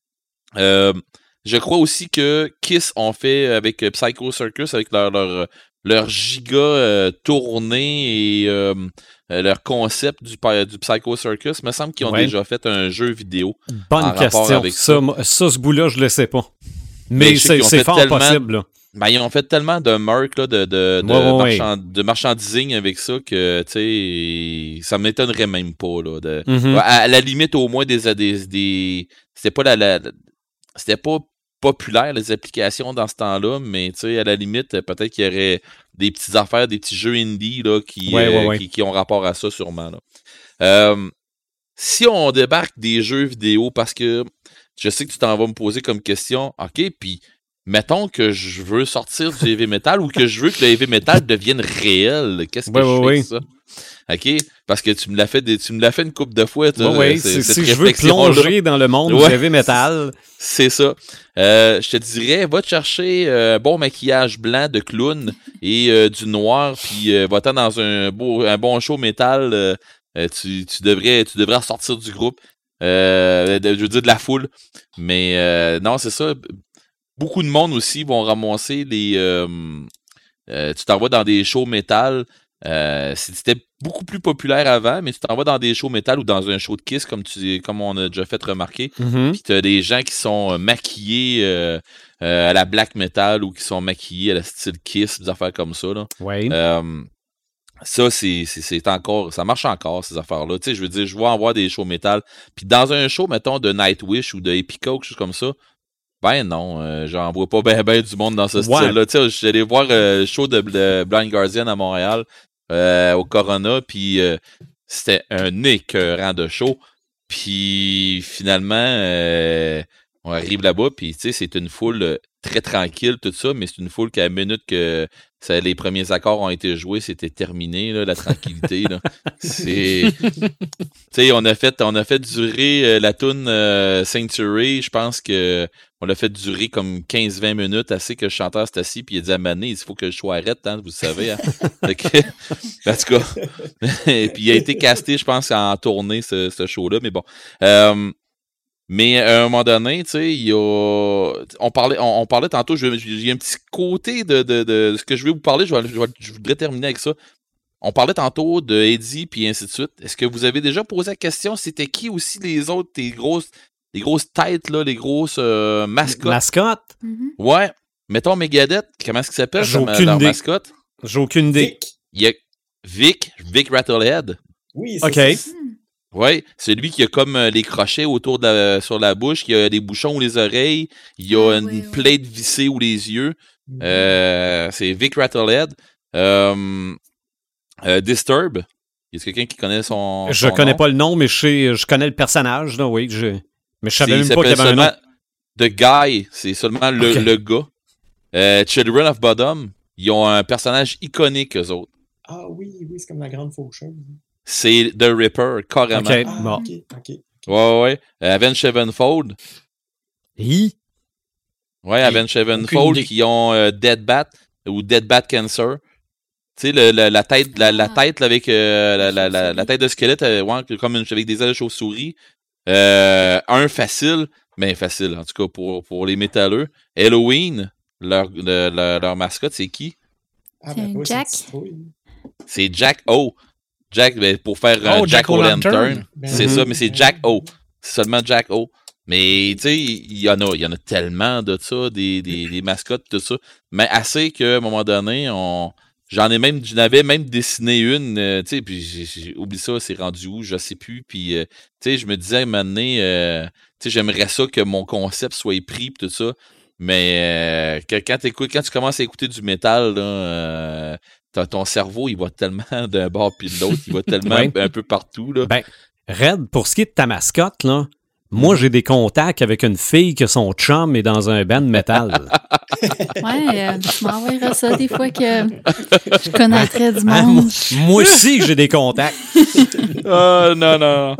Euh, je crois aussi que Kiss ont fait avec Psycho Circus, avec leur, leur leur giga euh, tournée et euh, leur concept du, du Psycho Circus, me semble qu'ils ont ouais. déjà fait un jeu vidéo. Bonne question. Avec ça, ça. ça, ce bout-là, je le sais pas. Mais, Mais c'est, c'est fort tellement, possible. Là. Ben, ils ont fait tellement de marques, là, de, de, de, ouais, ouais, marchand, de marchandising avec ça que, tu sais, ça m'étonnerait même pas. Là, de, mm-hmm. à, à la limite, au moins, des, des, des c'était pas la, la c'était pas populaire les applications dans ce temps-là, mais tu sais, à la limite, peut-être qu'il y aurait des petites affaires, des petits jeux indie là, qui, ouais, ouais, euh, ouais. qui, qui ont rapport à ça sûrement. Là. Euh, si on débarque des jeux vidéo, parce que je sais que tu t'en vas me poser comme question, ok, puis mettons que je veux sortir du heavy metal ou que je veux que le heavy metal devienne réel, qu'est-ce que ouais, je ouais, fais ouais. avec ça? OK? Parce que tu me l'as fait, des, tu me l'as fait une couple de fois. Oui, ouais, c'est, si je veux plonger dans le monde ouais. du heavy metal. C'est ça. Euh, je te dirais, va te chercher un euh, bon maquillage blanc de clown et euh, du noir, puis euh, va-t'en dans un, beau, un bon show métal. Euh, tu, tu, devrais, tu devrais sortir du groupe. Euh, de, je veux dire de la foule. Mais euh, non, c'est ça. Beaucoup de monde aussi vont ramasser les... Euh, euh, tu t'en vas dans des shows métal. Euh, c'était beaucoup plus populaire avant, mais tu t'en vas dans des shows métal ou dans un show de Kiss, comme tu comme on a déjà fait remarquer. Mm-hmm. Puis t'as des gens qui sont maquillés euh, euh, à la black metal ou qui sont maquillés à la style Kiss, des affaires comme ça. Là. Ouais. Euh, ça, c'est, c'est, c'est encore. Ça marche encore, ces affaires-là. Tu sais, je veux dire, je vois en voir des shows métal. Puis dans un show, mettons, de Nightwish ou de Epica ou quelque chose comme ça. Ben non, euh, j'en vois pas ben ben du monde dans ce ouais. style-là. Tu sais, j'allais voir euh, le show de, de Blind Guardian à Montréal. Euh, au Corona, puis euh, c'était un écœurant de show. Puis finalement, euh, on arrive là-bas, puis tu sais, c'est une foule très tranquille, tout ça, mais c'est une foule qu'à la minute que ça, les premiers accords ont été joués, c'était terminé, là, la tranquillité. Là. C'est... Tu sais, on a fait, on a fait durer euh, la toune euh, Sanctuary, je pense que on l'a fait durer comme quinze vingt minutes, assez que le chanteur s'est assis, puis il a dit à Mané, il faut que le show arrête, hein, vous savez. Hein. que, en tout cas, et puis il a été casté, je pense, en tournée, ce, ce show-là, mais bon. Euh, mais à un moment donné, tu sais, il y a. On parlait, on, on parlait tantôt, il y a un petit côté de, de, de ce que je vais vous parler, je, vais, je, vais, je voudrais terminer avec ça. On parlait tantôt de Eddie puis ainsi de suite. Est-ce que vous avez déjà posé la question, c'était qui aussi les autres, les grosses, les grosses têtes, là, les grosses euh, mascottes? Mascottes? Mm-hmm. Ouais. Mettons Megadeth, comment est-ce qu'il s'appelle? J'ai comme, aucune leur idée. mascotte? J'ai aucune idée. Vic. Il y a Vic, Vic Rattlehead. Oui, c'est OK. ça. Oui, c'est lui qui a comme euh, les crochets autour de la, sur la bouche, qui a des bouchons ou les oreilles, il y a Ah, une ouais, ouais. plate vissée ou les yeux. Mm-hmm. Euh, c'est Vic Rattlehead. Euh, euh, Disturb. Y a quelqu'un qui connaît son. Je son connais nom? pas le nom, mais je, sais, je connais le personnage, là, oui. Je... Mais je savais C'est- même il pas qu'il y avait s'appelle un nom. seulement The Guy, c'est seulement le, Ok. le gars. Euh, Children of Bodom, ils ont un personnage iconique, eux autres. Ah oui, oui, c'est comme la grande faucheuse. C'est The Ripper, carrément. Ok. Ah, Bon. ok, ok. Ouais, ouais. Euh, Avenged Sevenfold. Hi. Ouais, Hey, Avenged Sevenfold aucune idée. qui ont euh, Dead Bat ou Dead Bat Cancer. Tu sais, le, le- la tête, la, la Ah. tête là, avec euh, la, la, la, la tête de squelette, euh, ouais, comme une, avec des ailes de chauve-souris. Euh, un facile, mais facile, en tout cas pour, pour les métalleux. Halloween, leur, le- le- leur mascotte, c'est qui? Ah, C'est ben, oui, Jack. une citrouille. C'est Jack O. Jack, ben, pour faire un Oh, Jack Jack-o'-lantern. O'Lantern. Ben C'est oui. ça, mais c'est Jack O. C'est seulement Jack O. Mais, tu sais, il y en a, il y en a tellement de ça, des, des, des mascottes, tout ça. Mais assez qu'à un moment donné, on, j'en ai même, j'en avais même dessiné une, euh, tu sais, puis j'ai, j'ai oublié ça, c'est rendu où, je sais plus. Puis, euh, tu sais, je me disais à un moment donné, euh, tu sais, j'aimerais ça que mon concept soit pris, pis tout ça. Mais euh, que- quand, t'écoutes, quand tu commences à écouter du métal, là, euh, ton- ton cerveau, il va tellement d'un bord puis de l'autre, il va tellement Ouais. un peu partout, là. Ben, Red, pour ce qui est de ta mascotte, là, moi, j'ai des contacts avec une fille que son chum est dans un band metal. Ouais, euh, tu m'enverras ça des fois que je connaîtrais du Hein, monde. moi, moi aussi, j'ai des contacts. Ah, non, non.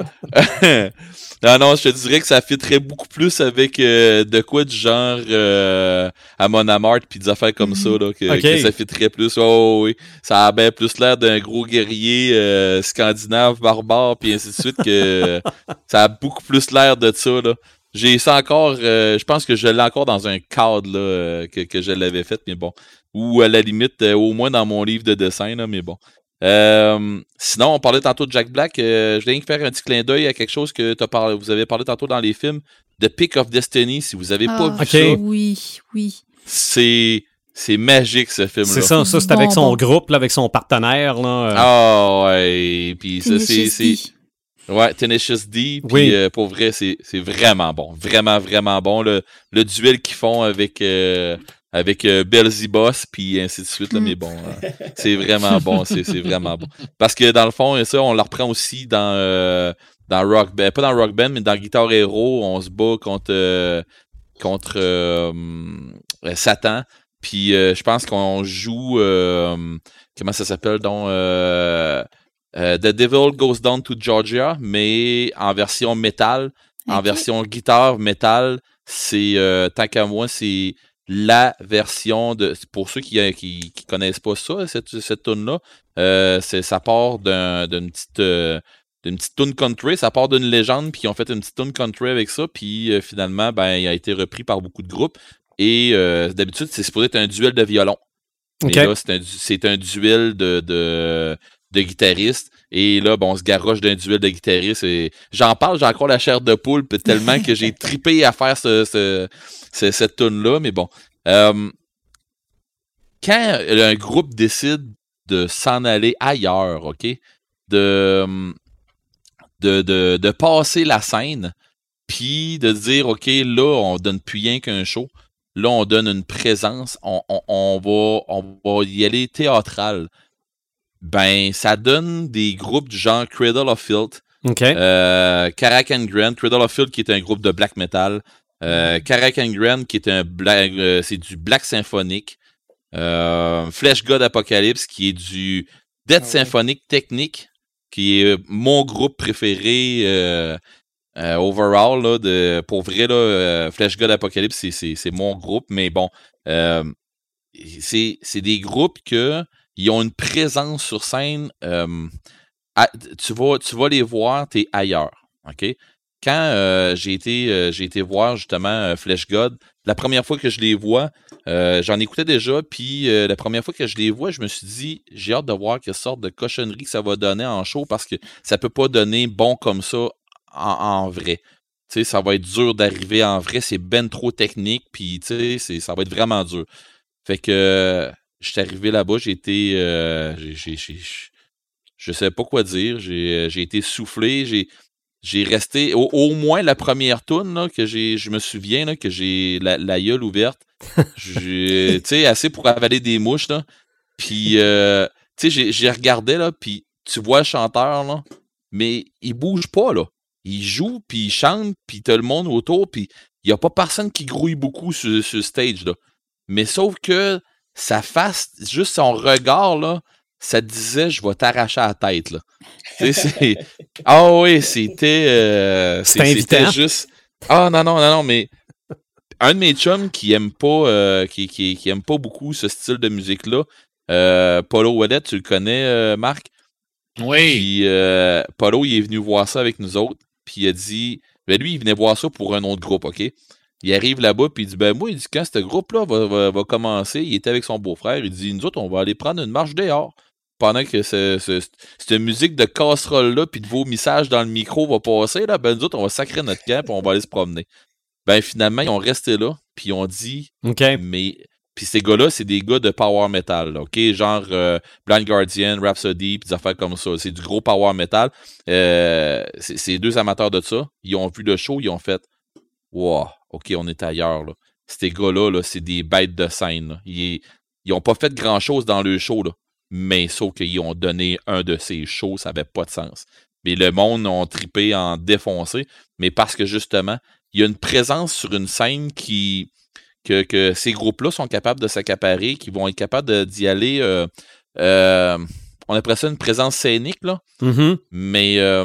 non, non, je te dirais que ça fitterait beaucoup plus avec euh, de quoi du genre euh, à Mon Amarth puis des affaires comme ça, là, que, Ok. que ça fitterait plus. Oh, oui, ça a bien plus l'air d'un gros guerrier euh, scandinave, barbare, puis ainsi de suite, que ça a beaucoup plus l'air de ça, là. J'ai ça encore, euh, je pense que je l'ai encore dans un cadre là, euh, que, que je l'avais fait, mais bon. Ou à la limite, euh, au moins dans mon livre de dessin, là, mais bon. Euh, sinon, on parlait tantôt de Jack Black. Euh, je viens de faire un petit clin d'œil à quelque chose que t'as parlé, vous avez parlé tantôt dans les films. The Pick of Destiny, si vous avez pas Ah, vu Ok. ça, Oui, oui. c'est, c'est magique ce film-là. C'est ça, ça, c'est avec son Bonbon. groupe, là, avec son partenaire. Là, euh. Ah ouais, puis ça, c'est... Tenacious c'est... D. Ouais, Tenacious D, puis Oui. euh, pour vrai, c'est, c'est vraiment bon. Vraiment, vraiment bon. Le, le duel qu'ils font avec, euh, avec euh, Beelzebub, puis ainsi de suite, là, Mm. mais bon, euh, c'est vraiment bon, c'est, c'est vraiment bon. Parce que dans le fond, et ça, on le reprend aussi dans, euh, dans Rock Band, pas dans Rock Band, mais dans Guitar Hero, on se bat contre, euh, contre euh, euh, Satan, puis euh, je pense qu'on joue, euh, comment ça s'appelle, donc... Euh, Euh, The Devil Goes Down to Georgia, mais en version métal, en Ok. version guitare métal, c'est euh, tant qu'à moi, c'est la version de. Pour ceux qui, qui, qui connaissent pas ça, cette, cette tune-là, euh, c'est, ça part d'un, d'une petite. Euh, d'une petite tune country, ça part d'une légende, puis ils ont fait une petite tune country avec ça, puis euh, finalement, ben, il a été repris par beaucoup de groupes. Et euh, d'habitude, c'est supposé être un duel de violon. OK. Mais là, c'est un, du- c'est un duel de, de, de guitaristes. Et là, bon, on se garoche d'un duel de guitaristes. Et j'en parle, j'ai encore la chair de poule, puis tellement que j'ai trippé à faire ce, ce, ce- cette tune-là. Mais bon. Euh, quand un groupe décide de s'en aller ailleurs, OK? De, de, de, de passer la scène, puis de dire, OK, là, on donne plus rien qu'un show. Là, on donne une présence. On, on, on, va, on va y aller théâtral. Ben, ça donne des groupes du genre Cradle of Filth, OK. euh, Carrack and Grant, Cradle of Filth qui est un groupe de black metal, euh, Carrack and Grant qui est un black, euh, c'est du black symphonique, euh, Flesh God Apocalypse qui est du death Ah ouais. symphonique technique, qui est euh, mon groupe préféré, euh, Euh, overall, là, de, pour vrai, là, euh, Flesh God Apocalypse, c'est, c'est, c'est mon groupe, mais bon, euh, c'est, c'est des groupes que ils ont une présence sur scène. Euh, à, tu vas, tu vas les voir, t'es ailleurs, ok? Quand euh, j'ai été, euh, j'ai été voir justement euh, Flesh God, la première fois que je les vois, euh, j'en écoutais déjà, puis euh, la première fois que je les vois, je me suis dit, j'ai hâte de voir quelle sorte de cochonnerie que ça va donner en show, parce que ça peut pas donner bon comme ça en, en vrai. Tu sais, ça va être dur d'arriver en vrai, c'est ben trop technique, puis tu sais, ça va être vraiment dur. Fait que euh, je suis arrivé là-bas, j'ai été, euh, j'ai, j'ai, j'ai, je sais pas quoi dire, j'ai, j'ai été soufflé, j'ai J'ai resté, au, au moins la première toune, là, que j'ai, je me souviens, là, que j'ai la, la gueule ouverte. Tu sais, assez pour avaler des mouches, là. Puis, euh, tu sais, j'ai, j'ai regardé, là, puis tu vois le chanteur, là, mais il bouge pas, là. Il joue, puis il chante, puis t'as le monde autour, puis il y a pas personne qui grouille beaucoup sur, sur le stage, là. Mais sauf que sa face, juste son regard, là, ça te disait, je vais t'arracher la tête, là. c'est... Ah oui, c'était... Euh, c'était, c'était juste... Ah non, non, non, non, mais... Un de mes chums qui aime pas euh, qui, qui, qui aime pas beaucoup ce style de musique-là, euh, Polo Wallet, tu le connais, euh, Marc? Oui. Puis euh, Polo, il est venu voir ça avec nous autres, puis il a dit... Ben lui, il venait voir ça pour un autre groupe, OK? Il arrive là-bas, puis il dit, ben moi, il dit, quand ce groupe-là va, va, va commencer, il était avec son beau-frère, il dit, nous autres, on va aller prendre une marche dehors. Pendant que ce, ce, cette musique de casserole-là puis de vomissage dans le micro va passer, là, ben nous autres, on va sacrer notre camp et on va aller se promener. Ben finalement, ils ont resté là, puis ils ont dit, okay. mais... Puis ces gars-là, c'est des gars de power metal, là, OK? Genre euh, Blind Guardian, Rhapsody, puis des affaires comme ça. C'est du gros power metal. Euh, c'est, c'est deux amateurs de ça. Ils ont vu le show, ils ont fait, wow, OK, on est ailleurs, là. Ces gars-là, là, c'est des bêtes de scène, là. Ils, ils ont pas fait grand-chose dans le show, là. Mais sauf qu'ils ont donné un de ces shows, ça n'avait pas de sens. Mais le monde ont trippé en défoncé, mais parce que justement, il y a une présence sur une scène qui que, que ces groupes-là sont capables de s'accaparer, qui vont être capables de, d'y aller. Euh, euh, on appelle ça une présence scénique, là. Mm-hmm. Mais euh,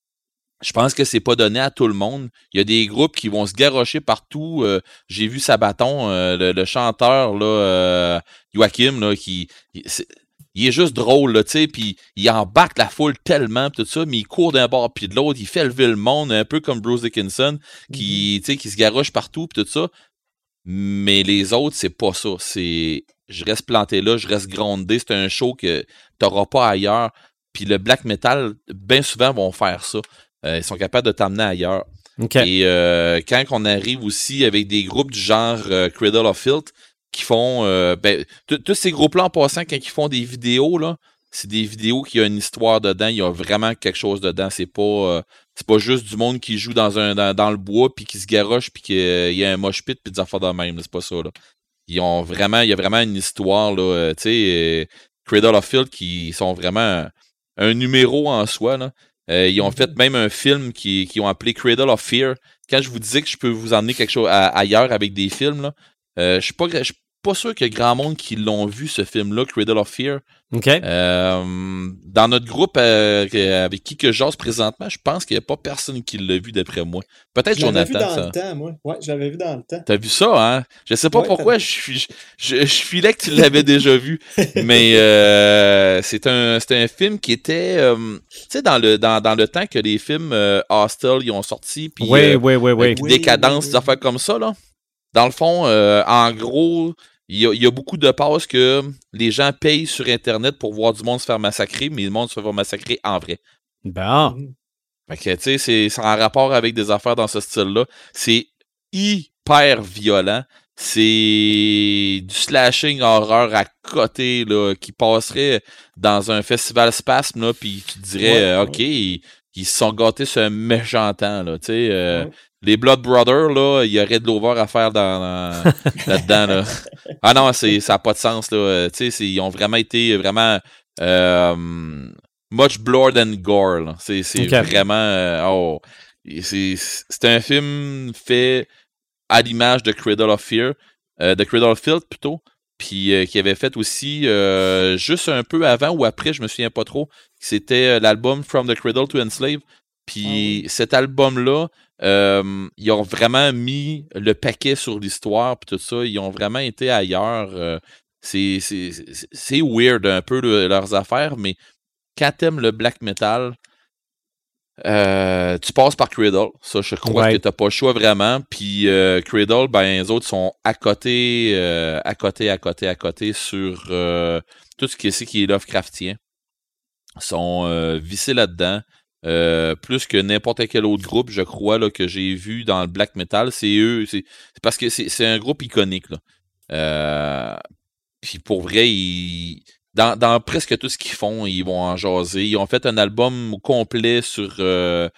je pense que c'est pas donné à tout le monde. Il y a des groupes qui vont se garrocher partout. Euh, j'ai vu Sabaton, euh, le, le chanteur, là, euh, Joachim, là, qui... C'est, il est juste drôle, là, tu sais, puis il embarque la foule tellement, tout ça, mais il court d'un bord puis de l'autre, il fait lever le monde, un peu comme Bruce Dickinson, qui, mm-hmm. tu sais, qui se garoche partout, puis tout ça. Mais les autres, c'est pas ça. C'est, je reste planté là, je reste grondé. C'est un show que t'auras pas ailleurs. Puis le black metal, bien souvent, vont faire ça. Euh, ils sont capables de t'emmener ailleurs. Okay. Et euh, quand on arrive aussi avec des groupes du genre euh, Cradle of Filth, qui font euh, ben, tous ces groupes-là en passant, quand ils font des vidéos, là, c'est des vidéos qui ont une histoire dedans, il y a vraiment quelque chose dedans. C'est pas euh, c'est pas juste du monde qui joue dans un dans, dans le bois puis qui se garoche puis qu'il euh, y a un mosh pit puis des affaires de même, là, c'est pas ça, là. Ils ont vraiment, il y a vraiment une histoire, là, euh, tu sais, euh, Cradle of Filth qui sont vraiment un, un numéro en soi, là. Euh, ils ont fait même un film qui, qui ont appelé Cradle of Fear. Quand je vous disais que je peux vous emmener quelque chose à, ailleurs avec des films, là, euh, je suis pas je suis pas sûr qu'il y a grand monde qui l'ont vu, ce film-là, Cradle of Fear. Okay. Euh, dans notre groupe euh, avec qui que j'ose présentement, je pense qu'il n'y a pas personne qui l'a vu d'après moi. Peut-être je Jonathan. Je l'avais vu dans ça. le temps, moi. Ouais, je l'avais vu dans le temps. T'as vu ça, hein? Je sais pas ouais, pourquoi, je, je, je, je filais que tu l'avais déjà vu. Mais euh, c'est un c'est un film qui était... Euh, tu sais, dans le, dans, dans le temps que les films euh, Hostel, ils ont sorti, puis oui, euh, oui, oui, oui. oui, Décadence, oui, oui. des affaires comme ça, là. Dans le fond, euh, en gros... Il y, a, il y a beaucoup de passes que les gens payent sur Internet pour voir du monde se faire massacrer, mais le monde se fait massacrer en vrai. Bon. Fait que, tu sais, c'est, c'est en rapport avec des affaires dans ce style-là. C'est hyper violent. C'est du slashing horreur à côté, là, qui passerait dans un festival spasme, là, puis tu dirais, ouais, euh, OK, ouais. ils, ils se sont gâtés sur un méchant temps, là, tu sais. Euh, ouais. Les Blood Brothers, là, il y aurait de l'over à faire dans, dans, là-dedans, là. Ah non, c'est, ça n'a pas de sens, là. Tu sais, ils ont vraiment été vraiment euh, much blood and gore, là. C'est, c'est okay. vraiment... Euh, oh, c'est, c'est un film fait à l'image de Cradle of Fear, euh, de Cradle of Filth, plutôt, puis euh, qui avait fait aussi, euh, juste un peu avant ou après, je me souviens pas trop, c'était l'album From the Cradle to Enslave. Puis ah oui. cet album-là, euh, ils ont vraiment mis le paquet sur l'histoire, puis tout ça. Ils ont vraiment été ailleurs. Euh, c'est, c'est, c'est, c'est weird un peu le, leurs affaires, mais quand t'aimes le black metal, euh, tu passes par Cradle. Ça, je crois ouais. que t'as pas le choix vraiment. Puis euh, Cradle, ben les autres sont à côté, euh, à côté, à côté, à côté sur euh, tout ce qui est, qui est Lovecraftien. Ils sont euh, vissés là-dedans. Euh, plus que n'importe quel autre groupe, je crois, là, que j'ai vu dans le black metal, c'est eux, c'est, c'est parce que c'est, c'est un groupe iconique, là. Euh, puis pour vrai, ils, dans, dans presque tout ce qu'ils font, ils vont en jaser. Ils ont fait un album complet sur, euh,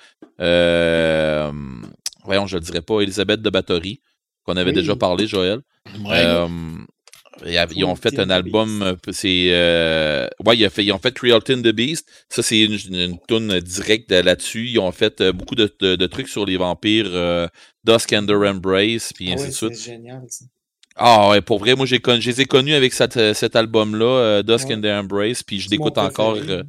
euh, voyons, je le dirais pas, Elisabeth de Bathory, qu'on avait oui. déjà parlé, Joël. Ouais. Euh, Ils ont fait un album, c'est euh, ouais, ils ont fait, ils ont fait Creating the Beast. Ça, c'est une, une toune directe là-dessus. Ils ont fait euh, beaucoup de, de, de trucs sur les vampires, euh, Dusk and Their Embrace, puis ainsi ah ouais, de suite. C'est génial, ça. Ah ouais, pour vrai, moi, j'ai connu, je les ai connus avec cette, cet album-là, euh, Dusk ouais. and Their Embrace, puis je c'est l'écoute encore. Euh,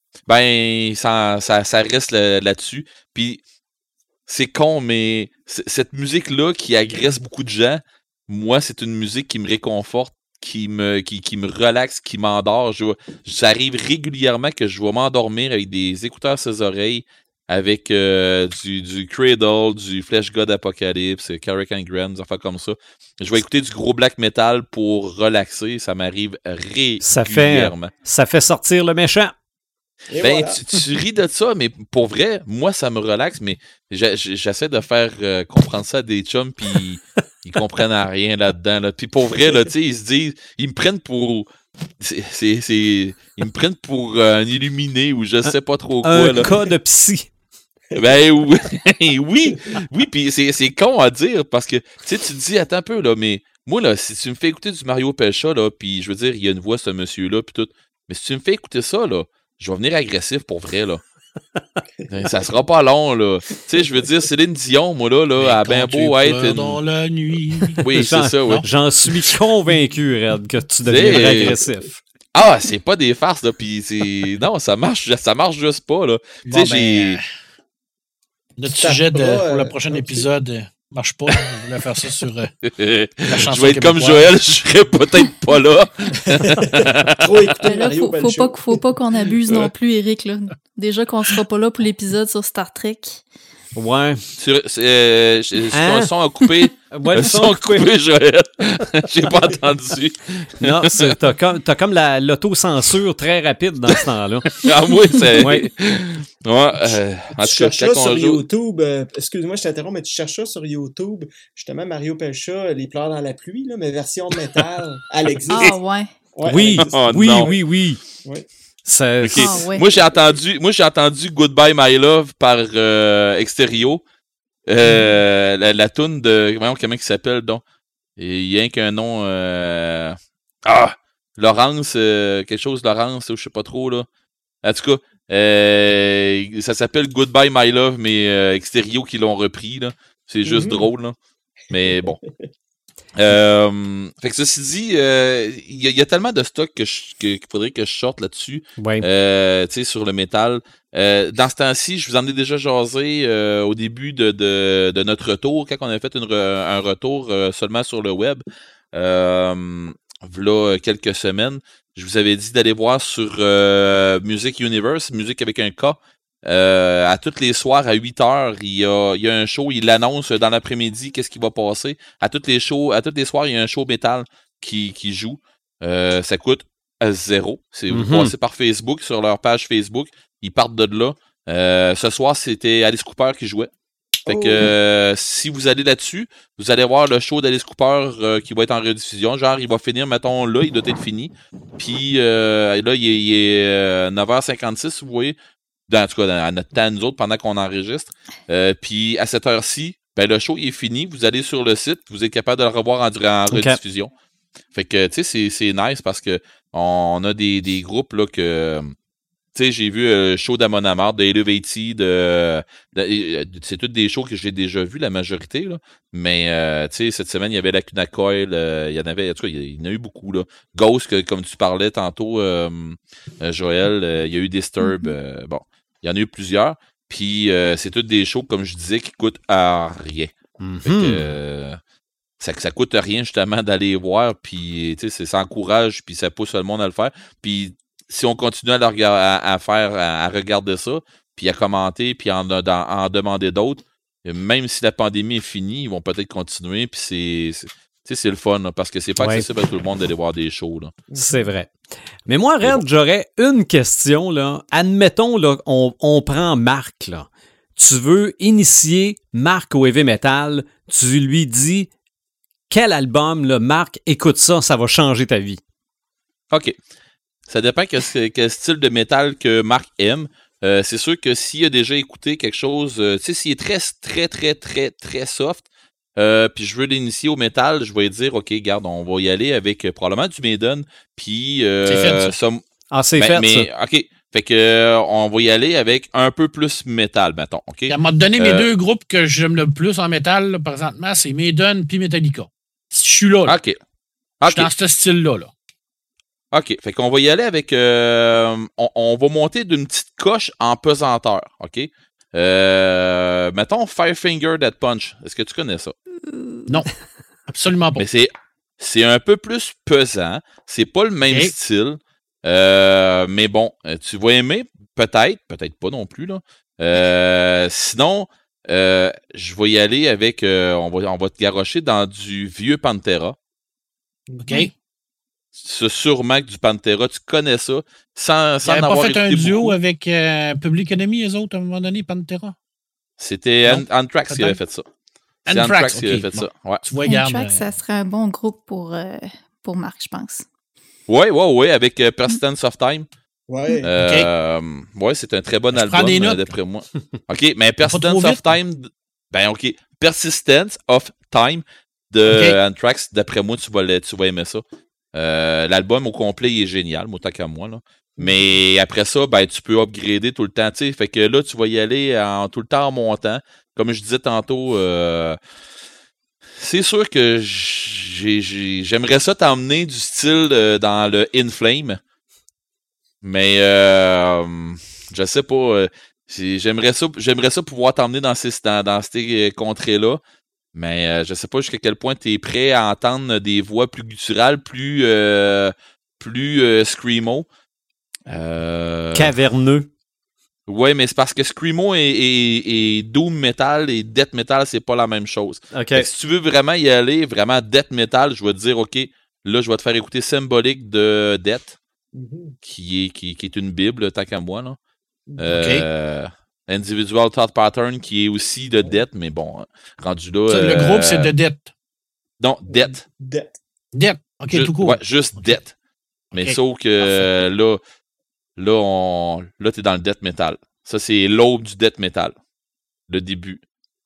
ben, ça, ça, ça reste là, là-dessus. Puis c'est con, mais c- cette musique-là qui agresse beaucoup de gens, moi, c'est une musique qui me réconforte, qui me, qui, qui me relaxe, qui m'endort. Je, ça arrive régulièrement que je vais m'endormir avec des écouteurs sur les oreilles, avec euh, du, du Cradle, du Flesh God Apocalypse, Carrick and Graham, des affaires comme ça. Je vais écouter du gros black metal pour relaxer. Ça m'arrive régulièrement. Ça fait, ça fait sortir le méchant. Et ben, voilà. tu, tu ris de ça, mais pour vrai, moi, ça me relaxe, mais j'essaie de faire euh, comprendre ça à des chums, puis ils comprennent à rien là-dedans. Là. Puis pour vrai, là, ils se disent, ils me prennent pour... C'est, c'est, c'est, ils me prennent pour euh, un illuminé ou je sais pas trop quoi. Un là. cas de psy. Ben oui, oui, oui, puis c'est, c'est con à dire, parce que, tu sais, tu te dis, attends un peu, là, mais moi, là, si tu me fais écouter du Mario Pelcha, là, puis je veux dire, il y a une voix, ce monsieur-là, puis tout, mais si tu me fais écouter ça, là, je vais venir agressif pour vrai, là. Ça sera pas long, là. Tu sais, je veux dire, Céline Dion, moi, là, là, a bien beau être... Une... dans la nuit. Oui, c'est ça, oui. J'en suis convaincu, Red, que tu deviendrais agressif. Ah, c'est pas des farces, là, pis c'est... Non, ça marche, ça marche juste pas, là. Tu sais, j'ai... Notre sujet de, pour le prochain épisode... marche pas, je voulais faire ça sur euh, la chanson. Je vais être comme Joël, je serais peut-être pas là. Trop écouté, là, faut, faut, pas, faut pas qu'on abuse non plus, Eric. Là. Déjà qu'on sera pas là pour l'épisode sur Star Trek. Ouais. Sur, euh, hein? Le son a coupé. Ouais, le son a coupé, coupé Joël. J'ai pas entendu. Non, c'est, t'as comme, t'as comme la, l'autocensure très rapide dans ce temps-là. Ah oui, c'est... Ouais. Ouais, euh, tu cherches ça sur joue... YouTube, euh, excuse-moi, je t'interromps, mais tu cherches ça sur YouTube, justement, Mario Pelcha, Les pleurs dans la pluie, là, mais version métal, elle existe. Ah ouais. ouais oui, oh, oui, oui, oui, oui. Ça, okay. ah, ouais. Moi, j'ai entendu, moi, j'ai entendu Goodbye My Love par euh, Exterio. Euh, mm. La, la toune de. Comment il s'appelle donc? Il y a qu'un nom. Euh... Ah! Laurence, euh, quelque chose, Laurence, je sais pas trop, là. En tout cas, euh, ça s'appelle Goodbye My Love, mais euh, Exterio qui l'ont repris, là. C'est juste mm-hmm. drôle, là. Mais bon. Euh, fait que ceci dit, il euh, y, y a tellement de stock que je, que, qu'il faudrait que je sorte là-dessus, ouais. euh, tu sais, sur le métal. Euh, dans ce temps-ci, je vous en ai déjà jasé euh, au début de, de, de notre retour, quand on a fait une, un retour euh, seulement sur le web, euh, voilà quelques semaines. Je vous avais dit d'aller voir sur euh, Music Universe, musique avec un K. Euh, à tous les soirs à huit heures, il y a, il y a un show, il l'annonce dans l'après-midi, qu'est-ce qui va passer. À tous les shows, à tous les soirs, il y a un show métal qui, qui joue. Euh, ça coûte à zéro. C'est mm-hmm. Vous passez par Facebook, sur leur page Facebook. Ils partent de là. Euh, ce soir, c'était Alice Cooper qui jouait. Fait que euh, si vous allez là-dessus, vous allez voir le show d'Alice Cooper euh, qui va être en rediffusion. Genre, il va finir, mettons, là, il doit être fini. Puis euh, là, il est, il est euh, neuf heures cinquante-six, vous voyez. Dans, en tout cas, à notre temps, nous autres, pendant qu'on enregistre. Euh, puis à cette heure-ci, ben, le show il est fini. Vous allez sur le site, vous êtes capable de le revoir en, en rediffusion. Okay. Fait que, tu sais, c'est, c'est nice parce que on a des, des groupes là que. Tu sais, j'ai vu le euh, show d'Amon Amarth, de Elevated, de, de, de, c'est toutes des shows que j'ai déjà vus, la majorité, là. Mais, euh, tu sais, cette semaine, il y avait la Lacuna Coil, euh, il y en avait, en tout cas, il y en a eu beaucoup, là. Ghost, que, comme tu parlais tantôt, euh, euh, Joël, euh, il y a eu Disturb, euh, bon, il y en a eu plusieurs. Puis euh, c'est toutes des shows, comme je disais, qui coûtent à rien. Mm-hmm. Fait que, euh, ça, ça coûte rien justement d'aller voir, puis ça encourage, puis ça pousse le monde à le faire. Puis si on continue à, le rega- à, à faire, à, à regarder ça, puis à commenter, puis à en, à en demander d'autres, même si la pandémie est finie, ils vont peut-être continuer, puis c'est... c'est Tu sais, c'est le fun, là, parce que c'est pas ouais. accessible à tout le monde d'aller voir des shows. Là. C'est vrai. Mais moi, Red, bon. j'aurais une question. Là. Admettons, là, on, on prend Marc. Là. Tu veux initier Marc au heavy metal. Tu lui dis quel album, là, Marc, écoute ça, ça va changer ta vie. OK. Ça dépend quel, quel style de métal que Marc aime. Euh, c'est sûr que s'il a déjà écouté quelque chose, euh, tu sais, s'il est très, très, très, très, très soft, Euh, puis je veux l'initier au métal, je vais dire, OK, garde, on va y aller avec euh, probablement du Maiden, puis... Euh, c'est fait, ça. Some... Ah, c'est ben, fait, mais, ça. OK, fait que euh, on va y aller avec un peu plus métal, mettons, OK? Elle m'a donné euh... mes deux groupes que j'aime le plus en métal, là, présentement, c'est Maiden puis Metallica. Je suis là, là. OK. Je okay. suis dans ce style-là, là. OK, fait qu'on va y aller avec... Euh, on, on va monter d'une petite coche en pesanteur, OK? Euh, mettons Firefinger Death Punch. Est-ce que tu connais ça? Non, absolument pas. Mais c'est, c'est un peu plus pesant. C'est pas le même okay. style. Euh, mais bon, tu vas aimer, peut-être, peut-être pas non plus. Là. Euh, sinon, euh, je vais y aller avec... Euh, on, va, on va te garrocher dans du vieux Pantera. OK. C'est sûrement que du Pantera, tu connais ça, sans, sans n'avoir écouté beaucoup. Pas fait un duo beaucoup. avec euh, Public Enemy, eux autres, à un moment donné, Pantera? C'était An- Anthrax qui avait fait ça. C'est Anthrax, Anthrax okay. qui avait fait bon. ça. Ouais. Tu vois, Anthrax, garde, ça serait un bon groupe pour, euh, pour Marc, je pense. Oui, oui, oui, avec euh, Persistence of Time. Ouais. Euh, okay. Ouais, c'est un très bon je album, euh, d'après moi. OK, mais Persistence of Time... Ben, OK. Persistence of Time de okay. Anthrax, d'après moi, tu vas, tu vas aimer ça. Euh, l'album au complet il est génial, moi tant qu'à moi là. Mais après ça, ben tu peux upgrader tout le temps, tu sais. Fait que là, tu vas y aller en tout le temps en montant. Comme je disais tantôt, euh, c'est sûr que j'ai, j'ai, j'aimerais ça t'emmener du style euh, dans le In Flame. Mais euh, je sais pas. Euh, j'aimerais ça, j'aimerais ça pouvoir t'emmener dans ces, dans, dans ces contrées-là. Mais euh, je sais pas jusqu'à quel point tu es prêt à entendre des voix plus gutturales, plus euh, plus euh, screamo. Euh... Caverneux. Ouais, mais c'est parce que screamo et, et, et doom metal et death metal, c'est pas la même chose. Okay. Si tu veux vraiment y aller, vraiment death metal, je vais te dire, OK, là, je vais te faire écouter Symbolic de Death, mm-hmm. qui, est, qui, qui est une bible, tant qu'à moi. Là. Euh, OK. Individual Thought Pattern qui est aussi de Death, mais bon, rendu là... Ça, le euh, groupe, c'est de Death. Non, Death. Death. Death, OK, juste, tout court. Ouais, juste okay. Death. Mais okay. sauf que euh, là, là, on, là, t'es dans le Death Metal. Ça, c'est l'aube du Death Metal. Le début.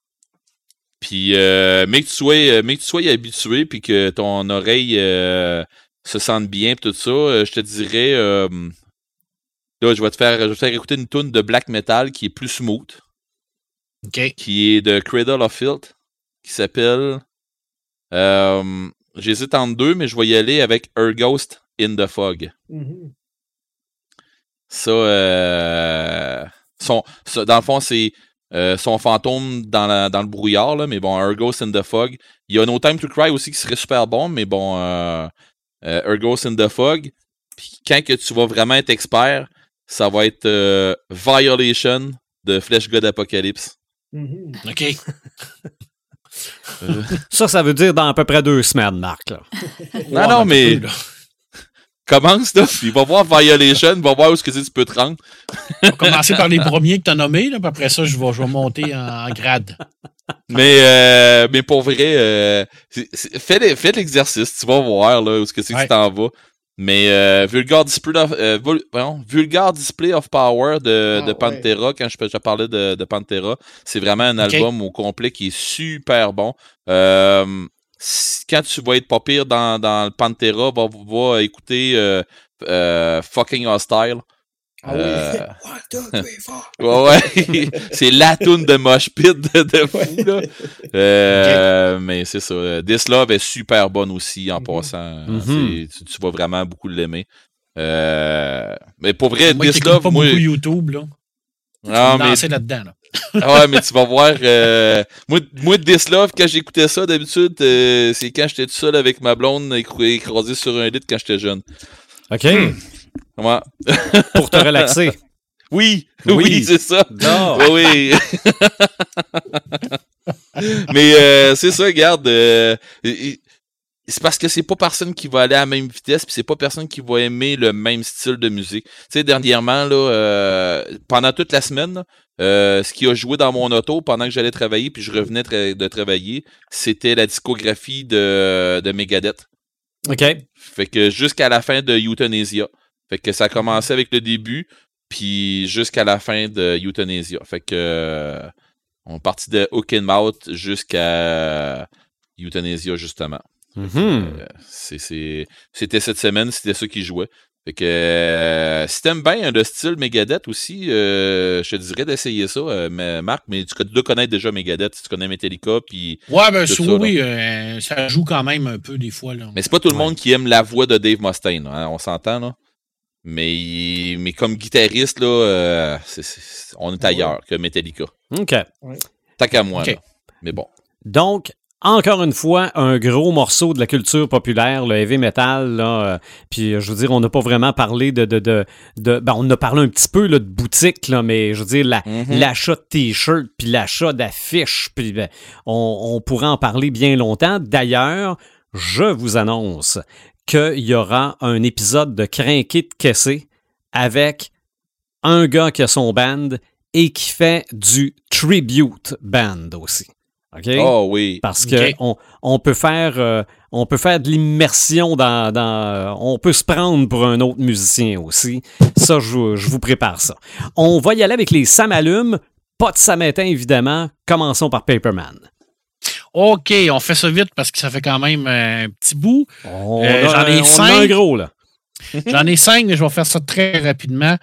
Puis, euh, mais que tu sois, mais que tu sois habitué, puis que ton oreille euh, se sente bien, puis tout ça, euh, je te dirais... Euh, Là, je vais te faire, je vais te faire écouter une tune de black metal qui est plus smooth. OK. Qui est de Cradle of Filth, qui s'appelle... Euh, j'hésite entre deux, mais je vais y aller avec Her Ghost in the Fog. Mm-hmm. Ça, euh, son, ça, dans le fond, c'est euh, son fantôme dans, la, dans le brouillard, là, mais bon, Her Ghost in the Fog. Il y a No Time to Cry aussi qui serait super bon, mais bon, euh, euh, Her Ghost in the Fog. Puis quand que tu vas vraiment être expert, ça va être euh, Violation de Flesh God Apocalypse. Mm-hmm. OK. euh... Ça, ça veut dire dans à peu près deux semaines, Marc. Là. non, ouais, non, mais... Peu, commence, là, puis va voir Violation, va voir où est-ce que tu peux te rendre. On va commencer par les premiers que tu as nommés, là, puis après ça, je vais, je vais monter en, en grade. Mais, euh, mais pour vrai, euh, c'est, c'est, fais, fais l'exercice, tu vas voir là, où est-ce que c'est que ouais. tu t'en vas. Mais euh, Vulgar, Display of, euh, Vul, pardon, Vulgar Display of Power de, ah, de Pantera, ouais. quand je, je parlais de, de Pantera, c'est vraiment un okay. album au complet qui est super bon. Euh, quand tu vas être pas pire dans, dans le Pantera, va, va écouter euh, euh, Fucking Hostile. Ah euh, oui. One, two, three, four. Ouais, c'est la toune de Mosh Pit de, de fou, là. Euh, okay. Mais c'est ça. This Love est super bonne aussi, en mm-hmm. passant. Mm-hmm. Tu, tu vas vraiment beaucoup l'aimer. Euh, mais pour vrai, moi, This Love... pas moi, beaucoup YouTube, là. Non, mais... danser là-dedans, là. Ah ouais, mais tu vas voir. Euh... Moi, moi, This Love, quand j'écoutais ça, d'habitude, euh, c'est quand j'étais tout seul avec ma blonde écrasée sur un lit quand j'étais jeune. OK. Ouais. Pour te relaxer. Oui, oui, oui c'est ça. Non. Oui. Mais euh, c'est ça, regarde. Euh, c'est parce que c'est pas personne qui va aller à la même vitesse, puis c'est pas personne qui va aimer le même style de musique. Tu sais, dernièrement, là, euh, pendant toute la semaine, là, euh, ce qui a joué dans mon auto pendant que j'allais travailler, puis je revenais tra- de travailler, c'était la discographie de, de Megadeth. OK. Fait que jusqu'à la fin de Euthanasia. Fait que ça a commencé avec le début, puis jusqu'à la fin de Euthanasia. Fait que euh, on est parti de Hook and Mouth jusqu'à Euthanasia, justement. Mm-hmm. Euh, c'est, c'est, c'était cette semaine, c'était ça qui jouait. Fait que euh, si t'aimes bien le style Megadeth aussi, euh, je te dirais d'essayer ça, euh, mais, Marc, mais tu dois connaître déjà Megadeth, tu connais Metallica, puis... Ouais, ben tout oui, ça, oui euh, ça joue quand même un peu des fois. Là. Mais c'est pas tout le ouais. monde qui aime la voix de Dave Mustaine, hein, on s'entend, là. Mais, mais comme guitariste, là, euh, c'est, c'est, on est ailleurs ouais. que Metallica. OK. Ouais. Tant qu'à moi, okay. là. Mais bon. Donc, encore une fois, un gros morceau de la culture populaire, le heavy metal, là, euh, puis je veux dire, on n'a pas vraiment parlé de... de, de, de ben, on a parlé un petit peu là, de boutique, là, mais je veux dire, la, mm-hmm. l'achat de t-shirts, puis l'achat d'affiches, puis ben, on, on pourrait en parler bien longtemps. D'ailleurs, je vous annonce qu'il y aura un épisode de Crinqué de Caissé avec un gars qui a son band et qui fait du tribute band aussi. Okay? Oh oui. Parce okay. qu'on on peut faire euh, on peut faire de l'immersion dans, dans euh, on peut se prendre pour un autre musicien aussi. Ça, je, je vous prépare ça. On va y aller avec les Sam Allume. Pas de samétain, évidemment. Commençons par Paperman. OK, on fait ça vite parce que ça fait quand même un petit bout. On euh, a, j'en ai on cinq. a un gros, là. J'en ai cinq, mais je vais faire ça très rapidement.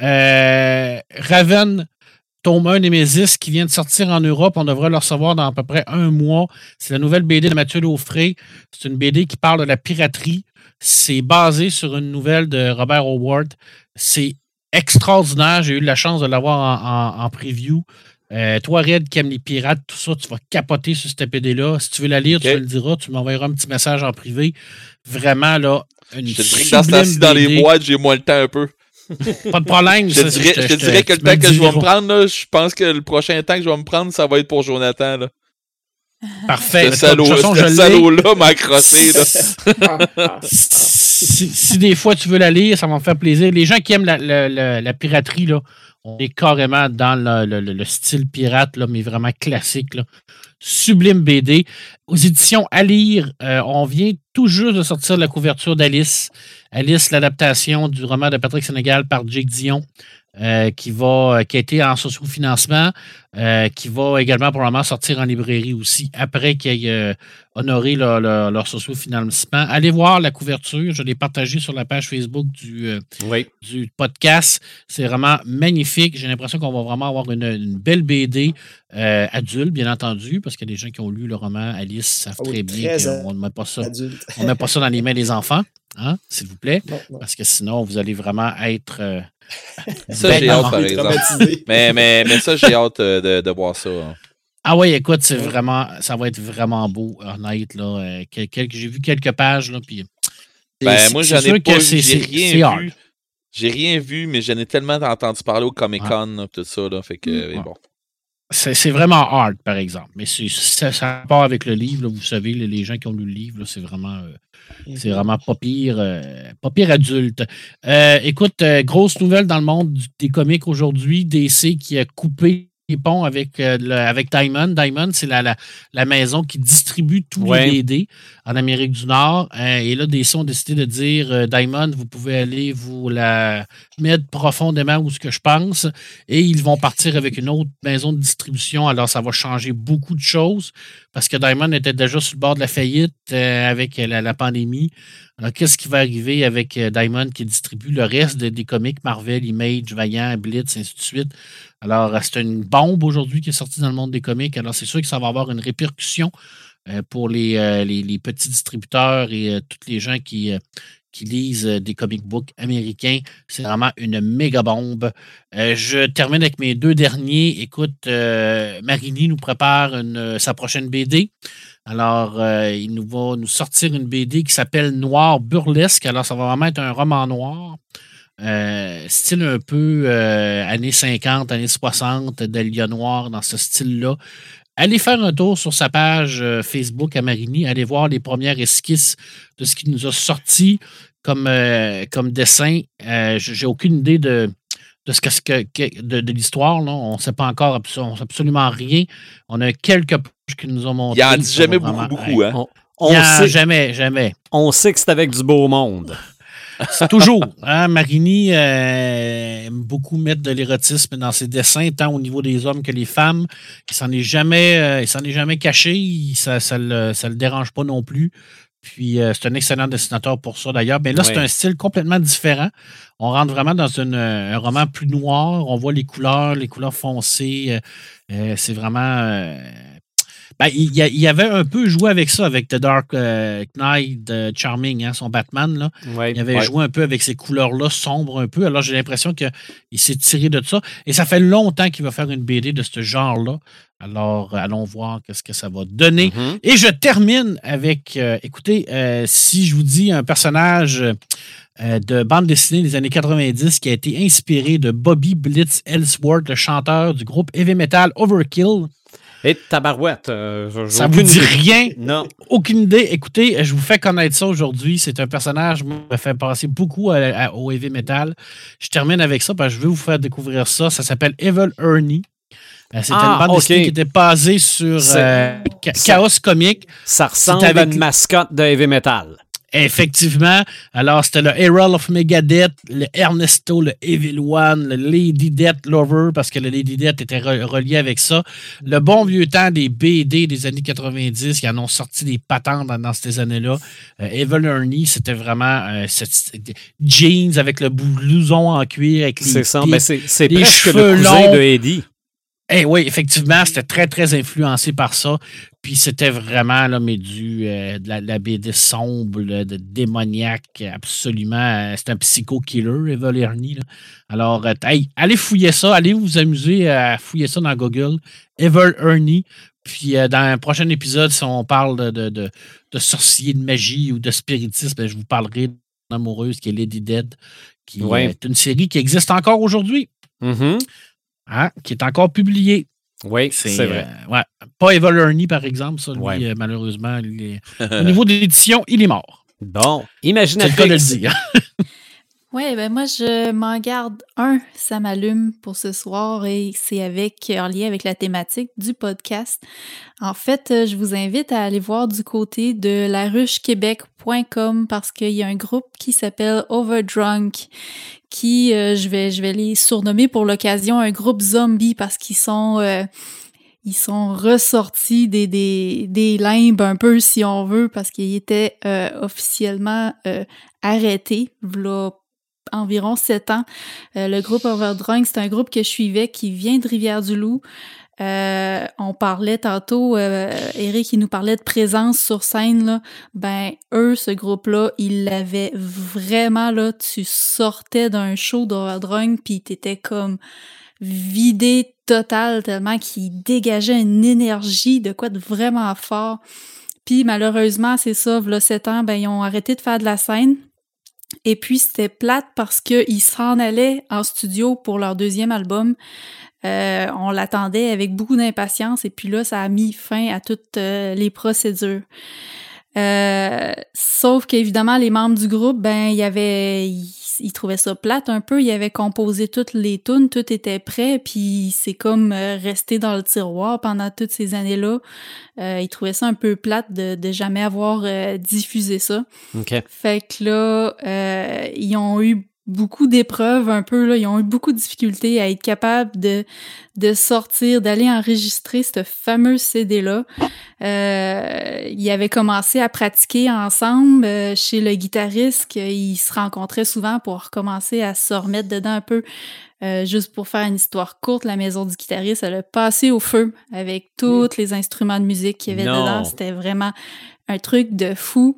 Euh, Raven, tome un Nemesis, qui vient de sortir en Europe. On devrait le recevoir dans à peu près un mois. C'est la nouvelle B D de Mathieu Laufrey. C'est une B D qui parle de la piraterie. C'est basé sur une nouvelle de Robert Howard. C'est extraordinaire. J'ai eu la chance de l'avoir en, en, en preview. Euh, toi, Red, qui aime les pirates, tout ça, tu vas capoter sur cette B D-là. Si tu veux la lire, okay. tu me le diras. Tu m'enverras un petit message en privé. Vraiment, là, une Je te dirais que dans ce temps-ci, dans les boîtes, j'ai moins le temps un peu. Pas de problème. Je te dirais, je te dirais que le temps que je vais me prendre, là, je pense que le prochain temps que je vais me prendre, ça va être pour Jonathan. Là. Parfait. Ce salaud-là salaud m'a accroché. Là. si, si des fois tu veux la lire, ça va me faire plaisir. Les gens qui aiment la, la, la, la piraterie, là, on est carrément dans le, le, le style pirate, là, mais vraiment classique. Là. Sublime B D. Aux éditions à lire, euh, on vient tout juste de sortir la couverture d'Alice. Alice, l'adaptation du roman de Patrick Sénégal par Jake Dion, euh, qui, va, qui a été en socio-financement, euh, qui va également probablement sortir en librairie aussi, après qu'ils aient euh, honoré leur, leur, leur socio-financement. Allez voir la couverture, je l'ai partagée sur la page Facebook du, euh, oui. du podcast. C'est vraiment magnifique. J'ai l'impression qu'on va vraiment avoir une, une belle B D euh, adulte, bien entendu, parce qu'il y a des gens qui ont lu le roman Alice savent oh, très bien qu'on ne met pas ça. On met pas ça dans les mains des enfants. Hein, s'il vous plaît, non, non. Parce que sinon, vous allez vraiment être... Euh, ça, j'ai hâte, par exemple. mais, mais, mais ça, j'ai hâte de, de voir ça. Hein. Ah oui, écoute, c'est vraiment, ça va être vraiment beau, honnête. Là, euh, quelques, j'ai vu quelques pages, là, puis... Ben, moi, j'en ai pas vu, j'ai rien vu. J'ai rien vu, mais j'en ai tellement entendu parler au Comic-Con, ouais. tout ça, là, fait que, ouais. bon. C'est, c'est vraiment hard, par exemple. Mais c'est, ça, ça part avec le livre. Là, vous savez, les, les gens qui ont lu le livre, là, c'est vraiment euh, mm-hmm. c'est vraiment pas pire, euh, pas pire adulte. Euh, écoute, euh, grosse nouvelle dans le monde du, des comics aujourd'hui. D C qui a coupé les ponts avec, euh, le, avec Diamond. Diamond, c'est la, la, la maison qui distribue tous ouais. les B D en Amérique du Nord. Euh, et là, D C ont décidé de dire euh, Diamond, vous pouvez aller vous la mettre profondément où ce que je pense. Et ils vont partir avec une autre maison de distribution. Alors, ça va changer beaucoup de choses parce que Diamond était déjà sur le bord de la faillite euh, avec la, la pandémie. Alors, qu'est-ce qui va arriver avec euh, Diamond qui distribue le reste de, des comics Marvel, Image, Vaillant, Blitz, ainsi de suite? Alors, c'est une bombe aujourd'hui qui est sortie dans le monde des comics. Alors, c'est sûr que ça va avoir une répercussion euh, pour les, euh, les, les petits distributeurs et euh, tous les gens qui, euh, qui lisent des comic books américains. C'est vraiment une méga bombe. Euh, je termine avec mes deux derniers. Écoute, euh, Marini nous prépare une, sa prochaine B D. Alors, euh, il nous va nous sortir une B D qui s'appelle Noir Burlesque. Alors, ça va vraiment être un roman noir. Euh, style un peu euh, années cinquante, années soixante, Dahlia Noir dans ce style-là. Allez faire un tour sur sa page euh, Facebook à Marini. Allez voir les premières esquisses de ce qu'il nous a sorti comme, euh, comme dessin. Euh, j'ai aucune idée de, de ce que, que de, de l'histoire. Là. On ne sait pas encore absolument, absolument rien. On a quelques pages qu'il nous ont montrées. Il n'en dit jamais beaucoup, beaucoup. Hein? On, on sait, jamais, jamais. On sait que c'est avec du beau monde. C'est toujours. Hein, Marini euh, aime beaucoup mettre de l'érotisme dans ses dessins, tant au niveau des hommes que les femmes. Il s'en est jamais, euh, il s'en est jamais caché. Il, ça, ça, le, ça le dérange pas non plus. Puis euh, c'est un excellent dessinateur pour ça d'ailleurs. Mais là, oui. C'est un style complètement différent. On rentre vraiment dans une, un roman plus noir. On voit les couleurs, les couleurs foncées. Euh, c'est vraiment. Euh, Ben, il, il avait un peu joué avec ça, avec The Dark euh, Knight euh, Charming, hein, son Batman. Là. Ouais, il avait ouais. joué un peu avec ces couleurs-là, sombres un peu. Alors, j'ai l'impression qu'il s'est tiré de ça. Et ça fait longtemps qu'il va faire une B D de ce genre-là. Alors, allons voir qu'est-ce que ça va donner. Mm-hmm. Et je termine avec, euh, écoutez, euh, si je vous dis un personnage euh, de bande dessinée des années quatre-vingt-dix qui a été inspiré de Bobby Blitz Ellsworth, le chanteur du groupe heavy metal Overkill. Et tabarouette. Euh, ça vous dit rien? Non. Aucune idée. Écoutez, je vous fais connaître ça aujourd'hui. C'est un personnage qui m'a fait passer beaucoup à, à, au heavy metal. Je termine avec ça parce que je vais vous faire découvrir ça. Ça s'appelle Evil Ernie. C'est ah, une bande okay. dessinée qui était basée sur euh, Chaos Comics. Ça ressemble avec... à une mascotte de heavy metal. Effectivement. Alors, c'était le Herald of Megadeth, le Ernesto, le Evil One, le Lady Death Lover, parce que le Lady Death était re- relié avec ça. Le bon vieux temps des B D des années quatre-vingt-dix, qui en ont sorti des patentes dans, dans ces années-là. Euh, Evil Ernie, c'était vraiment euh, cette, jeans avec le blouson en cuir, avec les, c'est ça, des, mais c'est, c'est des presque cheveux le cousin longs. de Eddie. Eh oui, effectivement, c'était très, très influencé par ça. Puis c'était vraiment, là, mais du, euh, de, la, de la B D sombre, là, de démoniaque, absolument. Euh, c'est un psycho-killer, Evil Ernie. Là. Alors, euh, hey, allez fouiller ça, allez vous amuser à fouiller ça dans Google. Evil Ernie. Puis euh, dans un prochain épisode, si on parle de, de, de, de sorcier, de magie ou de spiritisme, ben, je vous parlerai d'une amoureuse qui est Lady Dead, qui ouais. est une série qui existe encore aujourd'hui. Mm-hmm. Hein, qui est encore publié. Oui, c'est, c'est vrai. Euh, ouais. Pas Evil Ernie, par exemple. Ça, lui, ouais. euh, malheureusement, lui, au niveau de l'édition, il est mort. Bon, Imaginatrix. C'est le cas de le dire. Oui, ben moi, je m'en garde un, ça m'allume pour ce soir, et c'est avec, en lien avec la thématique du podcast. En fait, je vous invite à aller voir du côté de la ruche québec point com parce qu'il y a un groupe qui s'appelle Overdrunk qui, euh, je vais je vais les surnommer pour l'occasion un groupe zombie parce qu'ils sont euh, ils sont ressortis des, des, des limbes un peu, si on veut, parce qu'ils étaient euh, officiellement euh, arrêtés, voilà environ sept ans. Euh, le groupe Overdrunk, c'est un groupe que je suivais qui vient de Rivière-du-Loup. Euh, on parlait tantôt, euh, Eric, il nous parlait de présence sur scène, là. Ben, eux, ce groupe-là, ils l'avaient vraiment, là, tu sortais d'un show d'Overdrunk pis t'étais comme vidé total, tellement qu'ils dégageaient une énergie de quoi de vraiment fort. Puis malheureusement, c'est ça, v'là sept ans, ben, ils ont arrêté de faire de la scène. Et puis, c'était plate parce qu'ils s'en allaient en studio pour leur deuxième album. Euh, on l'attendait avec beaucoup d'impatience et puis là, ça a mis fin à toutes euh, les procédures. Euh, sauf qu'évidemment, les membres du groupe, ben, il y avait... Ils, ils trouvaient ça plate un peu. Ils avaient composé toutes les tunes, tout était prêt, puis c'est comme euh, resté dans le tiroir pendant toutes ces années-là. Euh, ils trouvaient ça un peu plate de, de jamais avoir euh, diffusé ça. Okay. Fait que là, euh, ils ont eu beaucoup d'épreuves un peu, là. Ils ont eu beaucoup de difficultés à être capables de, de sortir, d'aller enregistrer ce fameux C D-là. Euh, ils avaient commencé à pratiquer ensemble euh, chez le guitariste, qu'ils se rencontraient souvent pour recommencer à se remettre dedans un peu. Euh, juste pour faire une histoire courte, la maison du guitariste, elle a passé au feu avec tous les instruments de musique qu'il y avait non. dedans. C'était vraiment un truc de fou.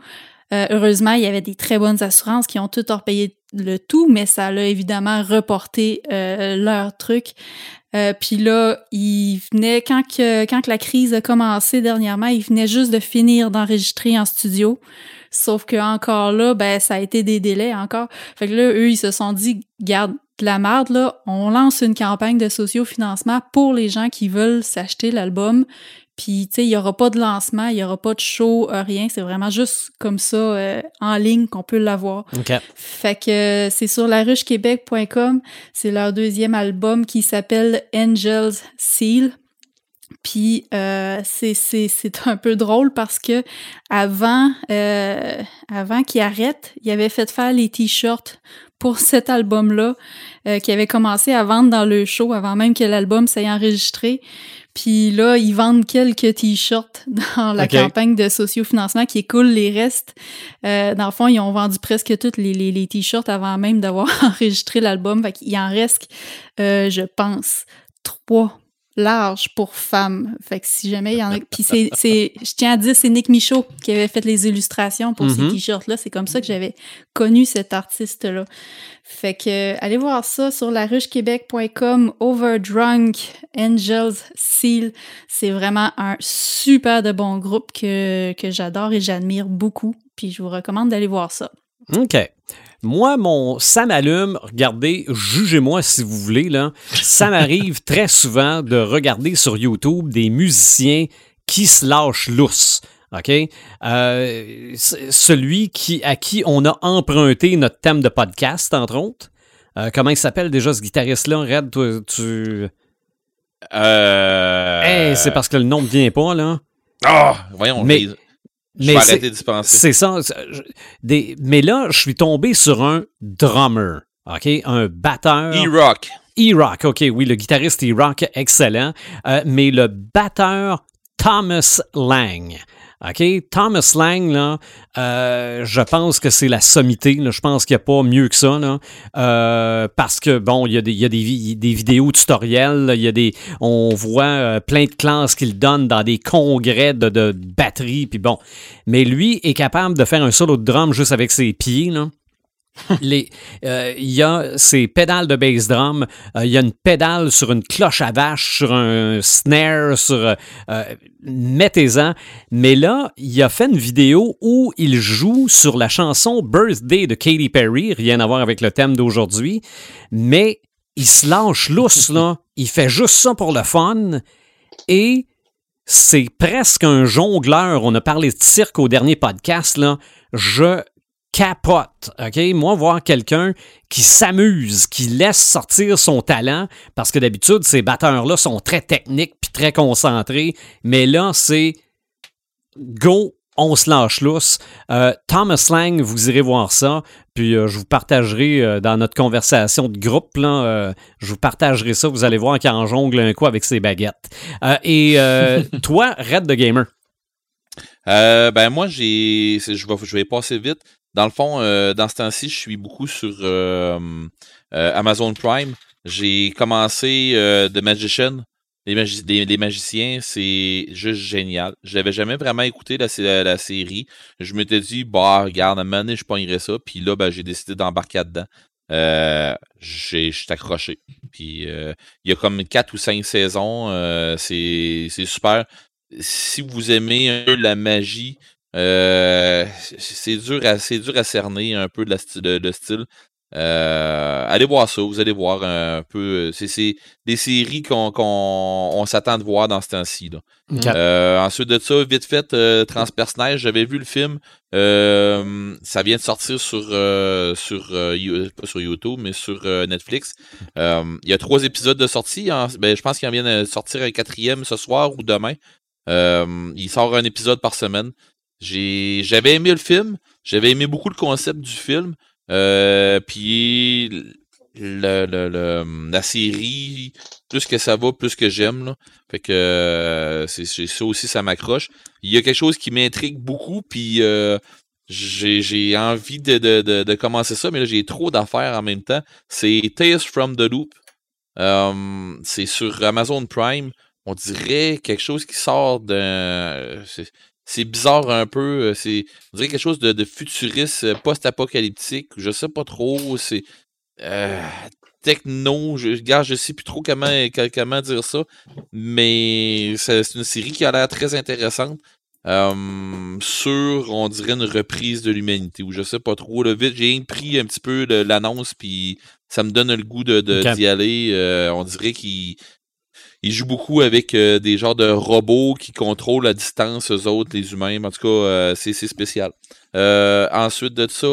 Euh, heureusement, il y avait des très bonnes assurances qui ont tout repayé le tout, mais ça l'a évidemment reporté euh, leur truc. Euh, Puis là, il venait, quand que, quand que la crise a commencé dernièrement, il venait juste de finir d'enregistrer en studio. Sauf que encore là, ben ça a été des délais encore. Fait que là, eux, ils se sont dit, garde de la merde, là, on lance une campagne de sociofinancement pour les gens qui veulent s'acheter l'album. Puis, tu sais, il n'y aura pas de lancement, il n'y aura pas de show, euh, rien. C'est vraiment juste comme ça, euh, en ligne, qu'on peut l'avoir. Okay. Fait que euh, c'est sur la ruche québec point com. C'est leur deuxième album qui s'appelle Angel's Seal. Puis, euh, c'est, c'est, c'est un peu drôle parce que avant, euh, avant qu'il arrête, il avait fait faire les t-shirts pour cet album-là, euh, qui avait commencé à vendre dans le show avant même que l'album s'ait enregistré. Puis là, ils vendent quelques t-shirts dans la okay. campagne de sociofinancement qui écoule les restes. Euh, dans le fond, ils ont vendu presque tous les, les, les t-shirts avant même d'avoir enregistré l'album. Fait qu'il en reste, euh, je pense, trois larges pour femmes. Fait que si jamais il y en a... Puis c'est, c'est, je tiens à dire, c'est Nick Michaud qui avait fait les illustrations pour mm-hmm. ces t-shirts-là. C'est comme ça que j'avais connu cet artiste-là. Fait que, allez voir ça sur la ruche québec point com, Overdrunk, Angel's Seal. C'est vraiment un super de bon groupe que, que j'adore et j'admire beaucoup. Puis je vous recommande d'aller voir ça. OK. Moi, mon ça m'allume, regardez, jugez-moi si vous voulez, là. Ça m'arrive très souvent de regarder sur YouTube des musiciens qui se lâchent lousse. OK? Euh, celui qui, à qui on a emprunté notre thème de podcast, entre autres. Euh, comment il s'appelle déjà ce guitariste-là? Red, toi, tu... Euh... Hey, c'est parce que le nom ne vient pas, là. Ah! Oh, voyons, mais, je vais arrêter d'y penser. C'est ça. Des, mais là, je suis tombé sur un drummer, OK? Un batteur. E-Rock. E-Rock, OK, oui, le guitariste E-Rock, excellent. Euh, mais le batteur Thomas Lang. OK? Thomas Lang, là, euh, je pense que c'est la sommité. Là. Je pense qu'il n'y a pas mieux que ça. Là. Euh, parce que, bon, il y a des, il y a des, des vidéos tutoriels. Il y a des, on voit euh, plein de classes qu'il donne dans des congrès de, de batterie. Puis bon. Mais lui est capable de faire un solo de drum juste avec ses pieds, là. Les, euh, il y a ces pédales de bass drum, euh, il y a une pédale sur une cloche à vache, sur un snare, sur euh, euh, mettez-en. Mais là, il a fait une vidéo où il joue sur la chanson Birthday de Katy Perry, rien à voir avec le thème d'aujourd'hui, mais il se lâche lousse, là. Il fait juste ça pour le fun et c'est presque un jongleur. On a parlé de cirque au dernier podcast, là. Je capote, OK? Moi, voir quelqu'un qui s'amuse, qui laisse sortir son talent, parce que d'habitude, ces batteurs-là sont très techniques puis très concentrés, mais là, c'est go, on se lâche lousse. Euh, Thomas Lang, vous irez voir ça, puis euh, je vous partagerai euh, dans notre conversation de groupe, là, euh, je vous partagerai ça, vous allez voir qu'il en jongle un coup avec ses baguettes. Euh, et euh, toi, Red the Gamer? Euh, ben moi, j'ai, je vais, je vais passer vite. Dans le fond, euh, dans ce temps-ci, je suis beaucoup sur euh, euh, Amazon Prime. J'ai commencé euh, The Magician, les, magi- les, les magiciens, c'est juste génial. Je l'avais jamais vraiment écouté la, la, la série. Je m'étais dit, bah regarde, à un moment donné, je pognerais ça. Puis là, ben, j'ai décidé d'embarquer là-dedans. Euh, j'ai, je suis accroché. Puis euh, il y a comme quatre ou cinq saisons. Euh, c'est, c'est super. Si vous aimez un peu la magie, euh, c'est dur à c'est dur à cerner un peu de la sti- de, de style. Euh, allez voir ça, vous allez voir un peu. C'est, c'est des séries qu'on, qu'on on s'attend de voir dans ce temps-ci. Là. Okay. Euh, ensuite de ça, vite fait, euh, Transperce-Neige, j'avais vu le film. Euh, ça vient de sortir sur euh, sur euh, pas sur YouTube, mais sur euh, Netflix. Euh, il y a trois épisodes de sortie. Hein, ben, je pense qu'il en vient de sortir un quatrième ce soir ou demain. Euh, il sort un épisode par semaine. J'ai, j'avais aimé le film, j'avais aimé beaucoup le concept du film, euh, puis le, le, le, la série, plus que ça va, plus que j'aime, là. Fait que euh, c'est, c'est ça aussi, ça m'accroche. Il y a quelque chose qui m'intrigue beaucoup, puis euh, j'ai, j'ai envie de, de, de, de commencer ça, mais là j'ai trop d'affaires en même temps. C'est Tales from the Loop. Euh, c'est sur Amazon Prime. On dirait quelque chose qui sort d'un... C'est, c'est bizarre un peu. C'est, on dirait quelque chose de, de futuriste, post-apocalyptique. Je sais pas trop. C'est euh, techno. Je, regarde, je sais plus trop comment, comment dire ça. Mais c'est, c'est une série qui a l'air très intéressante. Euh, sur, on dirait, une reprise de l'humanité. Ou je sais pas trop. Là, vite, j'ai pris un petit peu le, l'annonce, puis ça me donne le goût de, de, okay. d'y aller. Euh, on dirait qu'il il joue beaucoup avec euh, des genres de robots qui contrôlent à distance eux autres, les humains. En tout cas, euh, c'est, c'est spécial. Euh, ensuite de ça,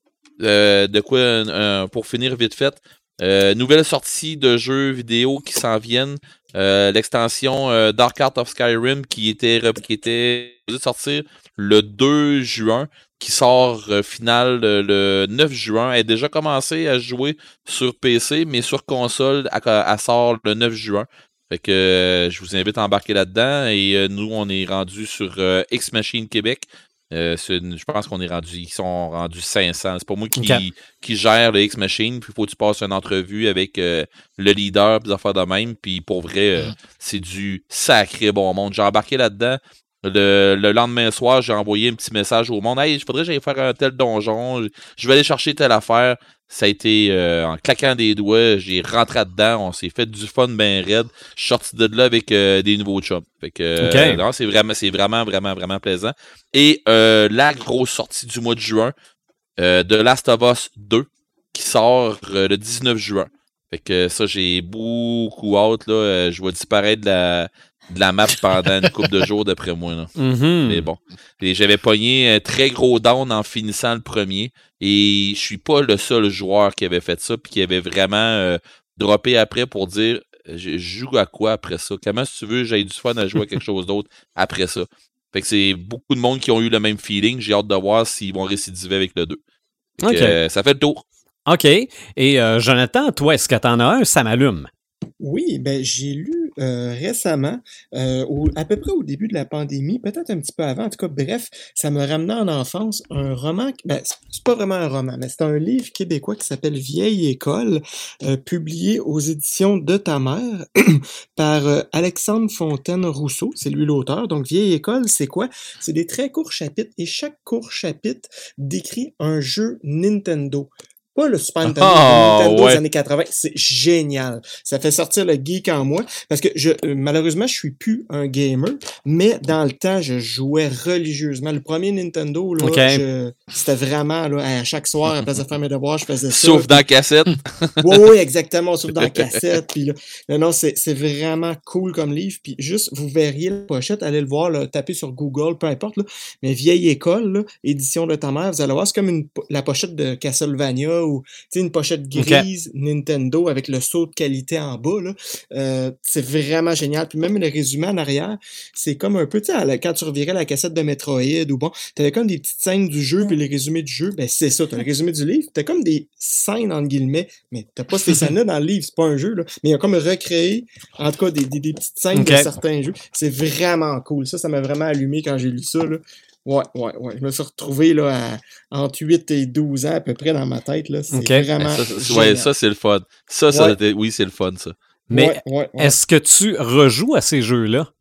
euh, de quoi, euh, pour finir vite fait, euh, nouvelle sortie de jeux vidéo qui s'en viennent. Euh, l'extension euh, Dark Heart of Skyrim qui était qui était sortir le deux juin, qui sort euh, final le, le neuf juin. Elle a déjà commencé à jouer sur P C, mais sur console, elle, elle sort le neuf juin. Fait que euh, je vous invite à embarquer là-dedans. Et euh, nous, on est rendu sur euh, X-Machine Québec. Euh, je pense qu'on est rendu, ils sont rendus cinq cents. C'est pas moi qui, okay. qui gère le X-Machine. Puis il faut que tu passes une entrevue avec euh, le leader, puis des affaires de même. Puis pour vrai, euh, c'est du sacré bon monde. J'ai embarqué là-dedans. Le, le lendemain soir, j'ai envoyé un petit message au monde. Hey, il faudrait que j'aille faire un tel donjon. Je vais aller chercher telle affaire. Ça a été euh, en claquant des doigts. J'ai rentré dedans. On s'est fait du fun bien raide. Je suis sorti de là avec euh, des nouveaux chums. Fait que okay. euh, non, c'est vraiment, c'est vraiment, vraiment, vraiment plaisant. Et euh, la grosse sortie du mois de juin euh, de Last of Us deux qui sort euh, le dix-neuf juin. Fait que ça, j'ai beaucoup hâte. Là. Euh, je vais disparaître de la. de la map pendant une couple de jours d'après moi. Là. Mm-hmm. Mais bon. Et j'avais pogné un très gros down en finissant le premier. Et je suis pas le seul joueur qui avait fait ça puis qui avait vraiment euh, droppé après pour dire je joue à quoi après ça? Comment si tu veux j'ai du fun à jouer à quelque chose d'autre après ça? Fait que c'est beaucoup de monde qui ont eu le même feeling. J'ai hâte de voir s'ils vont récidiver avec le deux. Okay. Que, euh, ça fait le tour. OK. Et euh, Jonathan, toi, est-ce que t'en as un? Ça m'allume. Oui, ben j'ai lu euh, récemment, euh, au, à peu près au début de la pandémie, peut-être un petit peu avant, en tout cas, bref, ça me ramenait en enfance un roman, ben c'est pas vraiment un roman, mais c'est un livre québécois qui s'appelle Vieille École, euh, publié aux éditions de ta mère par euh, Alexandre Fontaine-Rousseau, c'est lui l'auteur. Donc Vieille École, c'est quoi? C'est des très courts chapitres et chaque court chapitre décrit un jeu Nintendo. Pas le Super Nintendo, oh, le Nintendo ouais. des années quatre-vingts, c'est génial. Ça fait sortir le geek en moi, parce que je euh, malheureusement, je suis plus un gamer, mais dans le temps, je jouais religieusement. Le premier Nintendo, là, okay. je, c'était vraiment, là, à chaque soir, à place de faire mes devoirs, je faisais ça. Sauf puis... dans la cassette. Oui, oui, exactement, sauf dans la cassette. Puis là, non, non, c'est, c'est vraiment cool comme livre. Puis juste, vous verriez la pochette, allez le voir, là, tapez sur Google, peu importe, là, mais Vieille École, là, édition de ta mère, vous allez voir, c'est comme une, la pochette de Castlevania, ou une pochette grise okay. Nintendo avec le saut de qualité en bas. Là. Euh, c'est vraiment génial. Puis même le résumé en arrière, c'est comme un peu, tu sais, quand tu revirais la cassette de Metroid ou bon, t'avais comme des petites scènes du jeu puis les résumés du jeu. Ben c'est ça, t'as le résumé du livre. T'as comme des scènes entre guillemets, mais t'as pas ces scènes-là dans le livre, c'est pas un jeu. Là. Mais il y a comme recréé, en tout cas, des, des, des petites scènes okay. de certains jeux. C'est vraiment cool. Ça, ça m'a vraiment allumé quand j'ai lu ça. Là. Ouais, ouais, ouais. Je me suis retrouvé là, à, entre huit et douze ans à peu près dans ma tête. Là. C'est okay. vraiment. Ça, ça, ouais, ça, c'est le fun. Ça, ouais. ça oui, c'est le fun, ça. Mais ouais, ouais, ouais. est-ce que tu rejoues à ces jeux-là?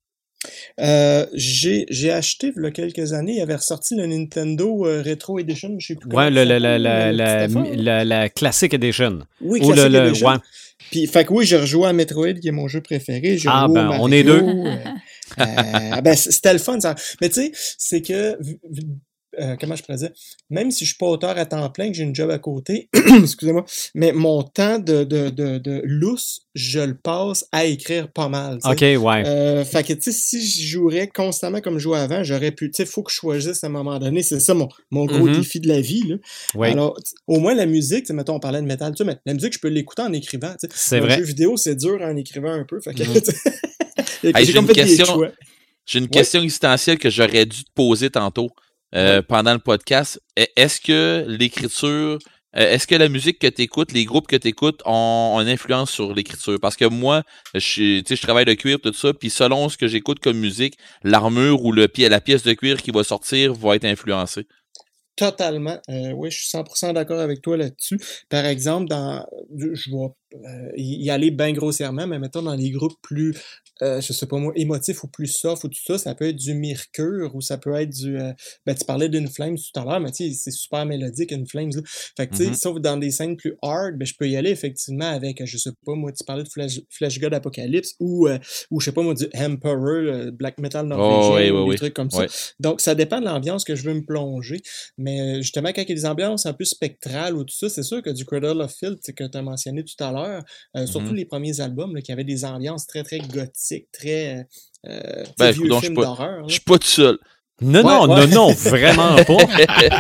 Euh, j'ai, j'ai acheté il y a quelques années, il avait ressorti le Nintendo euh, Retro Edition, je sais plus ouais, le, la, la, la, la, la, la Classic Edition. Oui, Ou Classic le, Edition. Le, ouais. Puis, fait que oui, j'ai rejoué à Metroid, qui est mon jeu préféré. J'ai ah, ben, Mario, on est deux. Euh, euh, ben, c'était le fun, ça. Mais tu sais, c'est que... Euh, comment je pourrais dire, même si je suis pas auteur à temps plein, que j'ai une job à côté, excusez-moi, mais mon temps de, de, de, de lousse, je le passe à écrire pas mal. T'sais. OK, ouais. Euh, fait que, tu sais, si je jouerais constamment comme je jouais avant, j'aurais pu, tu sais, il faut que je choisisse à un moment donné. C'est ça mon, mon gros mm-hmm. défi de la vie, là. Ouais. Alors, au moins, la musique, mettons, on parlait de métal, tu sais, mais la musique, je peux l'écouter en écrivant, tu sais. C'est le vrai. jeu vidéo, c'est dur en écrivant un peu. Fait que, mm-hmm. hey, j'ai, j'ai comme fait une question, choix. J'ai une ouais. question existentielle que j'aurais dû te poser tantôt. Euh, ouais. Pendant le podcast, est-ce que l'écriture, est-ce que la musique que tu écoutes, les groupes que tu écoutes ont, ont une influence sur l'écriture? Parce que moi, je, je travaille le cuir, tout ça, puis selon ce que j'écoute comme musique, l'armure ou le, la pièce de cuir qui va sortir va être influencée. Totalement. Euh, oui, je suis cent pour cent d'accord avec toi là-dessus. Par exemple, dans, je vais euh, y aller bien grossièrement, mais mettons dans les groupes plus euh, je sais pas moi, émotif ou plus soft ou tout ça, ça peut être du mercure ou ça peut être du... Euh, ben, tu parlais d'une Flames tout à l'heure, mais tu sais, c'est super mélodique, une Flames. Là. Fait que, tu sais, mm-hmm. sauf dans des scènes plus hard, ben, je peux y aller effectivement avec, je sais pas moi, tu parlais de Flash, Flash God Apocalypse ou, euh, ou je sais pas moi, du Emperor, black metal norvégien, oh, oui, oui, ou des oui. trucs comme oui. ça. Donc, ça dépend de l'ambiance que je veux me plonger. Mais justement, quand il y a des ambiances un peu spectrales ou tout ça, c'est sûr que du Cradle of Filth, que tu as mentionné tout à l'heure, euh, mm-hmm. surtout les premiers albums, là, qui avaient des ambiances très, très gothiques, très euh, ben, vieux donc, films pas, d'horreur. Je suis pas tout seul. Non, ouais, non, ouais. non, non, vraiment pas.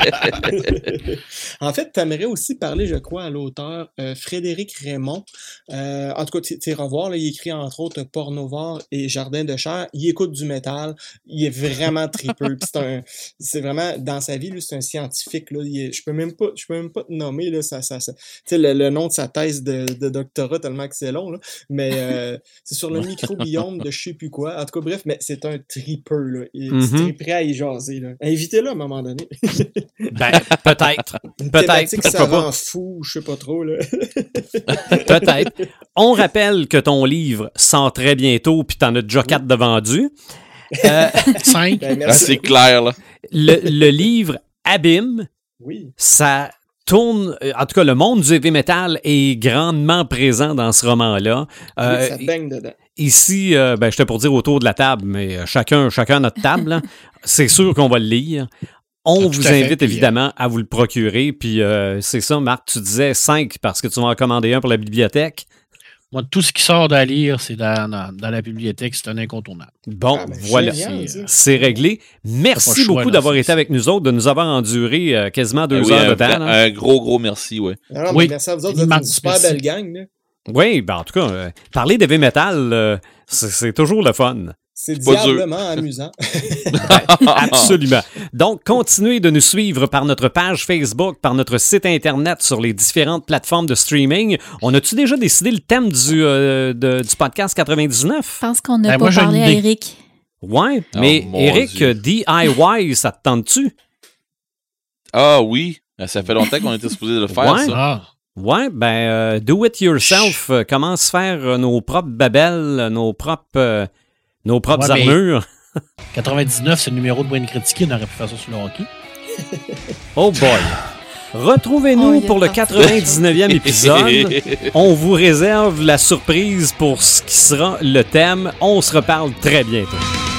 En fait, tu aimerais aussi parler, je crois, à l'auteur euh, Frédéric Raymond. Euh, en tout cas, tu sais, revoir, là, il écrit entre autres Pornovore et Jardin de chair. Il écoute du métal. Il est vraiment tripeux. c'est, un, c'est vraiment, dans sa vie, lui, c'est un scientifique. Là. Il est, je peux même pas, je peux même pas te nommer là, ça, ça, ça, le, le nom de sa thèse de, de doctorat, tellement que c'est long. Là. Mais euh, c'est sur le microbiome de je sais plus quoi. En tout cas, bref, mais c'est un tripeux. Là. Il mm-hmm. triperait à y jaser. Là. Invitez-le à un moment donné. ben, peut-être. Une peut-être. thématique, ça rend fou, je sais pas trop. Là. peut-être. On rappelle que ton livre sort très bientôt, puis t'en as déjà quatre de vendus. Euh, Cinq. Ben, ah, c'est clair, là. Le, le livre Abîme, oui. ça tourne... En tout cas, le monde du heavy metal est grandement présent dans ce roman-là. Euh, oui, ça baigne dedans. Ici, euh, ben, j'étais pour dire autour de la table, mais chacun, chacun à notre table, hein. C'est sûr qu'on va le lire. On Tout vous à invite fait, évidemment puis, à vous le procurer. Puis euh, c'est ça, Marc, tu disais cinq parce que tu vas en commander un pour la bibliothèque. Moi, tout ce qui sort à lire, c'est dans, dans, dans la bibliothèque, c'est un incontournable. Bon, ah ben, voilà, génial, c'est, c'est réglé. Merci beaucoup choix, d'avoir été avec nous autres, de nous avoir enduré euh, quasiment deux oui, heures un, de temps. Un, un gros, gros merci, oui. Alors, oui. Merci à vous autres, vous êtes une super merci. Belle gang. Là. Oui, ben en tout cas, euh, parler d'heavy metal, euh, c'est, c'est toujours le fun. C'est diablement amusant. Absolument. Donc, continuez de nous suivre par notre page Facebook, par notre site Internet, sur les différentes plateformes de streaming. On a-tu déjà décidé le thème du, euh, de, du podcast quatre-vingt-dix-neuf? Je pense qu'on n'a ben, pas moi, parlé à Eric. Ouais, oh, mais Eric, Dieu. D I Y, ça te tente-tu? Ah oui, ça fait longtemps qu'on était supposé de le faire, ouais. ça. Ah. Ouais, ben, euh, do it yourself. Euh, commence à faire euh, nos propres babelles, nos propres... Euh, Nos propres ouais, armures. quatre-vingt-dix-neuf, c'est le numéro de Wayne Critiqué. On aurait pu faire ça sur le hockey. Oh boy. Retrouvez-nous oh, pour le quatre-vingt-dix-neuvième épisode. On vous réserve la surprise pour ce qui sera le thème. On se reparle très bientôt.